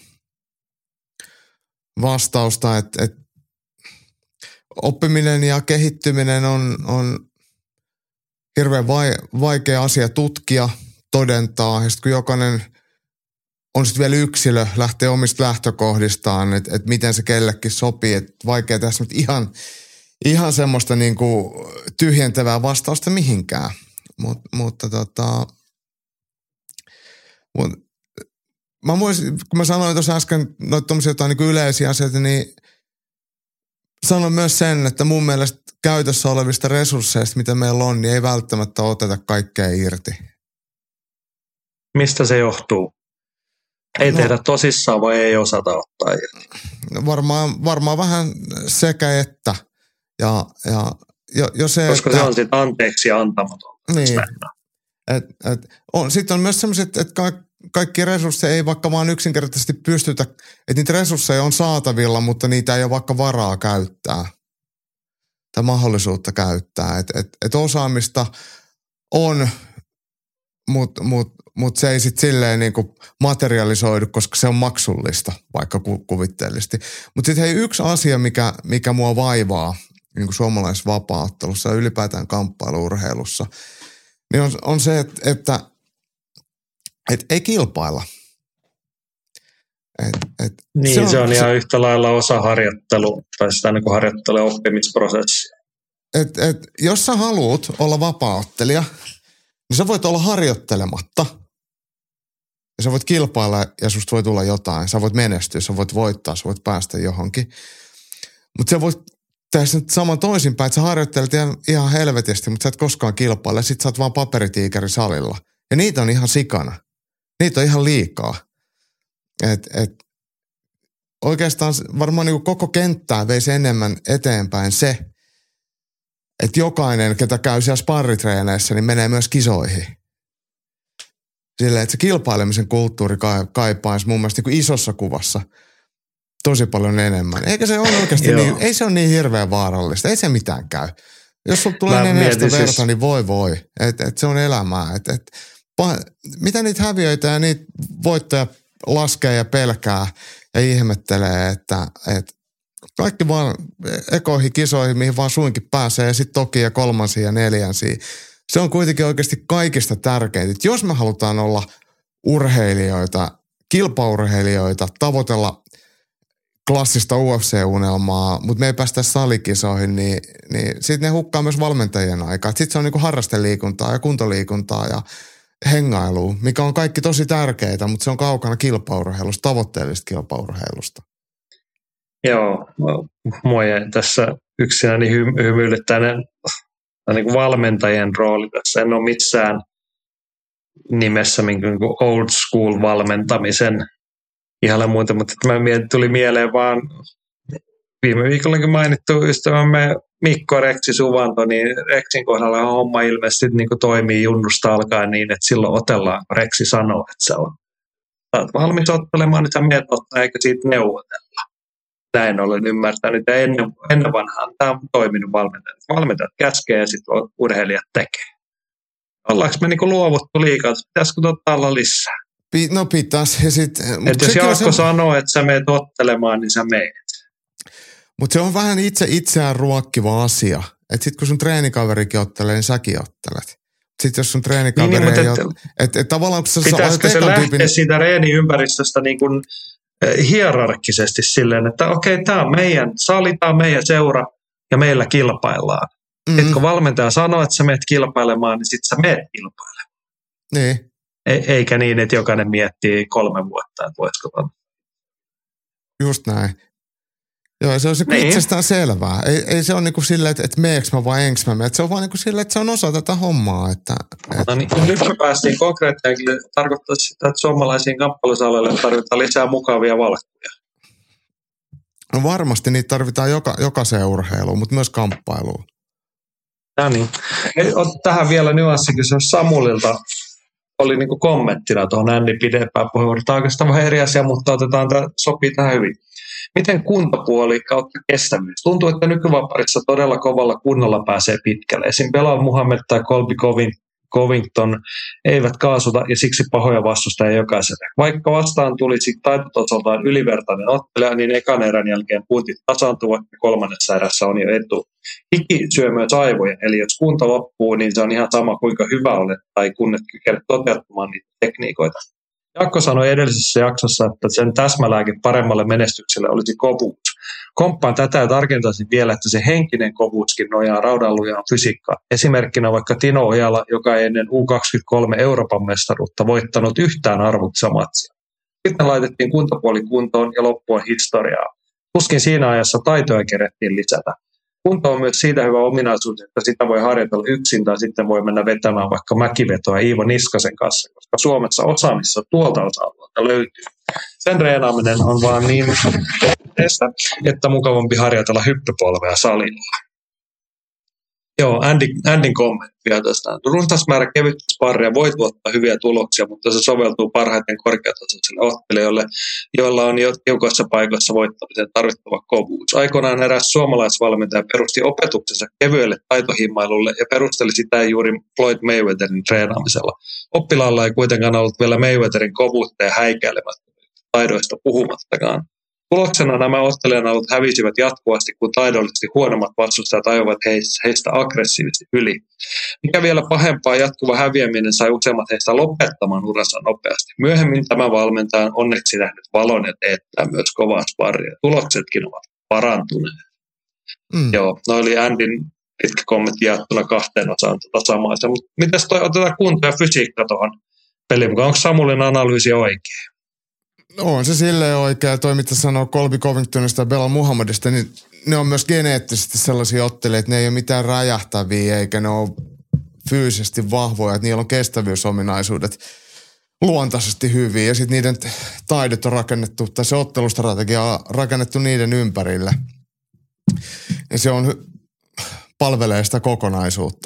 vastausta, että oppiminen ja kehittyminen on hirveän vaikea asia tutkia, todentaa, ja sitten kun jokainen on sitten vielä yksilö, lähtee omista lähtökohdistaan, että miten se kellekin sopii, että vaikea tässä nyt ihan semmoista niinku tyhjentävää vastausta mihinkään. Mutta mä voisin, kun mä sanoin tuossa äsken noita tommosia jotain niinku yleisiä asioita, niin sanon myös sen, että mun mielestä käytössä olevista resursseista, mitä meillä on, niin ei välttämättä oteta kaikkea irti. Mistä se johtuu? Ei tehdä tosissaan vai ei osata ottaa irti? No varmaan vähän sekä että. Jo se, koska että, se on sitten anteeksi ja antamaton. Niin. Sitten on myös sellaiset, että kaikki resursseja ei vaikka vaan yksinkertaisesti pystytä, että niitä resursseja on saatavilla, mutta niitä ei ole vaikka varaa käyttää tai mahdollisuutta käyttää. Et osaamista on, mutta se ei sitten silleen niinku materialisoidu, koska se on maksullista, vaikka kuvitteellisesti. Mutta sitten hei, yksi asia, mikä mua vaivaa niin kuin suomalaisessa vapaa-ottelussa ja ylipäätään kamppailu-urheilussa, niin on se, että ei kilpailla. Se on ihan yhtä lailla osa harjoittelua, tai sitä niin kuin harjoittelu- oppimisprosessia. Jos sä haluat olla vapaa-ottelija, niin sä voit olla harjoittelematta. Ja sä voit kilpailla ja susta voi tulla jotain. Sä voit menestyä, sä voit voittaa, sä voit päästä johonkin. Mutta sä voit tehdä nyt saman toisinpäin, että sä harjoittelet ihan helvetisti, mutta sä et koskaan kilpaile. Ja sit sä oot vaan paperitiikeri salilla. Ja niitä on ihan sikana. Niitä on ihan liikaa. Oikeastaan varmaan niin kuin koko kenttää veisi enemmän eteenpäin se, että jokainen, ketä käy siellä sparritreeneissä, niin menee myös kisoihin. Silleen, että se kilpailemisen kulttuuri kaipaisi mun mielestä niin kuin isossa kuvassa tosi paljon enemmän. Eikä se ole oikeasti niin, ei se ole niin hirveän vaarallista. Ei se mitään käy. Jos sulla tulee neljästä verta, niin voi. Et se on elämää. Mitä niitä häviöitä ja niitä voittoja laskee ja pelkää ja ihmettelee, että kaikki vaan ekoihin kisoihin, mihin vaan suinkin pääsee ja sitten toki ja kolmansia ja neljänsiä. Se on kuitenkin oikeasti kaikista tärkeintä. Jos me halutaan olla urheilijoita, kilpaurheilijoita, tavoitella klassista UFC-unelmaa, mutta me ei päästä salikisoihin, niin sitten ne hukkaa myös valmentajien aikaa. Sitten se on niinku harrasteliikuntaa ja kuntoliikuntaa ja hengailua, mikä on kaikki tosi tärkeitä, mutta se on kaukana kilpaurheilusta, tavoitteellisesta kilpaurheilusta. Joo, mua tässä yksinäni hymyilyttää niin kuin valmentajien rooli tässä. En ole missään nimessä niin kuin old school valmentamisen ihan muuta, mutta tuli mieleen vaan viime viikollakin mainittu ystävämme Mikko Reksi Suvanto, niin Reksin kohdalla homma ilmeisesti niin kuin toimii junnusta alkaen niin, että silloin otellaan, kun Reksi sanoo, että sä oot valmis ottelemaan, niin sä menet ottaa, eikä siitä neuvotella. Näin olen ymmärtänyt, ja ennen vanhaan tämä on toiminut valmentajat. Valmentajat käskee ja sitten urheilijat tekee. Ollaanko me niin luovuttu liikaa, pitäisikö olla lisää? No pitäisi. Että jos Jaakko sanoo, että sä meet ottelemaan, niin sä meet. Mutta se on vähän itseään ruokkiva asia. Että sitten kun sun treenikaverikin ottelee, niin säkin ottelet. Sitten jos sun treenikaveri ei ole... Tavallaan, kun pitäisikö se lähteä siitä reeniympäristöstä niin kuin hierarkkisesti silleen, että okei, tämä on meidän sali, tämä on meidän seura ja meillä kilpaillaan. Mm-hmm. Kun valmentaja sanoo, että sä meet kilpailemaan, niin sitten sä meet kilpailemaan. Niin. Eikä niin, että jokainen miettii 3 vuotta, että voisiko olla. Just näin. Joo, se on niin itsestään selvää. Ei se ole niin kuin silleen, että meekö mä vai enkö mä meet. Se on vaan niin kuin silleen, että se on osa tätä hommaa. No niin, nyt me päästiin konkreettiaankin. Tarkoittaa sitä, että suomalaisiin kamppailusaleille tarvitaan lisää mukavia valkkuja. No varmasti niitä tarvitaan jokaiseen urheiluun, mutta myös kamppailuun. No niin. Tähän vielä nyanssikysymys Samulilta. Oli niin kuin kommenttina tuohon Andy pidempään puheenvuoroon. Tämä on oikeastaan vähän eri asia, mutta tämä sopii tähän hyvin. Miten kuntapuoli kautta kestävyys? Tuntuu, että nykyvaparissa todella kovalla kunnolla pääsee pitkälle. Esim. Belal Muhammad tai Colby Covington eivät kaasuta ja siksi pahoja vastustajia jokaiselle. Vaikka vastaan tulisi taitotasoltaan ylivertainen ottelija, niin ekan erän jälkeen puntit tasaantuvat ja 3. erässä on jo etu. Hiki syö myös aivoja, eli jos kunta loppuu, niin se on ihan sama kuinka hyvä olet tai kunnet kykenet toteuttamaan niitä tekniikoita. Jaakko sanoi edellisessä jaksossa, että sen täsmälääke paremmalle menestykselle olisi kovuus. Komppaan tätä ja tarkentaisin vielä, että se henkinen kovuuskin nojaa raudanlujaan fysiikkaan. Esimerkkinä vaikka Tino Ojala, joka ei ennen U23 Euroopan mestaruutta voittanut yhtään arvoksia matsia. Sitten laitettiin kuntapuoli kuntoon ja loppu on historiaa. Tuskin siinä ajassa taitoja kerettiin lisätä. Kunto on myös siitä hyvä ominaisuus, että sitä voi harjoitella yksin tai sitten voi mennä vetämään vaikka mäkivetoa Iivo Niskasen kanssa, koska Suomessa osaamista tuolta osa-alueelta löytyy. Sen reenaaminen on vaan niin että mukavampi harjoitella hyppypolvea salilla. Joo, Andin kommentti vielä tästä. Runsas määrä kevyttä sparria voi tuottaa hyviä tuloksia, mutta se soveltuu parhaiten korkeatasoisille ottelijoille, joilla on jo tiukoissa paikoissa voittamiseen tarvittava kovuus. Aikoinaan eräs suomalaisvalmentaja perusti opetuksensa kevyelle taitohimmailulle ja perusteli sitä juuri Floyd Mayweatherin treenaamisella. Oppilaalla ei kuitenkaan ollut vielä Mayweatherin kovuutta ja häikäilemättömyyttä taidoista puhumattakaan. Tuloksena nämä ottelijanalut hävisivät jatkuvasti, kun taidollisesti huonommat vastustajat ajoivat heistä aggressiivisesti yli. Mikä vielä pahempaa, jatkuva häviäminen sai useimmat heistä lopettamaan uransa nopeasti. Myöhemmin tämä valmentaja on onneksi nähnyt valon ja teettää myös kovaa sparria. Tuloksetkin ovat parantuneet. Joo, no oli Andin pitkä kommentti jaettuna 2 osaan samaa. Mutta mitäs otetaan kunto ja fysiikka tuohon peliin mukaan? Onko Samulin analyysi oikein? On se silleen oikein. Toi, mitä sanoo Colby Covingtonista ja Belal Muhammadista, niin ne on myös geneettisesti sellaisia ottelijoita, että ne ei ole mitään räjähtäviä eikä ne ole fyysisesti vahvoja, että niillä on kestävyysominaisuudet luontaisesti hyviä ja sitten niiden taidot on rakennettu, tai se ottelustrategia on rakennettu niiden ympärille. Ja se palvelee sitä kokonaisuutta.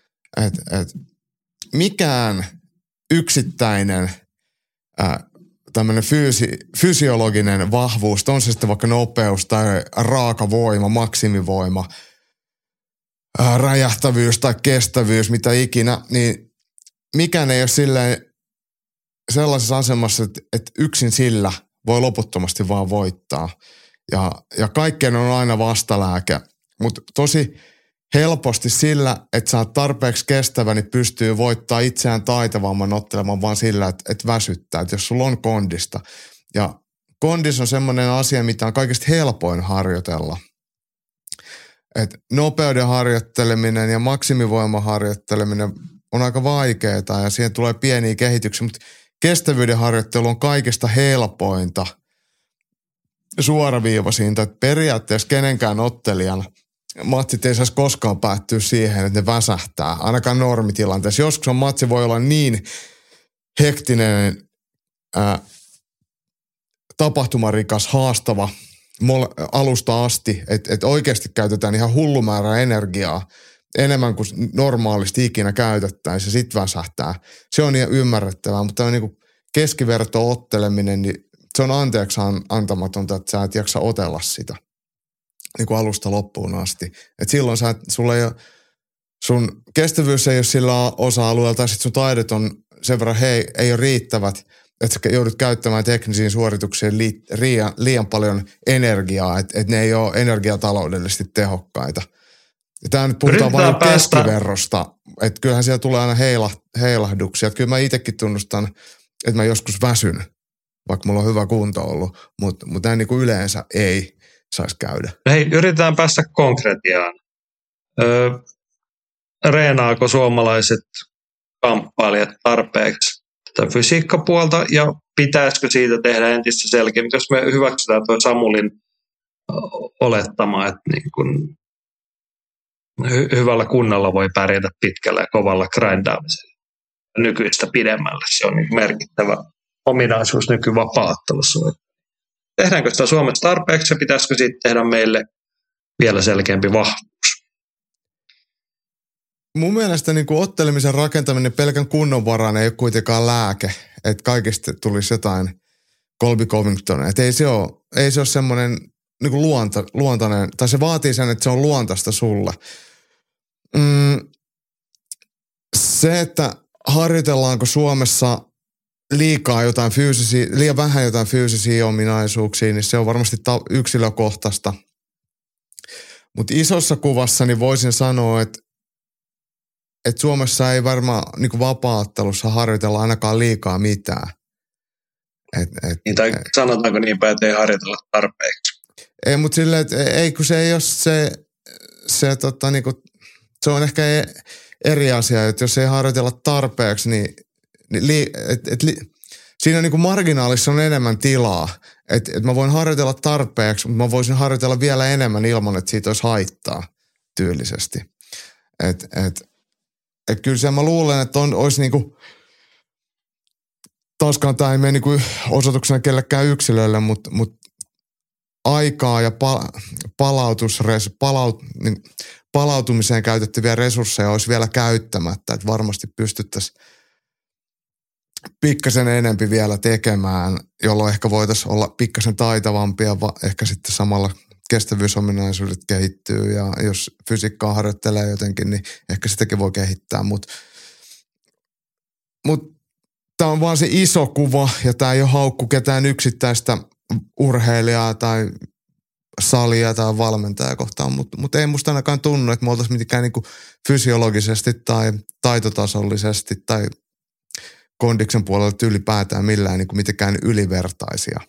Mikään yksittäinen tämmöinen fysiologinen vahvuus, on se sitten vaikka nopeus tai raaka voima, maksimivoima, räjähtävyys tai kestävyys, mitä ikinä, niin mikään ei ole sellaisessa asemassa, että yksin sillä voi loputtomasti vaan voittaa. Ja kaikkeen on aina vastalääke, mutta tosi helposti sillä, että sä oot tarpeeksi kestävä, niin pystyy voittaa itseään taitavamman ottelemaan vaan sillä, että väsyttää. Että jos sulla on kondista. Ja kondis on semmoinen asia, mitä on kaikista helpoin harjoitella. Et nopeuden harjoitteleminen ja maksimivoiman harjoitteleminen on aika vaikeaa ja siihen tulee pieniä kehityksiä, mutta kestävyyden harjoittelu on kaikista helpointa suoraviivaisinta. Periaatteessa kenenkään ottelijan matsit ei saisi koskaan päättyä siihen, että ne väsähtää, ainakaan normitilanteessa. Joskus on matsi voi olla niin hektinen, tapahtumarikas, haastava alusta asti, että oikeasti käytetään ihan hullu määrä energiaa enemmän kuin normaalisti ikinä käytettäisiin ja sitten väsähtää. Se on ihan ymmärrettävää, mutta on niin keskiverto-otteleminen, niin se on anteeksi antamatonta, että sä et jaksa otella sitä niin kuin alusta loppuun asti. Et silloin sun kestävyys ei ole sillä osa-alueella tai sitten sun taidot on sen verran, ei ole riittävät, että sä joudut käyttämään teknisiin suorituksiin liian paljon energiaa, että ne ei ole energiataloudellisesti tehokkaita. Ja tää nyt puhutaan vain keskiverrosta, että kyllähän siellä tulee aina heilahduksia. Kyllä mä itsekin tunnustan, että mä joskus väsyn, vaikka mulla on hyvä kunto ollut, mutta näin niin kuin yleensä ei saisi käydä. Hei, yritetään päästä konkretiaan. Reenaako suomalaiset kamppailijat tarpeeksi tätä fysiikkapuolta ja pitäisikö siitä tehdä entistä selkeämmin, jos me hyväksytään tuo Samulin olettama, että niin kun hyvällä kunnolla voi pärjätä pitkällä ja kovalla grindaamisella nykyistä pidemmälle. Se on niin merkittävä ominaisuus nykyvapaa-ottelussa. Tehdäänkö sitä Suomessa tarpeeksi ja pitäisikö siitä tehdä meille vielä selkeämpi vahvuus? Mun mielestä niin kuin ottelemisen rakentaminen pelkän kunnon varaan ei ole kuitenkaan lääke, että kaikista tulisi jotain Colby Covington. Että ei se ole semmoinen niin kuin luontainen, tai se vaatii sen, että se on luontaista sulle. Se, että harjoitellaanko Suomessa liian vähän jotain fyysisiä ominaisuuksia, niin se on varmasti yksilökohtaista. Mutta isossa kuvassa niin voisin sanoa, että Suomessa ei varmaan niin vapaa-ottelussa harjoitella ainakaan liikaa mitään. Tai sanotaanko niin päin, että ei harjoitella tarpeeksi? Ei, mutta silleen, että ei, kun se ei ole se on ehkä eri asia, että jos ei harjoitella tarpeeksi, niin siinä niin kuin marginaalissa on enemmän tilaa. Että mä voin harjoitella tarpeeksi, mutta mä voisin harjoitella vielä enemmän ilman, että siitä olisi haittaa tyylisesti. Että kyllä se mä luulen, että olisi niinku, taaskaan tämä ei mene niinku osoituksena kellekään yksilölle, mutta aikaa ja palautumiseen käytettäviä resursseja olisi vielä käyttämättä, että varmasti pystyttäisiin pikkasen enempi vielä tekemään, jolloin ehkä voitaisiin olla pikkasen taitavampia, ehkä sitten samalla kestävyysominaisuudet kehittyy ja jos fysiikkaa harjoittelee jotenkin, niin ehkä sitäkin voi kehittää, mutta tämä on vaan se iso kuva ja tämä ei ole haukku ketään yksittäistä urheilijaa tai salia tai valmentajaa kohtaan, mutta ei musta ainakaan tunnu, että me oltaisiin mitenkään niinku fysiologisesti tai taitotasollisesti tai kondiksen puolelta ylipäätään millään niinku mitenkään ylivertaisia.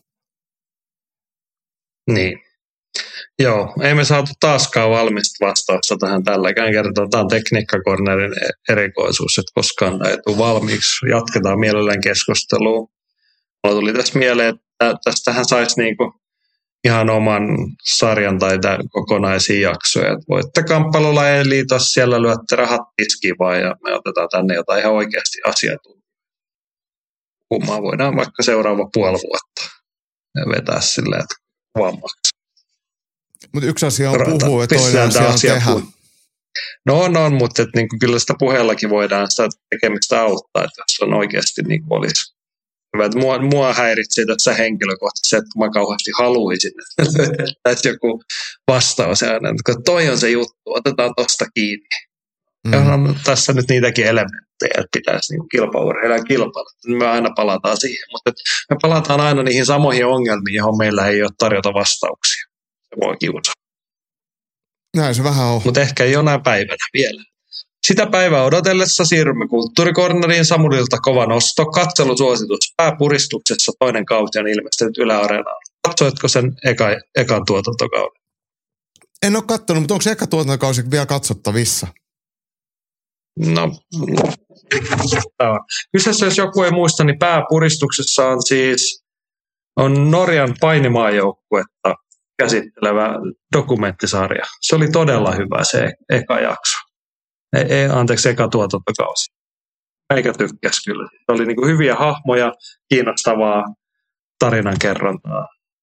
Niin. Joo, ei me saatu taaskaan valmista vastausta tähän tälläkään kertaa. Tämä on Tekniikka-Cornerin erikoisuus, että koskaan ei tule valmiiksi. Jatketaan mielellään keskustelua. Mulla tuli tässä mieleen, että tästähän saisi niinku ihan oman sarjan tai kokonaisia jaksoja. Että voitte Kamppailulajien liitossa, siellä lyötte rahat tiskiin vaan ja me otetaan tänne jotain ihan oikeasti asiantuntijaa. Kummaa voidaan vaikka seuraava puoli vuotta vetää silleen, että vammaksi. Mutta yksi asia on puhua ja toinen asia on tehdä. No, mutta niinku, kyllä sitä puheellakin voidaan sitä tekemistä auttaa, että jos on oikeasti niin olisi hyvä. Mua häiritsee tässä henkilökohtaisesti, että mä kauheasti haluaisin, että löydettäisiin joku vastaus aina, että toi on se juttu, otetaan tosta kiinni. Ja on tässä nyt niitäkin elementtejä, että pitäisi niin kilpaurheilijan kilpailla. Me aina palataan siihen, mutta me palataan aina niihin samoihin ongelmiin, johon meillä ei ole tarjota vastauksia. Se voi kiusaa. Näin se vähän on. Mutta ehkä ei jonain päivänä vielä. Sitä päivää odotellessa siirrymme Kulttuurikorneriin. Samulilta kova nosto. Katselusuositus. Pääpuristuksessa toinen kausi on ilmestynyt Yle Areenaan. Katsoitko sen ekan tuotantokauden? En ole katsonut, mutta onko se eka tuotantokausi vielä katsottavissa? No, kyseessä, jos joku ei muista, niin Pääpuristuksessa on siis Norjan painimaajoukkuetta käsittelevä dokumenttisarja. Se oli todella hyvä se eka jakso. Eka tuotantokausi. Eikä tykkäs kyllä. Se oli niinku hyviä hahmoja, kiinnostavaa tarinankerrontaa.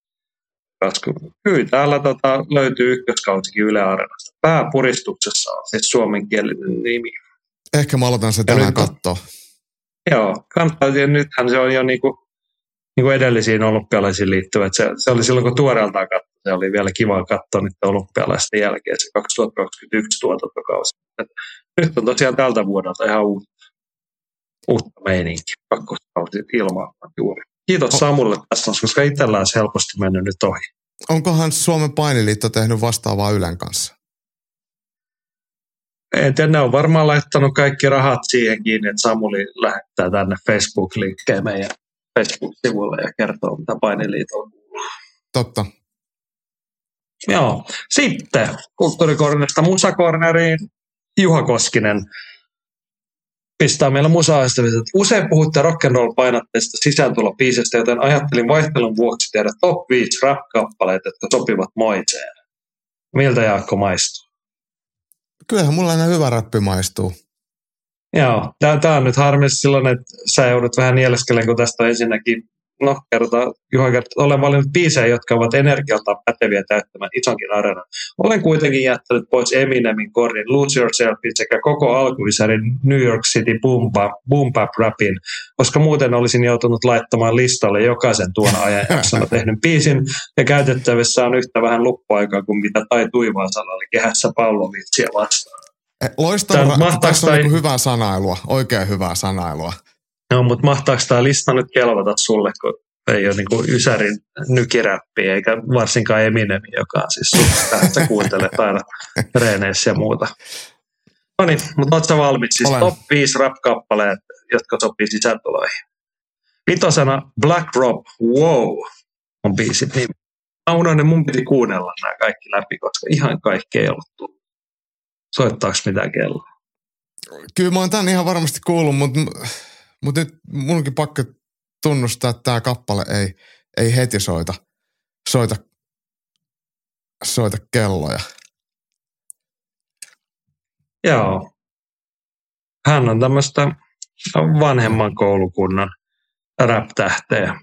Kyllä täällä löytyy ykköskausikin Yle Areenasta. Pääpuristuksessa on siis suomenkielinen nimi. Ehkä mä aloitan se tänään katsoa. Joo, kannattaa. Nythän se on jo niinku edellisiin olympialaisiin liittyvät. Se oli silloin, kun tuoreeltaan katsoi. Se oli vielä kiva katsoa niiden olympialaisten jälkeen se 2021 tuotantokausi. Nyt on tosiaan tältä vuodelta ihan uutta meininkiä. Kakkoskausi ilmaa juuri. Kiitos Samulle tästä, koska itsellään olisi helposti mennyt nyt ohi. Onkohan Suomen painiliitto tehnyt vastaavaa Ylen kanssa? En tiedä, ne on varmaan laittanut kaikki rahat siihen kiinni, että Samuli lähettää tänne Facebook-linkkejä meidän Facebook-sivuille ja kertoo, mitä painiliitolla kuuluu. Totta. Joo. Sitten Kulttuurikornerista Musakorneriin. Juha Koskinen pistää meillä musa-aistaviset. Usein puhutte rock'n'roll-painotteista sisääntulobiisistä, joten ajattelin vaihtelun vuoksi tehdä top 5 rap-kappaleet, jotka sopivat moiseen. Miltä Jaakko maistuu? Kyllähän mulla aina hyvä räppi maistuu. Joo, tämä on nyt harmillisesti silloin, että sä joudut vähän nieleskellen, kun tästä on ensinnäkin, Juha kertoo, olen valinnut biisejä, jotka ovat energialtaan päteviä täyttämään isonkin areenan. Olen kuitenkin jättänyt pois Eminemin Kornin Lose Yourselfin sekä koko alkuisärin New York City Boom Bap Rapin, koska muuten olisin joutunut laittamaan listalle jokaisen tuon ajanjaksona tehnyt biisin, ja käytettävissä on yhtä vähän luppuaikaa kuin mitä Tai Tuivaasalla oli kehässä Pavlovitsia vastaan. Loistavaa, tässä on hyvää sanailua, oikein hyvää sanailua. No, mutta mahtaako tämä lista nyt kelvata sulle, kun ei ole niinku Ysärin nykiräppiä, eikä varsinkaan Eminemi, joka on siis sä kuuntelet aina reeneissä ja muuta. No niin, mutta ootko sä valmiit? Siis top 5 rap-kappaleet, jotka sopii sisääntuloihin. 5. Black Rob, Wow, on biisit nimi. Mä unohdin, mun piti kuunnella nämä kaikki läpi, koska ihan kaikki ei ollut tullut. Soittaako mitään kelloa? Kyllä mä oon tän ihan varmasti kuullut, mutta nyt munkin pakko tunnustaa, että tämä kappale ei heti soita kelloja. Joo. Hän on tämmöistä vanhemman koulukunnan rap-tähteä.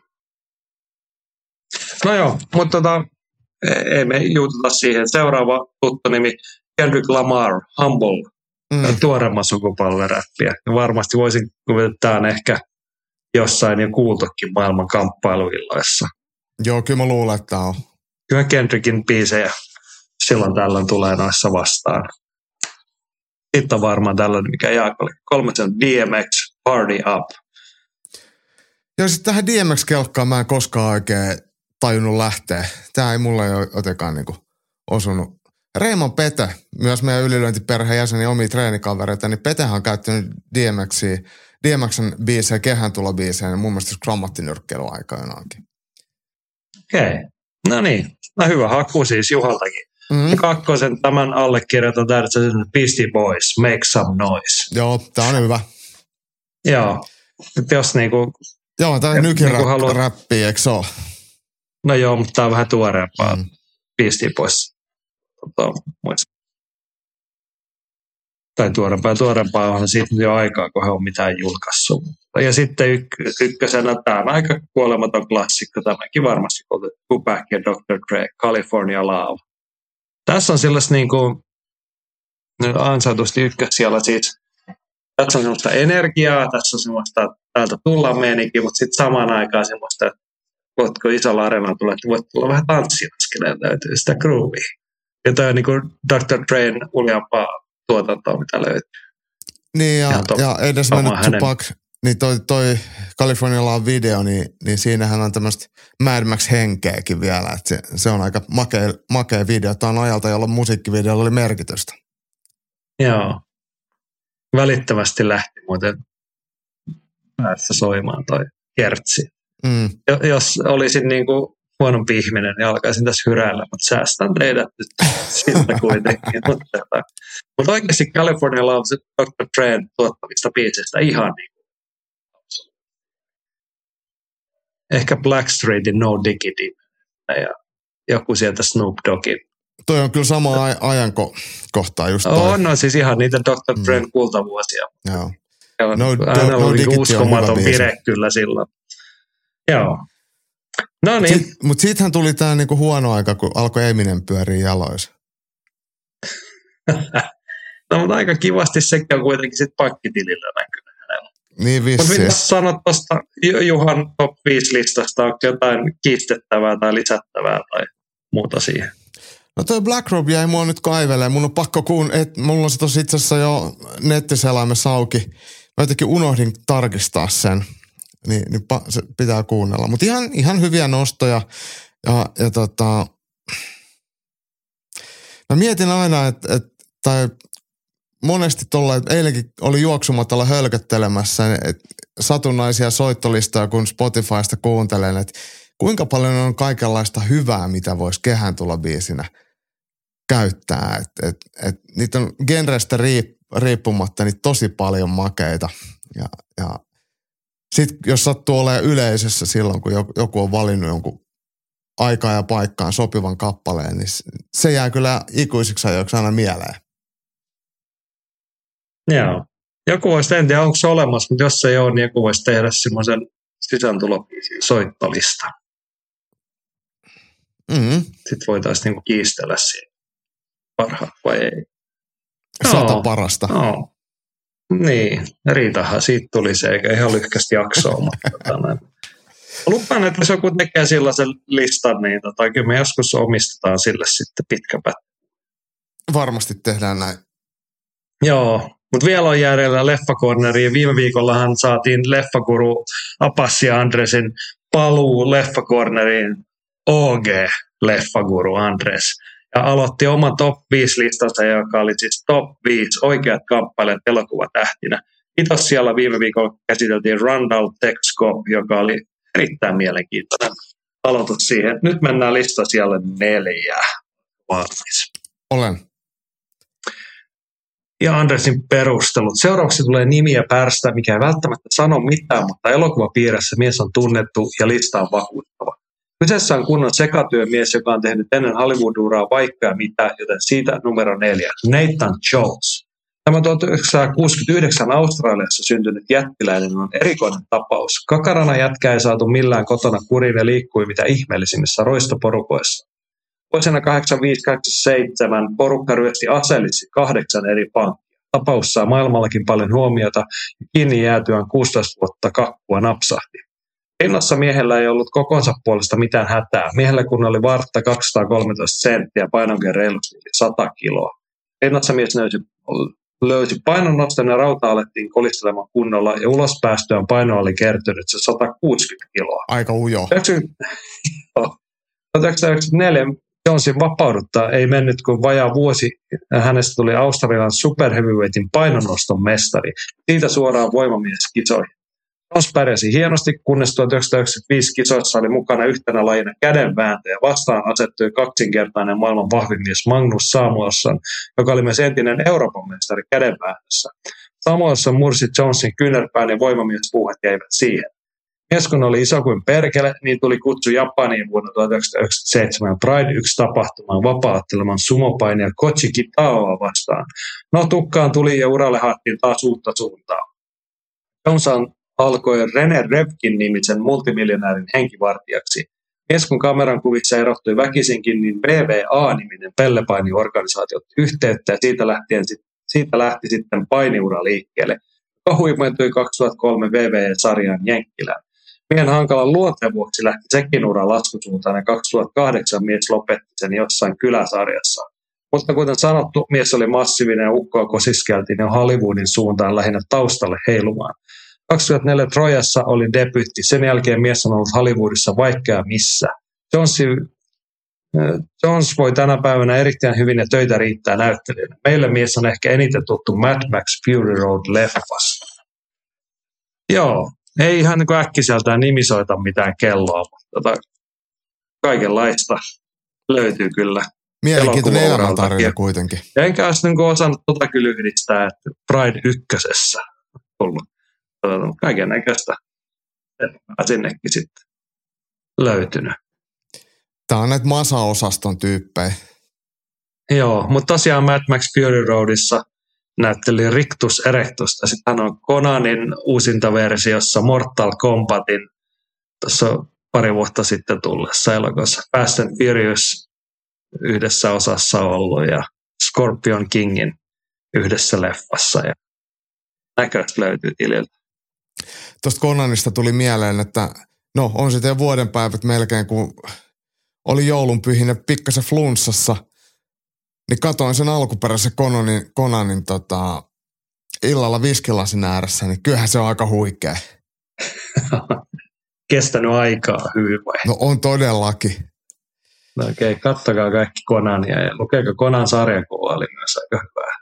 No joo, mutta ei me juututa siihen. Seuraava tuttu nimi, Kendrick Lamar, Humble. Tuoremman sukupolven räppiä. Ja varmasti voisin kuvitella, että tämä on ehkä jossain jo kuultukin maailman kamppailuilloissa. Joo, kyllä mä luulen, että on. Kyllä Kendrickin biisejä silloin tällöin tulee noissa vastaan. Sitten on varmaan tällainen, mikä Jaakolle. 3. on DMX, Party Up. Joo, sitten tähän DMX-kelkkaan mä en koskaan oikein tajunnut lähteä. Tämä ei mulle jotenkaan niinku osunut. Reimon Pete, myös meidän ylilyöntiperheen jäseni omia treenikavereita, niin Petehän on käyttänyt DMXn biisejä, kehäntulobiisejä, niin mun mielestä grammattinyrkkeilyaikaa jonakin. Okei, no niin. No hyvä haku siis Juhaltakin. 2. tämän allekirjoitan täällä Beastie Boys, Make Some Noise. Joo, tää on hyvä. Joo, jos niinku... Joo, tää on nykiräppi, eikö se ole? No joo, mutta tää on vähän tuoreempaa Beastie Boys. Tai tuorempaa onhan siitä jo aikaa, kun he on mitään julkaissut. Ja sitten ykkösenä tämä on aika kuolematon klassikko, tämäkin varmasti Tupac ja Dr. Dre, California Love. Tässä on sellaista niin kuin ansaitusti ykkösijalla siis, tässä on semmoista energiaa, tässä on semmoista täältä tullaan meininkiä, mutta sitten samaan aikaan semmoista, että voitko isolla areenalla tulla, että voit tulla vähän tanssiaskeleen, täytyy sitä groovia. Ja toi on niin kuin Dr. Drein uljampaa tuotantoa, mitä löytyy. Niin, ja edes mennyt Tupac, niin toi California Love video, niin siinähän on tämmöistä Mad Max-henkeäkin vielä. Että se on aika makea video. Tämä on ajalta, jolloin musiikkivideolla oli merkitystä. Joo. välittömästi lähti muuten päässä soimaan toi kertsi. Jos olisin niin kuin huonompi ihminen, niin alkaisin tässä hyräillä, mutta säästän teidät nyt siltä kuitenkin. Mutta oikeasti California Love Dr. Dren tuottavista biiseistä ihan niin kuin. Ehkä Blackstreetin No Diggity ja joku sieltä Snoop Doggin. Toi on kyllä sama ajankohtaa just toi. On, no siis ihan niitä Dr. Dren kultavuosia. Joo. Hän oli niin uskomaton vire kyllä silloin. Joo. No niin. Mutta siitähän tuli tää niinku huono aika, kun alkoi Eminem pyöriä jaloissa. No mutta aika kivasti sekin on kuitenkin sit pankkitilillä näkynyt hänellä. Niin vissiin. Mutta mitä sanot tuosta Juhan top 5 listasta, onko jotain kiistettävää tai lisättävää tai muuta siihen? No toi Black Robe jäi mua nyt kaivelemaan. Mun on pakko mulla on se tossa itse asiassa jo nettiselaimessa auki. Mä jotenkin unohdin tarkistaa sen. Niin se pitää kuunnella. Mutta ihan hyviä nostoja. Ja mä mietin aina, tai monesti tuolla, että eilenkin oli juoksumatalla hölköttelemässä satunnaisia soittolistoja, kun Spotifysta kuuntelen, että kuinka paljon on kaikenlaista hyvää, mitä voisi Kehän tulla biisinä käyttää. Et niitä on genrestä riippumatta niin tosi paljon makeita. Ja sitten jos sattuu olemaan yleisössä silloin, kun joku on valinnut jonkun aikaa ja paikkaan sopivan kappaleen, niin se jää kyllä ikuisiksi ajoiksi aina mieleen. Joo. Joku voisi, en tiedä onko se olemassa, mutta jos se ei ole, niin joku voisi tehdä semmoisen sisääntulobiisin soittolistan. Sitten voitaisiin niinku kiistellä siinä parhaat vai ei. 100 parasta. No. Niin, Riitahan siitä tuli se, eikä ihan lyhkästi jaksoa, mutta lupaan, että jos joku tekee sellaisen listan, niin kyllä me joskus omistetaan sille sitten pitkä pätkä. Varmasti tehdään näin. Joo, mutta vielä on jäljellä Leffakorneriin. Viime viikollahan saatiin Leffaguru Apassi Andresin paluu Leffakorneriin OG Leffaguru Andres. Ja aloitti oman top 5 listansa, joka oli siis top 5 oikeat kamppailijat elokuvatähtinä. Kiitos siellä viime viikolla käsiteltiin Randall Texco, joka oli erittäin mielenkiintoinen aloitus siihen. Nyt mennään lista siellä 4. Valmis. Olen. Ja Andresin perustelut. Seuraavaksi tulee nimiä pärstä, mikä ei välttämättä sano mitään, mutta elokuvapiirissä mies on tunnettu ja lista on vakuuttava. Kyseessä on kunnon sekatyömies, joka on tehnyt ennen Hollywood-uraa vaikka ja mitä, joten siitä numero 4. Nathan Jones. Tämä 1969 Australiassa syntynyt jättiläinen on erikoinen tapaus. Kakarana jätkä ei saatu millään kotona kuriin ja liikkui mitä ihmeellisimmissä roistoporukoissa. Vuosina 85-87 porukka ryösti aseellisesti 8 eri pankkia. Tapaus saa maailmallakin paljon huomiota ja kiinni jäätyään 16 vuotta kakkua napsahti. Rinnassa miehellä ei ollut kokonsa puolesta mitään hätää. Miehellä kun oli vartta 213 senttiä, painonkin reilusti 100 kiloa. Rinnassa mies löysi painonnoston ja rauta alettiin kolistelemaan kunnolla ja ulos päästyään paino oli kertynyt se 160 kiloa. Aika ujo. 1994 Jonesin vapauduttaa ei mennyt kuin vajaa vuosi. Hänestä tuli Australian superheavyweightin painonnoston mestari. Siitä suoraan voimamieskisoihin. Jones pärjäsi hienosti, kunnes 1995 kisoissa oli mukana yhtenä lajina kädenvääntö ja vastaan asettui kaksinkertainen maailman vahvin mies Magnus Samuelsson, joka oli myös entinen Euroopan mestari kädenvääntössä. Samuelsson mursi Jonesin kyynärpään ja voimamiespuuhat jäivät siihen. Mies kun oli iso kuin perkele, niin tuli kutsu Japaniin vuonna 1997 Pride 1 tapahtumaan vapaattelemaan sumopainija Koji Kitaoa vastaan. No tukkaan tuli ja uralle haettiin taas uutta suuntaa. Jones alkoi René Revkin nimisen multimiljonäärin henkivartijaksi. Mies kun kameran kuvissa erottui väkisinkin, niin VVA-niminen pellepainiorganisaatio otti yhteyttä ja siitä lähti sitten painiura liikkeelle, joka huimentui 2003 VVE-sarjan Jenkkilään. Miehen hankalan luonteen vuoksi lähti sekin ura laskusuuntaan ja 2008 mies lopetti sen jossain kyläsarjassa. Mutta kuten sanottu, mies oli massiivinen ja ukkoa kosiskeltiin jo Hollywoodin suuntaan lähinnä taustalle heilumaan. 2004 Trojassa oli debyytti. Sen jälkeen mies on ollut Hollywoodissa vaikka missä. Jones voi tänä päivänä erittäin hyvin ja töitä riittää näyttelijänä. Meille mies on ehkä eniten tuttu Mad Max Fury Road-leffasta. Joo, ei ihan niin kuin äkkiseltään nimisoita mitään kelloa, mutta kaikenlaista löytyy kyllä. Mielenkiintoinen elämäntarina kuitenkin. Ja enkä olisi niin osannut kyllä yhdistää, että Pride 1 on tullut kaiken näköistä sinnekin sitten löytynyt. Tämä on näitä masa-osaston tyyppejä. Joo, mutta tosiaan Mad Max Fury Roadissa näytteli Rictus Erectusta. Sitten hän on Conanin uusintaversiossa Mortal Kombatin tuossa pari vuotta sitten tullessa elokuvassa. Fast and Furious yhdessä osassa ollut ja Scorpion Kingin yhdessä leffassa. Ja näköistä löytyy tililtä. Tuosta Conanista tuli mieleen, että no on sitten jo vuodenpäivät melkein, kun oli joulunpyhinä pikkasen flunssassa, niin katoin sen alkuperäisen Conanin illalla viskilasin ääressä, niin kyllähän se on aika huikea. Kestänyt aikaa hyvin vai? No on todellakin. No okei, kattokaa kaikki Conania ja lukeeko Conan sarjakuva oli myös aika hyvä.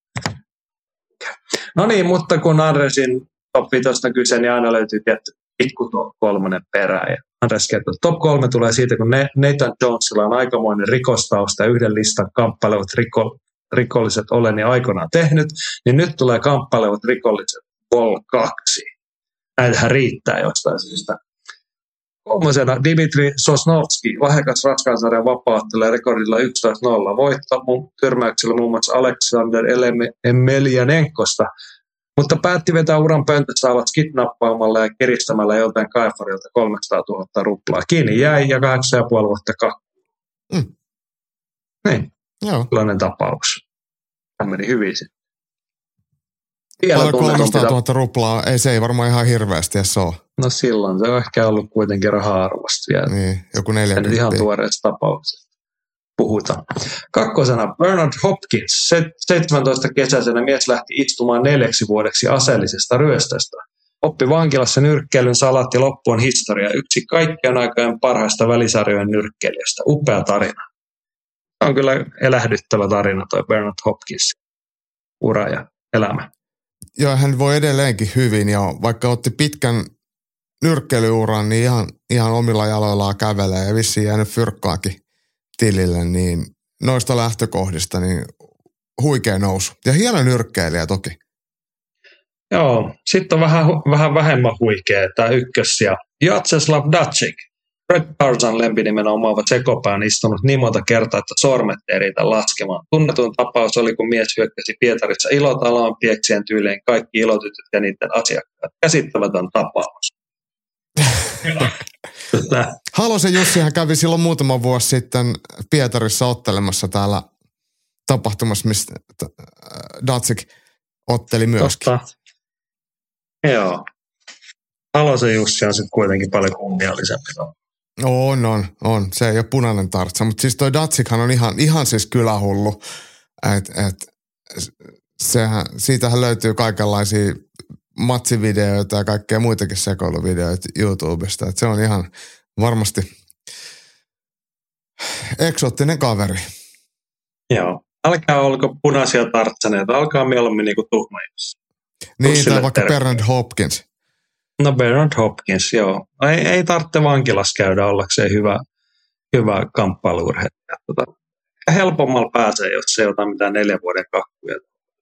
No niin, mutta kun Andresin top 5 kyse, niin aina löytyy tietty pikku top 3 perään. Ja Andres kertoo, että top 3 tulee siitä, kun Nathan Jonesilla on aikamoinen rikostausta ja yhden listan kamppailevat rikolliset olen ja aikoinaan tehnyt, niin nyt tulee kamppailevat rikolliset Vol 2. Näitähän riittää jostain syystä. 3. Dimitri Sosnovski, lahjakas raskaansarjan vapaa-ottelija rekordilla 11-0. Voitto tyrmäyksellä muun muassa Aleksander Emelianenkosta, mutta päätti vetää uran pöntössä alas kidnappaamalla ja kiristämällä joltain kaifarilta 300 000 ruplaa. Kiinni jäi ja 8,5 vuotta kakkuu. Niin, sellainen tapaus. Tämä meni hyvin sitten. 300 000 ruplaa, se ei varmaan ihan hirveästi edes ole. No silloin se on ehkä ollut kuitenkin raha-arvosta vielä. Niin, joku 40. Ihan tuoreessa tapauksessa puhutaan. 2. Bernard Hopkins, 17-kesäisenä mies lähti istumaan 4 vuodeksi aseellisesta ryöstöstä. Oppi vankilassa nyrkkeilyn salat ja loppu on historia. Yksi kaikkien aikojen parhaista välisarjojen nyrkkeilijästä. Upea tarina. Tämä on kyllä elähdyttävä tarina toi Bernard Hopkins ura ja elämä. Joo, hän voi edelleenkin hyvin ja vaikka otti pitkän nyrkkeilyuran, niin ihan omilla jaloillaan kävelee ja vissiin jäänyt fyrkkaakin tilille, niin noista lähtökohdista niin huikea nousu. Ja hieno nyrkkeilijä toki. Joo, sitten on vähän vähemmän huikea tämä ykkös ja Jatseslav Datsik. Fred Tarzan lempinimenä omaava sekopää on istunut niin monta kertaa, että sormet ei riitä laskemaan. Tunnetun tapaus oli, kun mies hyökkäsi Pietarissa Ilotalaan pieksien tyyliin kaikki ilotytöt ja niiden asiakkaat. Käsittämätön tapaus. Halosen Jussihan kävi silloin muutama vuosi sitten Pietarissa ottelemassa täällä tapahtumassa, mistä Datsik otteli myöskin. Totta. Joo. Halosen Jussi on sitten kuitenkin paljon kunniallisempi. On. Se ei ole punainen tartsa, mutta siis toi Datsikhan on ihan siis kylähullu. Siitähän löytyy kaikenlaisia matsivideoita ja kaikkea muitakin sekoiluvideoita YouTubesta. Et se on ihan varmasti eksoottinen kaveri. Joo. Älkää olko punaisia tartsaneita, alkaa mieluummin niinku tuhmajassa. Niin, tai vaikka Bernard Hopkins. No Bernard Hopkins, joo. Ei tarvitse vankilassa käydä ollakseen hyvä kamppailuurheilija. Helpommalla pääsee, jos ei ota mitään 4 vuoden kakkuja.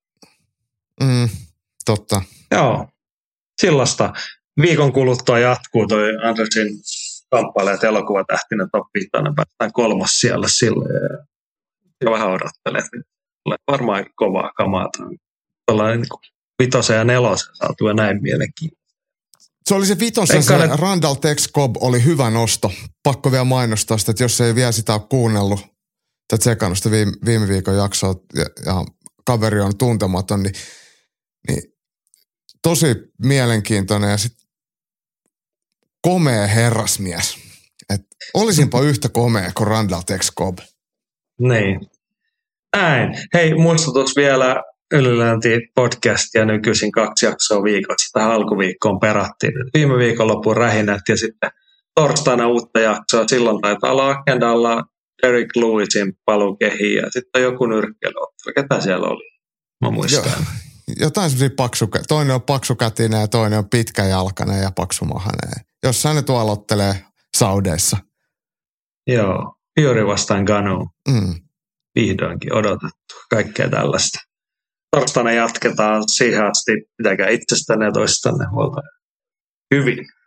Totta. Joo. Sillasta viikon kuluttua jatkuu toi Andersin kamppailijat elokuvatähtinen top 5. Päästään 3. siellä silloin. Ja vähän odottelee. Varmaan kovaa kamaa. Tuollainen 5. ja 4. saatu ja näin mielenkiintoista. Se oli se 5. se Randall Tex Cobb oli hyvä nosto. Pakko vielä mainostaa sitä, että jos ei vielä sitä ole kuunnellut tai tsekannut sitä viime viikon jaksoa ja kaveri on tuntematon, niin tosi mielenkiintoinen ja sitten komea herrasmies. Et olisinpa yhtä komea kuin Randall Tex Cobb. Niin. Näin. Hei, muistutus vielä Ylilönti-podcastia nykyisin 2 jaksoa viikossa. Tähän alkuviikkoon perattiin. Viime viikon lopun rähinät ja sitten torstaina uutta jaksoa. Silloin taitaa olla agendalla Derek Lewisin palukehiin ja sitten on joku nyrkkeilyottelu. Ketä siellä oli? Mä muistan. Jotain semmoisia toinen on paksukätinen ja toinen on pitkäjalkainen ja paksumahainen. Jossain ne tuolla aloittelee Saudeissa. Joo, Fury vastaan Ganu. Vihdoinkin odotettu. Kaikkea tällaista. Torstaina jatketaan siihen asti. Pitäkää itsestänne ja toistanne huolta. Hyvin.